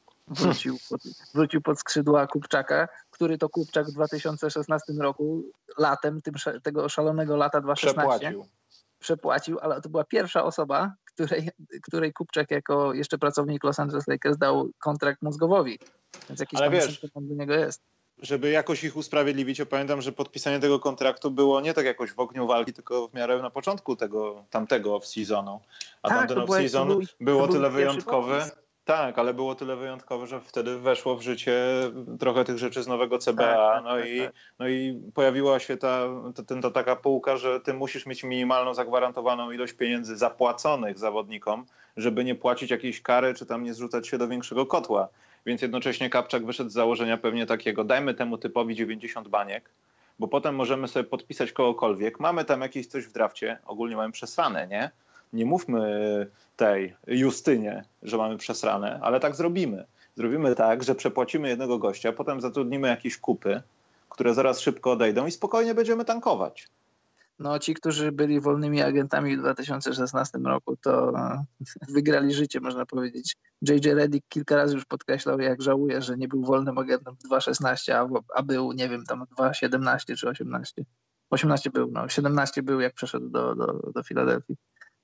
wrócił pod skrzydła Kupczaka, który to Kupczak w 2016 roku, latem, tego szalonego lata 2016, przepłacił, ale to była pierwsza osoba, której Kupczak jako jeszcze pracownik Los Angeles Lakers dał kontrakt Mozgowowi. Więc jakiś tam do niego jest. Żeby jakoś ich usprawiedliwić, ja pamiętam, że podpisanie tego kontraktu było nie tak jakoś w ogniu walki, tylko w miarę na początku tamtego off-seasonu. A tak, tamten off-season było tyle wyjątkowe. Tak, ale było tyle wyjątkowe, że wtedy weszło w życie trochę tych rzeczy z nowego CBA. No i pojawiła się ta taka półka, że ty musisz mieć minimalną zagwarantowaną ilość pieniędzy zapłaconych zawodnikom, żeby nie płacić jakiejś kary, czy tam nie zrzucać się do większego kotła. Więc jednocześnie Kupczak wyszedł z założenia pewnie takiego, dajmy temu typowi 90 baniek, bo potem możemy sobie podpisać kogokolwiek. Mamy tam jakieś coś w drafcie, ogólnie mamy przesrane, nie? Nie mówmy tej Justynie, że mamy przesrane, ale tak zrobimy. Zrobimy tak, że przepłacimy jednego gościa, potem zatrudnimy jakieś kupy, które zaraz szybko odejdą i spokojnie będziemy tankować. No ci, którzy byli wolnymi agentami w 2016 roku, to wygrali życie, można powiedzieć. J.J. Redick kilka razy już podkreślał, jak żałuje, że nie był wolnym agentem w 2.16, a był, nie wiem, tam 2.17 czy 18. 18 był, 17 był, jak przeszedł do Filadelfii.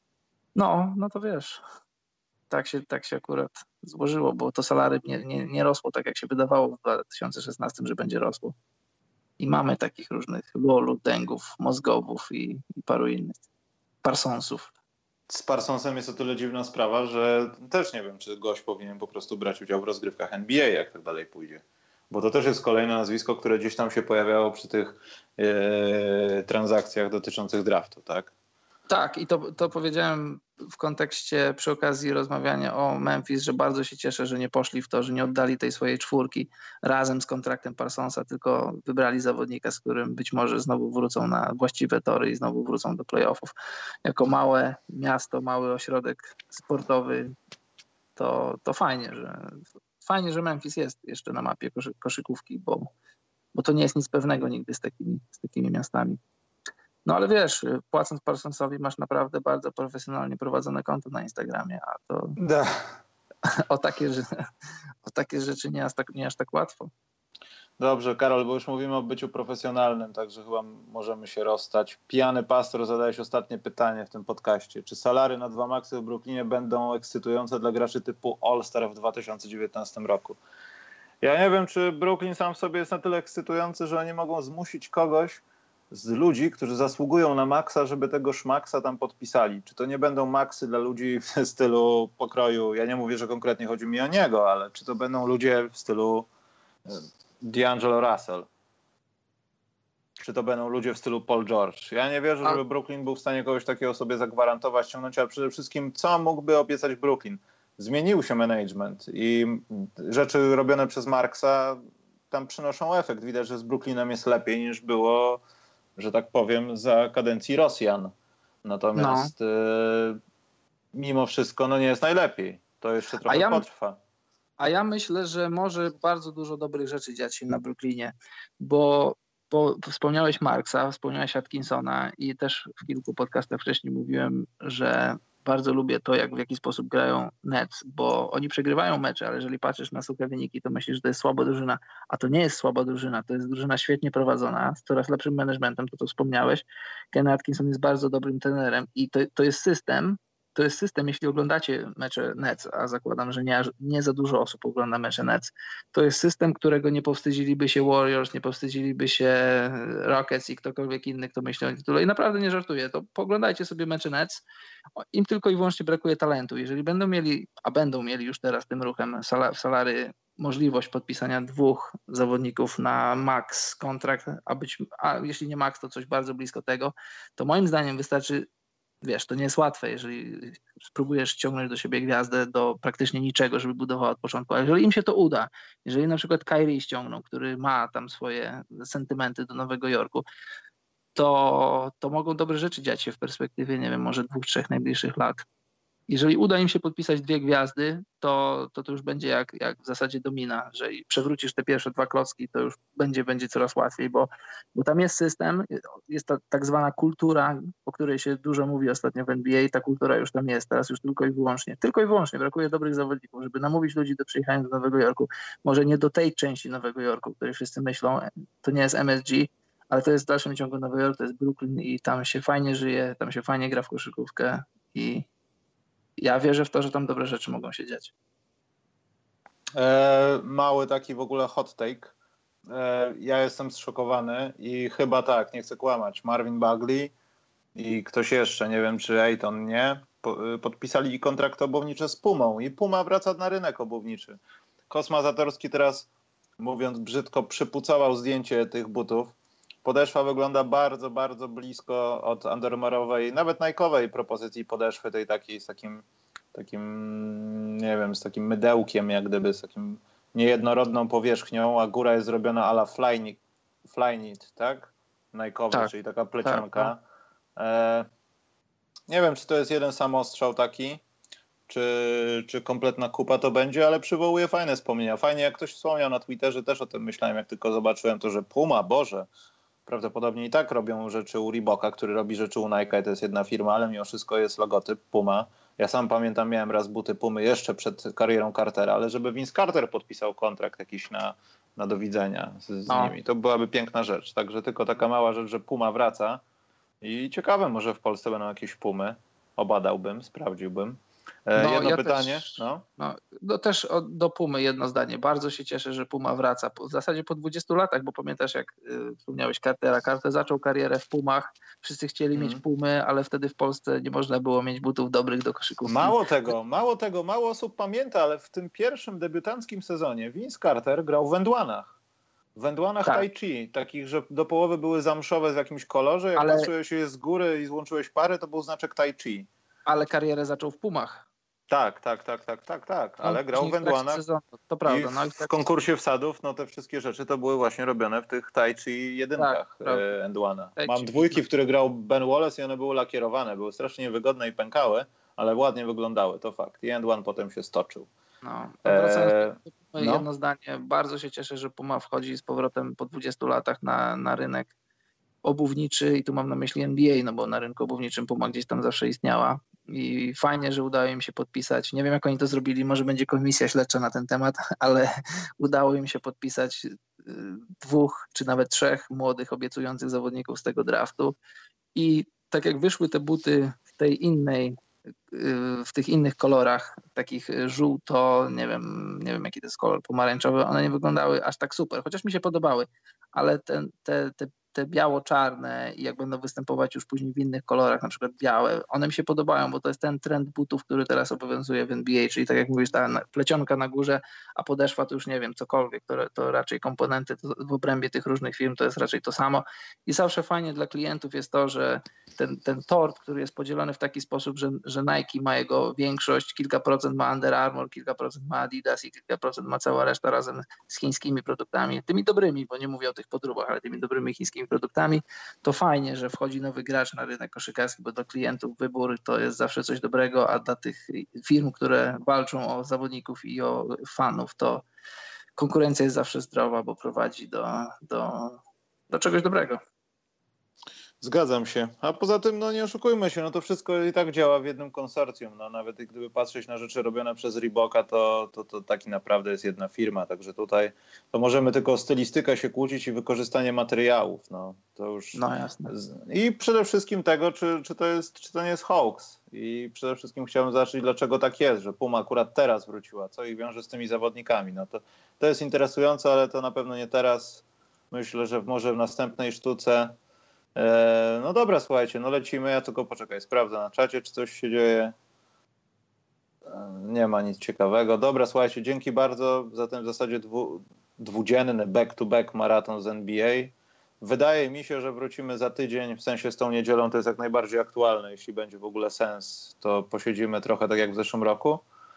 No to wiesz, tak się akurat złożyło, bo to salary nie rosło tak, jak się wydawało w 2016, że będzie rosło. I mamy takich różnych Lolu, Dengów, Mozgowów i paru innych. Parsonsów. Z Parsonsem jest o tyle dziwna sprawa, że też nie wiem, czy gość powinien po prostu brać udział w rozgrywkach NBA, jak tak dalej pójdzie. Bo to też jest kolejne nazwisko, które gdzieś tam się pojawiało przy tych transakcjach dotyczących draftu, tak? Tak, i to powiedziałem w kontekście przy okazji rozmawiania o Memphis, że bardzo się cieszę, że nie poszli w to, że nie oddali tej swojej czwórki razem z kontraktem Parsonsa, tylko wybrali zawodnika, z którym być może znowu wrócą na właściwe tory i znowu wrócą do playoffów. Jako małe miasto, mały ośrodek sportowy, to fajnie, że Memphis jest jeszcze na mapie koszykówki, bo to nie jest nic pewnego nigdy z takimi miastami. No ale wiesz, płacąc Parsonsowi masz naprawdę bardzo profesjonalnie prowadzone konto na Instagramie, a to o takie rzeczy nie aż tak łatwo. Dobrze, Karol, bo już mówimy o byciu profesjonalnym, także chyba możemy się rozstać. Pijany pastor zadałeś ostatnie pytanie w tym podcaście. Czy salary na 2 maksy w Brooklynie będą ekscytujące dla graczy typu All-Star w 2019 roku? Ja nie wiem, czy Brooklyn sam w sobie jest na tyle ekscytujący, że oni mogą zmusić kogoś, z ludzi, którzy zasługują na maksa, żeby tego szmaksa tam podpisali. Czy to nie będą maksy dla ludzi w stylu pokroju, ja nie mówię, że konkretnie chodzi mi o niego, ale czy to będą ludzie w stylu D'Angelo Russell? Czy to będą ludzie w stylu Paul George? Ja nie wierzę, żeby Brooklyn był w stanie kogoś takiego sobie zagwarantować, ściągnąć, ale przede wszystkim co mógłby obiecać Brooklyn? Zmienił się management i rzeczy robione przez Marksa tam przynoszą efekt. Widać, że z Brooklynem jest lepiej niż było, że tak powiem, za kadencji Rosjan. Natomiast mimo wszystko nie jest najlepiej. To jeszcze trochę potrwa. A ja myślę, że może bardzo dużo dobrych rzeczy dziać się na Brooklynie, bo wspomniałeś Marksa, wspomniałeś Atkinsona i też w kilku podcastach wcześniej mówiłem, że bardzo lubię to, w jaki sposób grają Nets, bo oni przegrywają mecze, ale jeżeli patrzysz na suche wyniki, to myślisz, że to jest słaba drużyna, a to nie jest słaba drużyna, to jest drużyna świetnie prowadzona, z coraz lepszym managementem, to wspomniałeś. Ken Atkinson jest bardzo dobrym trenerem i to jest system, jeśli oglądacie mecze Nets, a zakładam, że nie za dużo osób ogląda mecze Nets, to jest system, którego nie powstydziliby się Warriors, nie powstydziliby się Rockets i ktokolwiek inny, kto myśli o tytule. I naprawdę nie żartuję, to poglądajcie sobie mecze Nets. Im tylko i wyłącznie brakuje talentu. Jeżeli będą mieli już teraz tym ruchem w salary możliwość podpisania 2 zawodników na max kontrakt, a jeśli nie max, to coś bardzo blisko tego, to moim zdaniem wystarczy. Wiesz, to nie jest łatwe, jeżeli spróbujesz ściągnąć do siebie gwiazdę do praktycznie niczego, żeby budowała od początku. A jeżeli im się to uda, jeżeli na przykład Kyrie ściągną, który ma tam swoje sentymenty do Nowego Jorku, to mogą dobre rzeczy dziać się w perspektywie, nie wiem, może 2-3 najbliższych lat. Jeżeli uda im się podpisać 2 gwiazdy, to już będzie jak w zasadzie domina, że przewrócisz te pierwsze 2 klocki, to już będzie coraz łatwiej, bo tam jest system, jest ta tak zwana kultura, o której się dużo mówi ostatnio w NBA, ta kultura już tam jest, teraz już tylko i wyłącznie brakuje dobrych zawodników, żeby namówić ludzi do przyjechania do Nowego Jorku, może nie do tej części Nowego Jorku, o której wszyscy myślą, to nie jest MSG, ale to jest w dalszym ciągu Nowy Jork, to jest Brooklyn i tam się fajnie żyje, tam się fajnie gra w koszykówkę i ja wierzę w to, że tam dobre rzeczy mogą się dziać. Mały taki w ogóle hot take. Ja jestem zszokowany i chyba tak, nie chcę kłamać. Marvin Bagley i ktoś jeszcze, nie wiem czy Ayton, nie? Podpisali kontrakt obuwniczy z Pumą i Puma wraca na rynek obuwniczy. Kosma Zatorski teraz, mówiąc brzydko, przypucałał zdjęcie tych butów. Podeszwa wygląda bardzo, bardzo blisko od Under Armourowej, nawet Nike'owej propozycji podeszwy, tej takiej z takim, nie wiem, z takim mydełkiem, jak gdyby, z takim niejednorodną powierzchnią, a góra jest zrobiona a la Flyknit, tak? Nike'owy, tak, czyli taka plecionka. Tak. Nie wiem, czy to jest jeden samostrzał taki, czy kompletna kupa to będzie, ale przywołuje fajne wspomnienia. Fajnie, jak ktoś wspomniał na Twitterze, też o tym myślałem, jak tylko zobaczyłem to, że Puma, Boże, prawdopodobnie i tak robią rzeczy u Reeboka, który robi rzeczy u Nike, to jest jedna firma, ale mimo wszystko jest logotyp Puma. Ja sam pamiętam, miałem raz buty Pumy jeszcze przed karierą Cartera, ale żeby Vince Carter podpisał kontrakt jakiś na do widzenia z nimi, to byłaby piękna rzecz. Także tylko taka mała rzecz, że Puma wraca i ciekawe, może w Polsce będą jakieś Pumy. Obadałbym, sprawdziłbym. Jedno pytanie. Też do Pumy jedno zdanie. Bardzo się cieszę, że Puma wraca. W zasadzie po 20 latach, bo pamiętasz, jak wspomniałeś Cartera. Carter zaczął karierę w Pumach. Wszyscy chcieli mieć Pumy, ale wtedy w Polsce nie można było mieć butów dobrych do koszykówki. Mało osób pamięta, ale w tym pierwszym debiutanckim sezonie Vince Carter grał w wędłanach. W wędłanach tak. Tai Chi, takich, że do połowy były zamszowe w jakimś kolorze. Jak patrzyłeś się z góry i złączyłeś pary, to był znaczek Tai Chi. Ale karierę zaczął w Pumach. Tak. Ale grał w wędłanach. To prawda. W konkursie wsadów, te wszystkie rzeczy to były właśnie robione w tych Tai Chi jedynkach Endwana. Mam 2, w których grał Ben Wallace i one były lakierowane. Były strasznie niewygodne i pękały, ale ładnie wyglądały, to fakt. I Endwan potem się stoczył. Wracając do jedno zdanie. Bardzo się cieszę, że Puma wchodzi z powrotem po 20 latach na rynek obuwniczy i tu mam na myśli NBA, bo na rynku obuwniczym Puma gdzieś tam zawsze istniała i fajnie, że udało im się podpisać. Nie wiem, jak oni to zrobili, może będzie komisja śledcza na ten temat, ale udało im się podpisać 2 czy nawet 3 młodych, obiecujących zawodników z tego draftu i tak jak wyszły te buty w tych innych kolorach, takich żółto, nie wiem jaki to jest kolor, pomarańczowy, one nie wyglądały aż tak super, chociaż mi się podobały, ale te te biało-czarne i jak będą występować już później w innych kolorach, na przykład białe, one mi się podobają, bo to jest ten trend butów, który teraz obowiązuje w NBA, czyli tak jak mówisz, ta plecionka na górze, a podeszwa to już nie wiem, cokolwiek, to raczej komponenty w obrębie tych różnych firm to jest raczej to samo i zawsze fajnie dla klientów jest to, że ten tort, który jest podzielony w taki sposób, że Nike ma jego większość, kilka procent ma Under Armour, kilka procent ma Adidas i kilka procent ma cała reszta razem z chińskimi produktami, tymi dobrymi, bo nie mówię o tych podróbach, ale tymi dobrymi chińskimi produktami, to fajnie, że wchodzi nowy gracz na rynek koszykarski, bo dla klientów wybór to jest zawsze coś dobrego, a dla tych firm, które walczą o zawodników i o fanów, to konkurencja jest zawsze zdrowa, bo prowadzi do czegoś dobrego. Zgadzam się. A poza tym, no nie oszukujmy się, no to wszystko i tak działa w jednym konsorcjum. No nawet gdyby patrzeć na rzeczy robione przez Reeboka, to taki naprawdę jest jedna firma. Także tutaj to możemy tylko o stylistykę się kłócić i wykorzystanie materiałów. No to już. No jasne. I przede wszystkim tego, czy to nie jest hoax. I przede wszystkim chciałem zobaczyć, dlaczego tak jest, że Puma akurat teraz wróciła. Co ich wiąże z tymi zawodnikami? No to jest interesujące, ale to na pewno nie teraz. Myślę, że może w następnej sztuce. No dobra, słuchajcie, no lecimy, ja tylko poczekaj, sprawdzę na czacie, czy coś się dzieje. Nie ma nic ciekawego. Dobra, słuchajcie, dzięki bardzo za ten w zasadzie dwudzienny back-to-back maraton z NBA. Wydaje mi się, że wrócimy za tydzień, w sensie z tą niedzielą to jest jak najbardziej aktualne, jeśli będzie w ogóle sens, to posiedzimy trochę tak jak w zeszłym roku.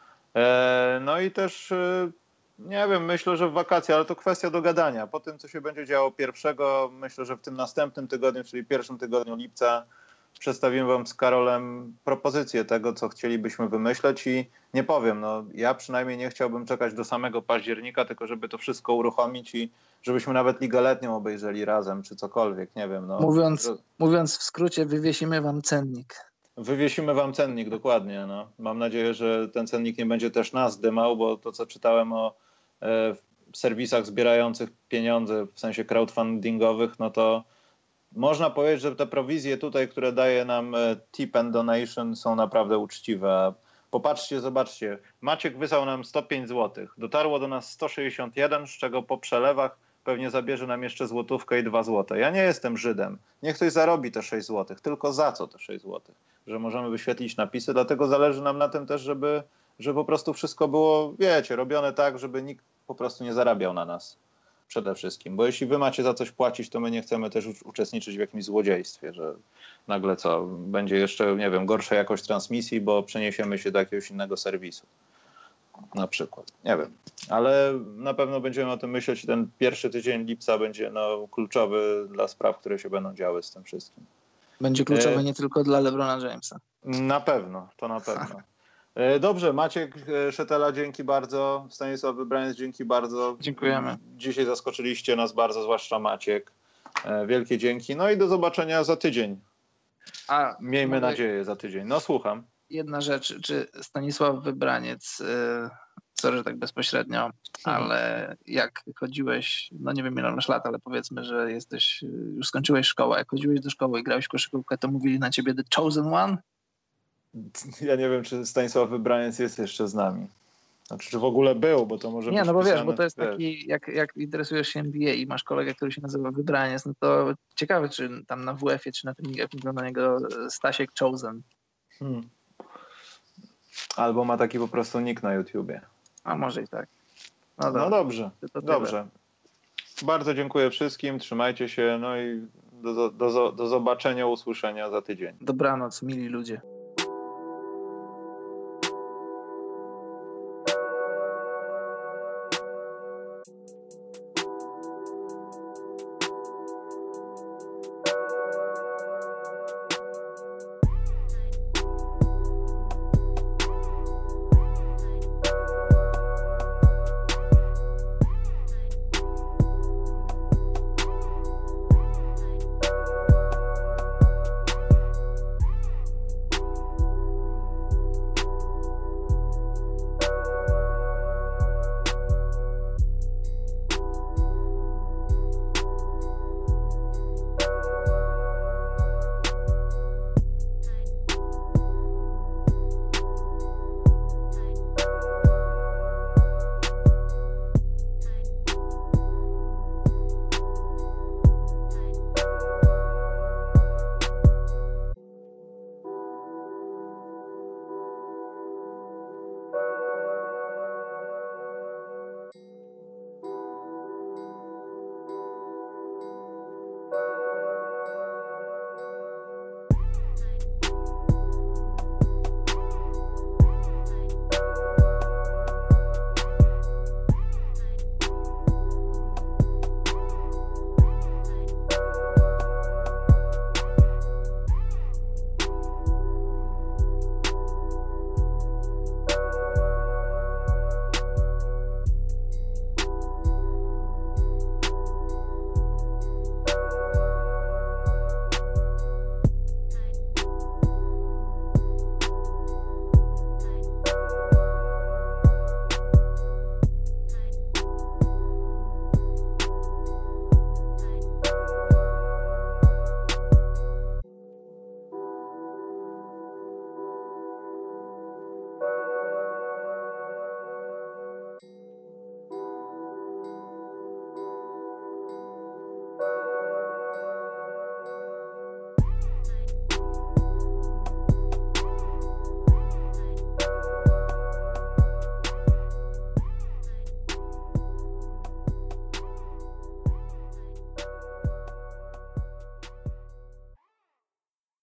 No i też... Nie wiem, myślę, że w wakacje, ale to kwestia dogadania. Po tym, co się będzie działo pierwszego, myślę, że w tym następnym tygodniu, czyli pierwszym tygodniu lipca, przedstawimy wam z Karolem propozycję tego, co chcielibyśmy wymyśleć i nie powiem, no ja przynajmniej nie chciałbym czekać do samego października, tylko żeby to wszystko uruchomić i żebyśmy nawet Ligę Letnią obejrzeli razem, czy cokolwiek, nie wiem. No. Mówiąc w skrócie, wywiesimy wam cennik. Wywiesimy wam cennik, dokładnie. No. Mam nadzieję, że ten cennik nie będzie też nas dymał, bo to, co czytałem o serwisach zbierających pieniądze, w sensie crowdfundingowych, no to można powiedzieć, że te prowizje tutaj, które daje nam Tip and Donation, są naprawdę uczciwe. Popatrzcie, zobaczcie. Maciek wysłał nam 105 zł. Dotarło do nas 161, z czego po przelewach pewnie zabierze nam jeszcze złotówkę i 2 zł. Ja nie jestem Żydem. Niech ktoś zarobi te 6 zł. Tylko za co te 6 zł? Że możemy wyświetlić napisy. Dlatego zależy nam na tym też, żeby po prostu wszystko było, wiecie, robione tak, żeby nikt po prostu nie zarabiał na nas. Przede wszystkim. Bo jeśli wy macie za coś płacić, to my nie chcemy też uczestniczyć w jakimś złodziejstwie, że nagle będzie jeszcze, nie wiem, gorsza jakość transmisji, bo przeniesiemy się do jakiegoś innego serwisu. Na przykład. Nie wiem. Ale na pewno będziemy o tym myśleć i ten pierwszy tydzień lipca będzie kluczowy dla spraw, które się będą działy z tym wszystkim. Będzie kluczowy nie tylko dla LeBrona Jamesa. Na pewno, to na pewno. Dobrze, Maciek Szetela, dzięki bardzo. Stanisław Wybraniec, dzięki bardzo. Dziękujemy. Dzisiaj zaskoczyliście nas bardzo, zwłaszcza Maciek. Wielkie dzięki. No i do zobaczenia za tydzień. Miejmy nadzieję za tydzień. No słucham. Jedna rzecz, czy Stanisław Wybraniec, sorry, że tak bezpośrednio, ale jak chodziłeś, no nie wiem ile masz lat, ale powiedzmy, że już skończyłeś szkołę, jak chodziłeś do szkoły i grałeś w koszykówkę, to mówili na ciebie The Chosen One? Ja nie wiem, czy Stanisław Wybraniec jest jeszcze z nami. Znaczy, czy w ogóle był, bo to może być no bo pisane, wiesz, bo to jest taki, jak interesujesz się NBA i masz kolegę, który się nazywa Wybraniec, no to ciekawe, czy tam na WF-ie, czy na tym wygląda na niego Stasiek Chosen. Albo ma taki po prostu nick na YouTubie. A może i tak. No dobrze, dobrze. Bardzo dziękuję wszystkim, trzymajcie się, no i do zobaczenia, usłyszenia za tydzień. Dobranoc, mili ludzie.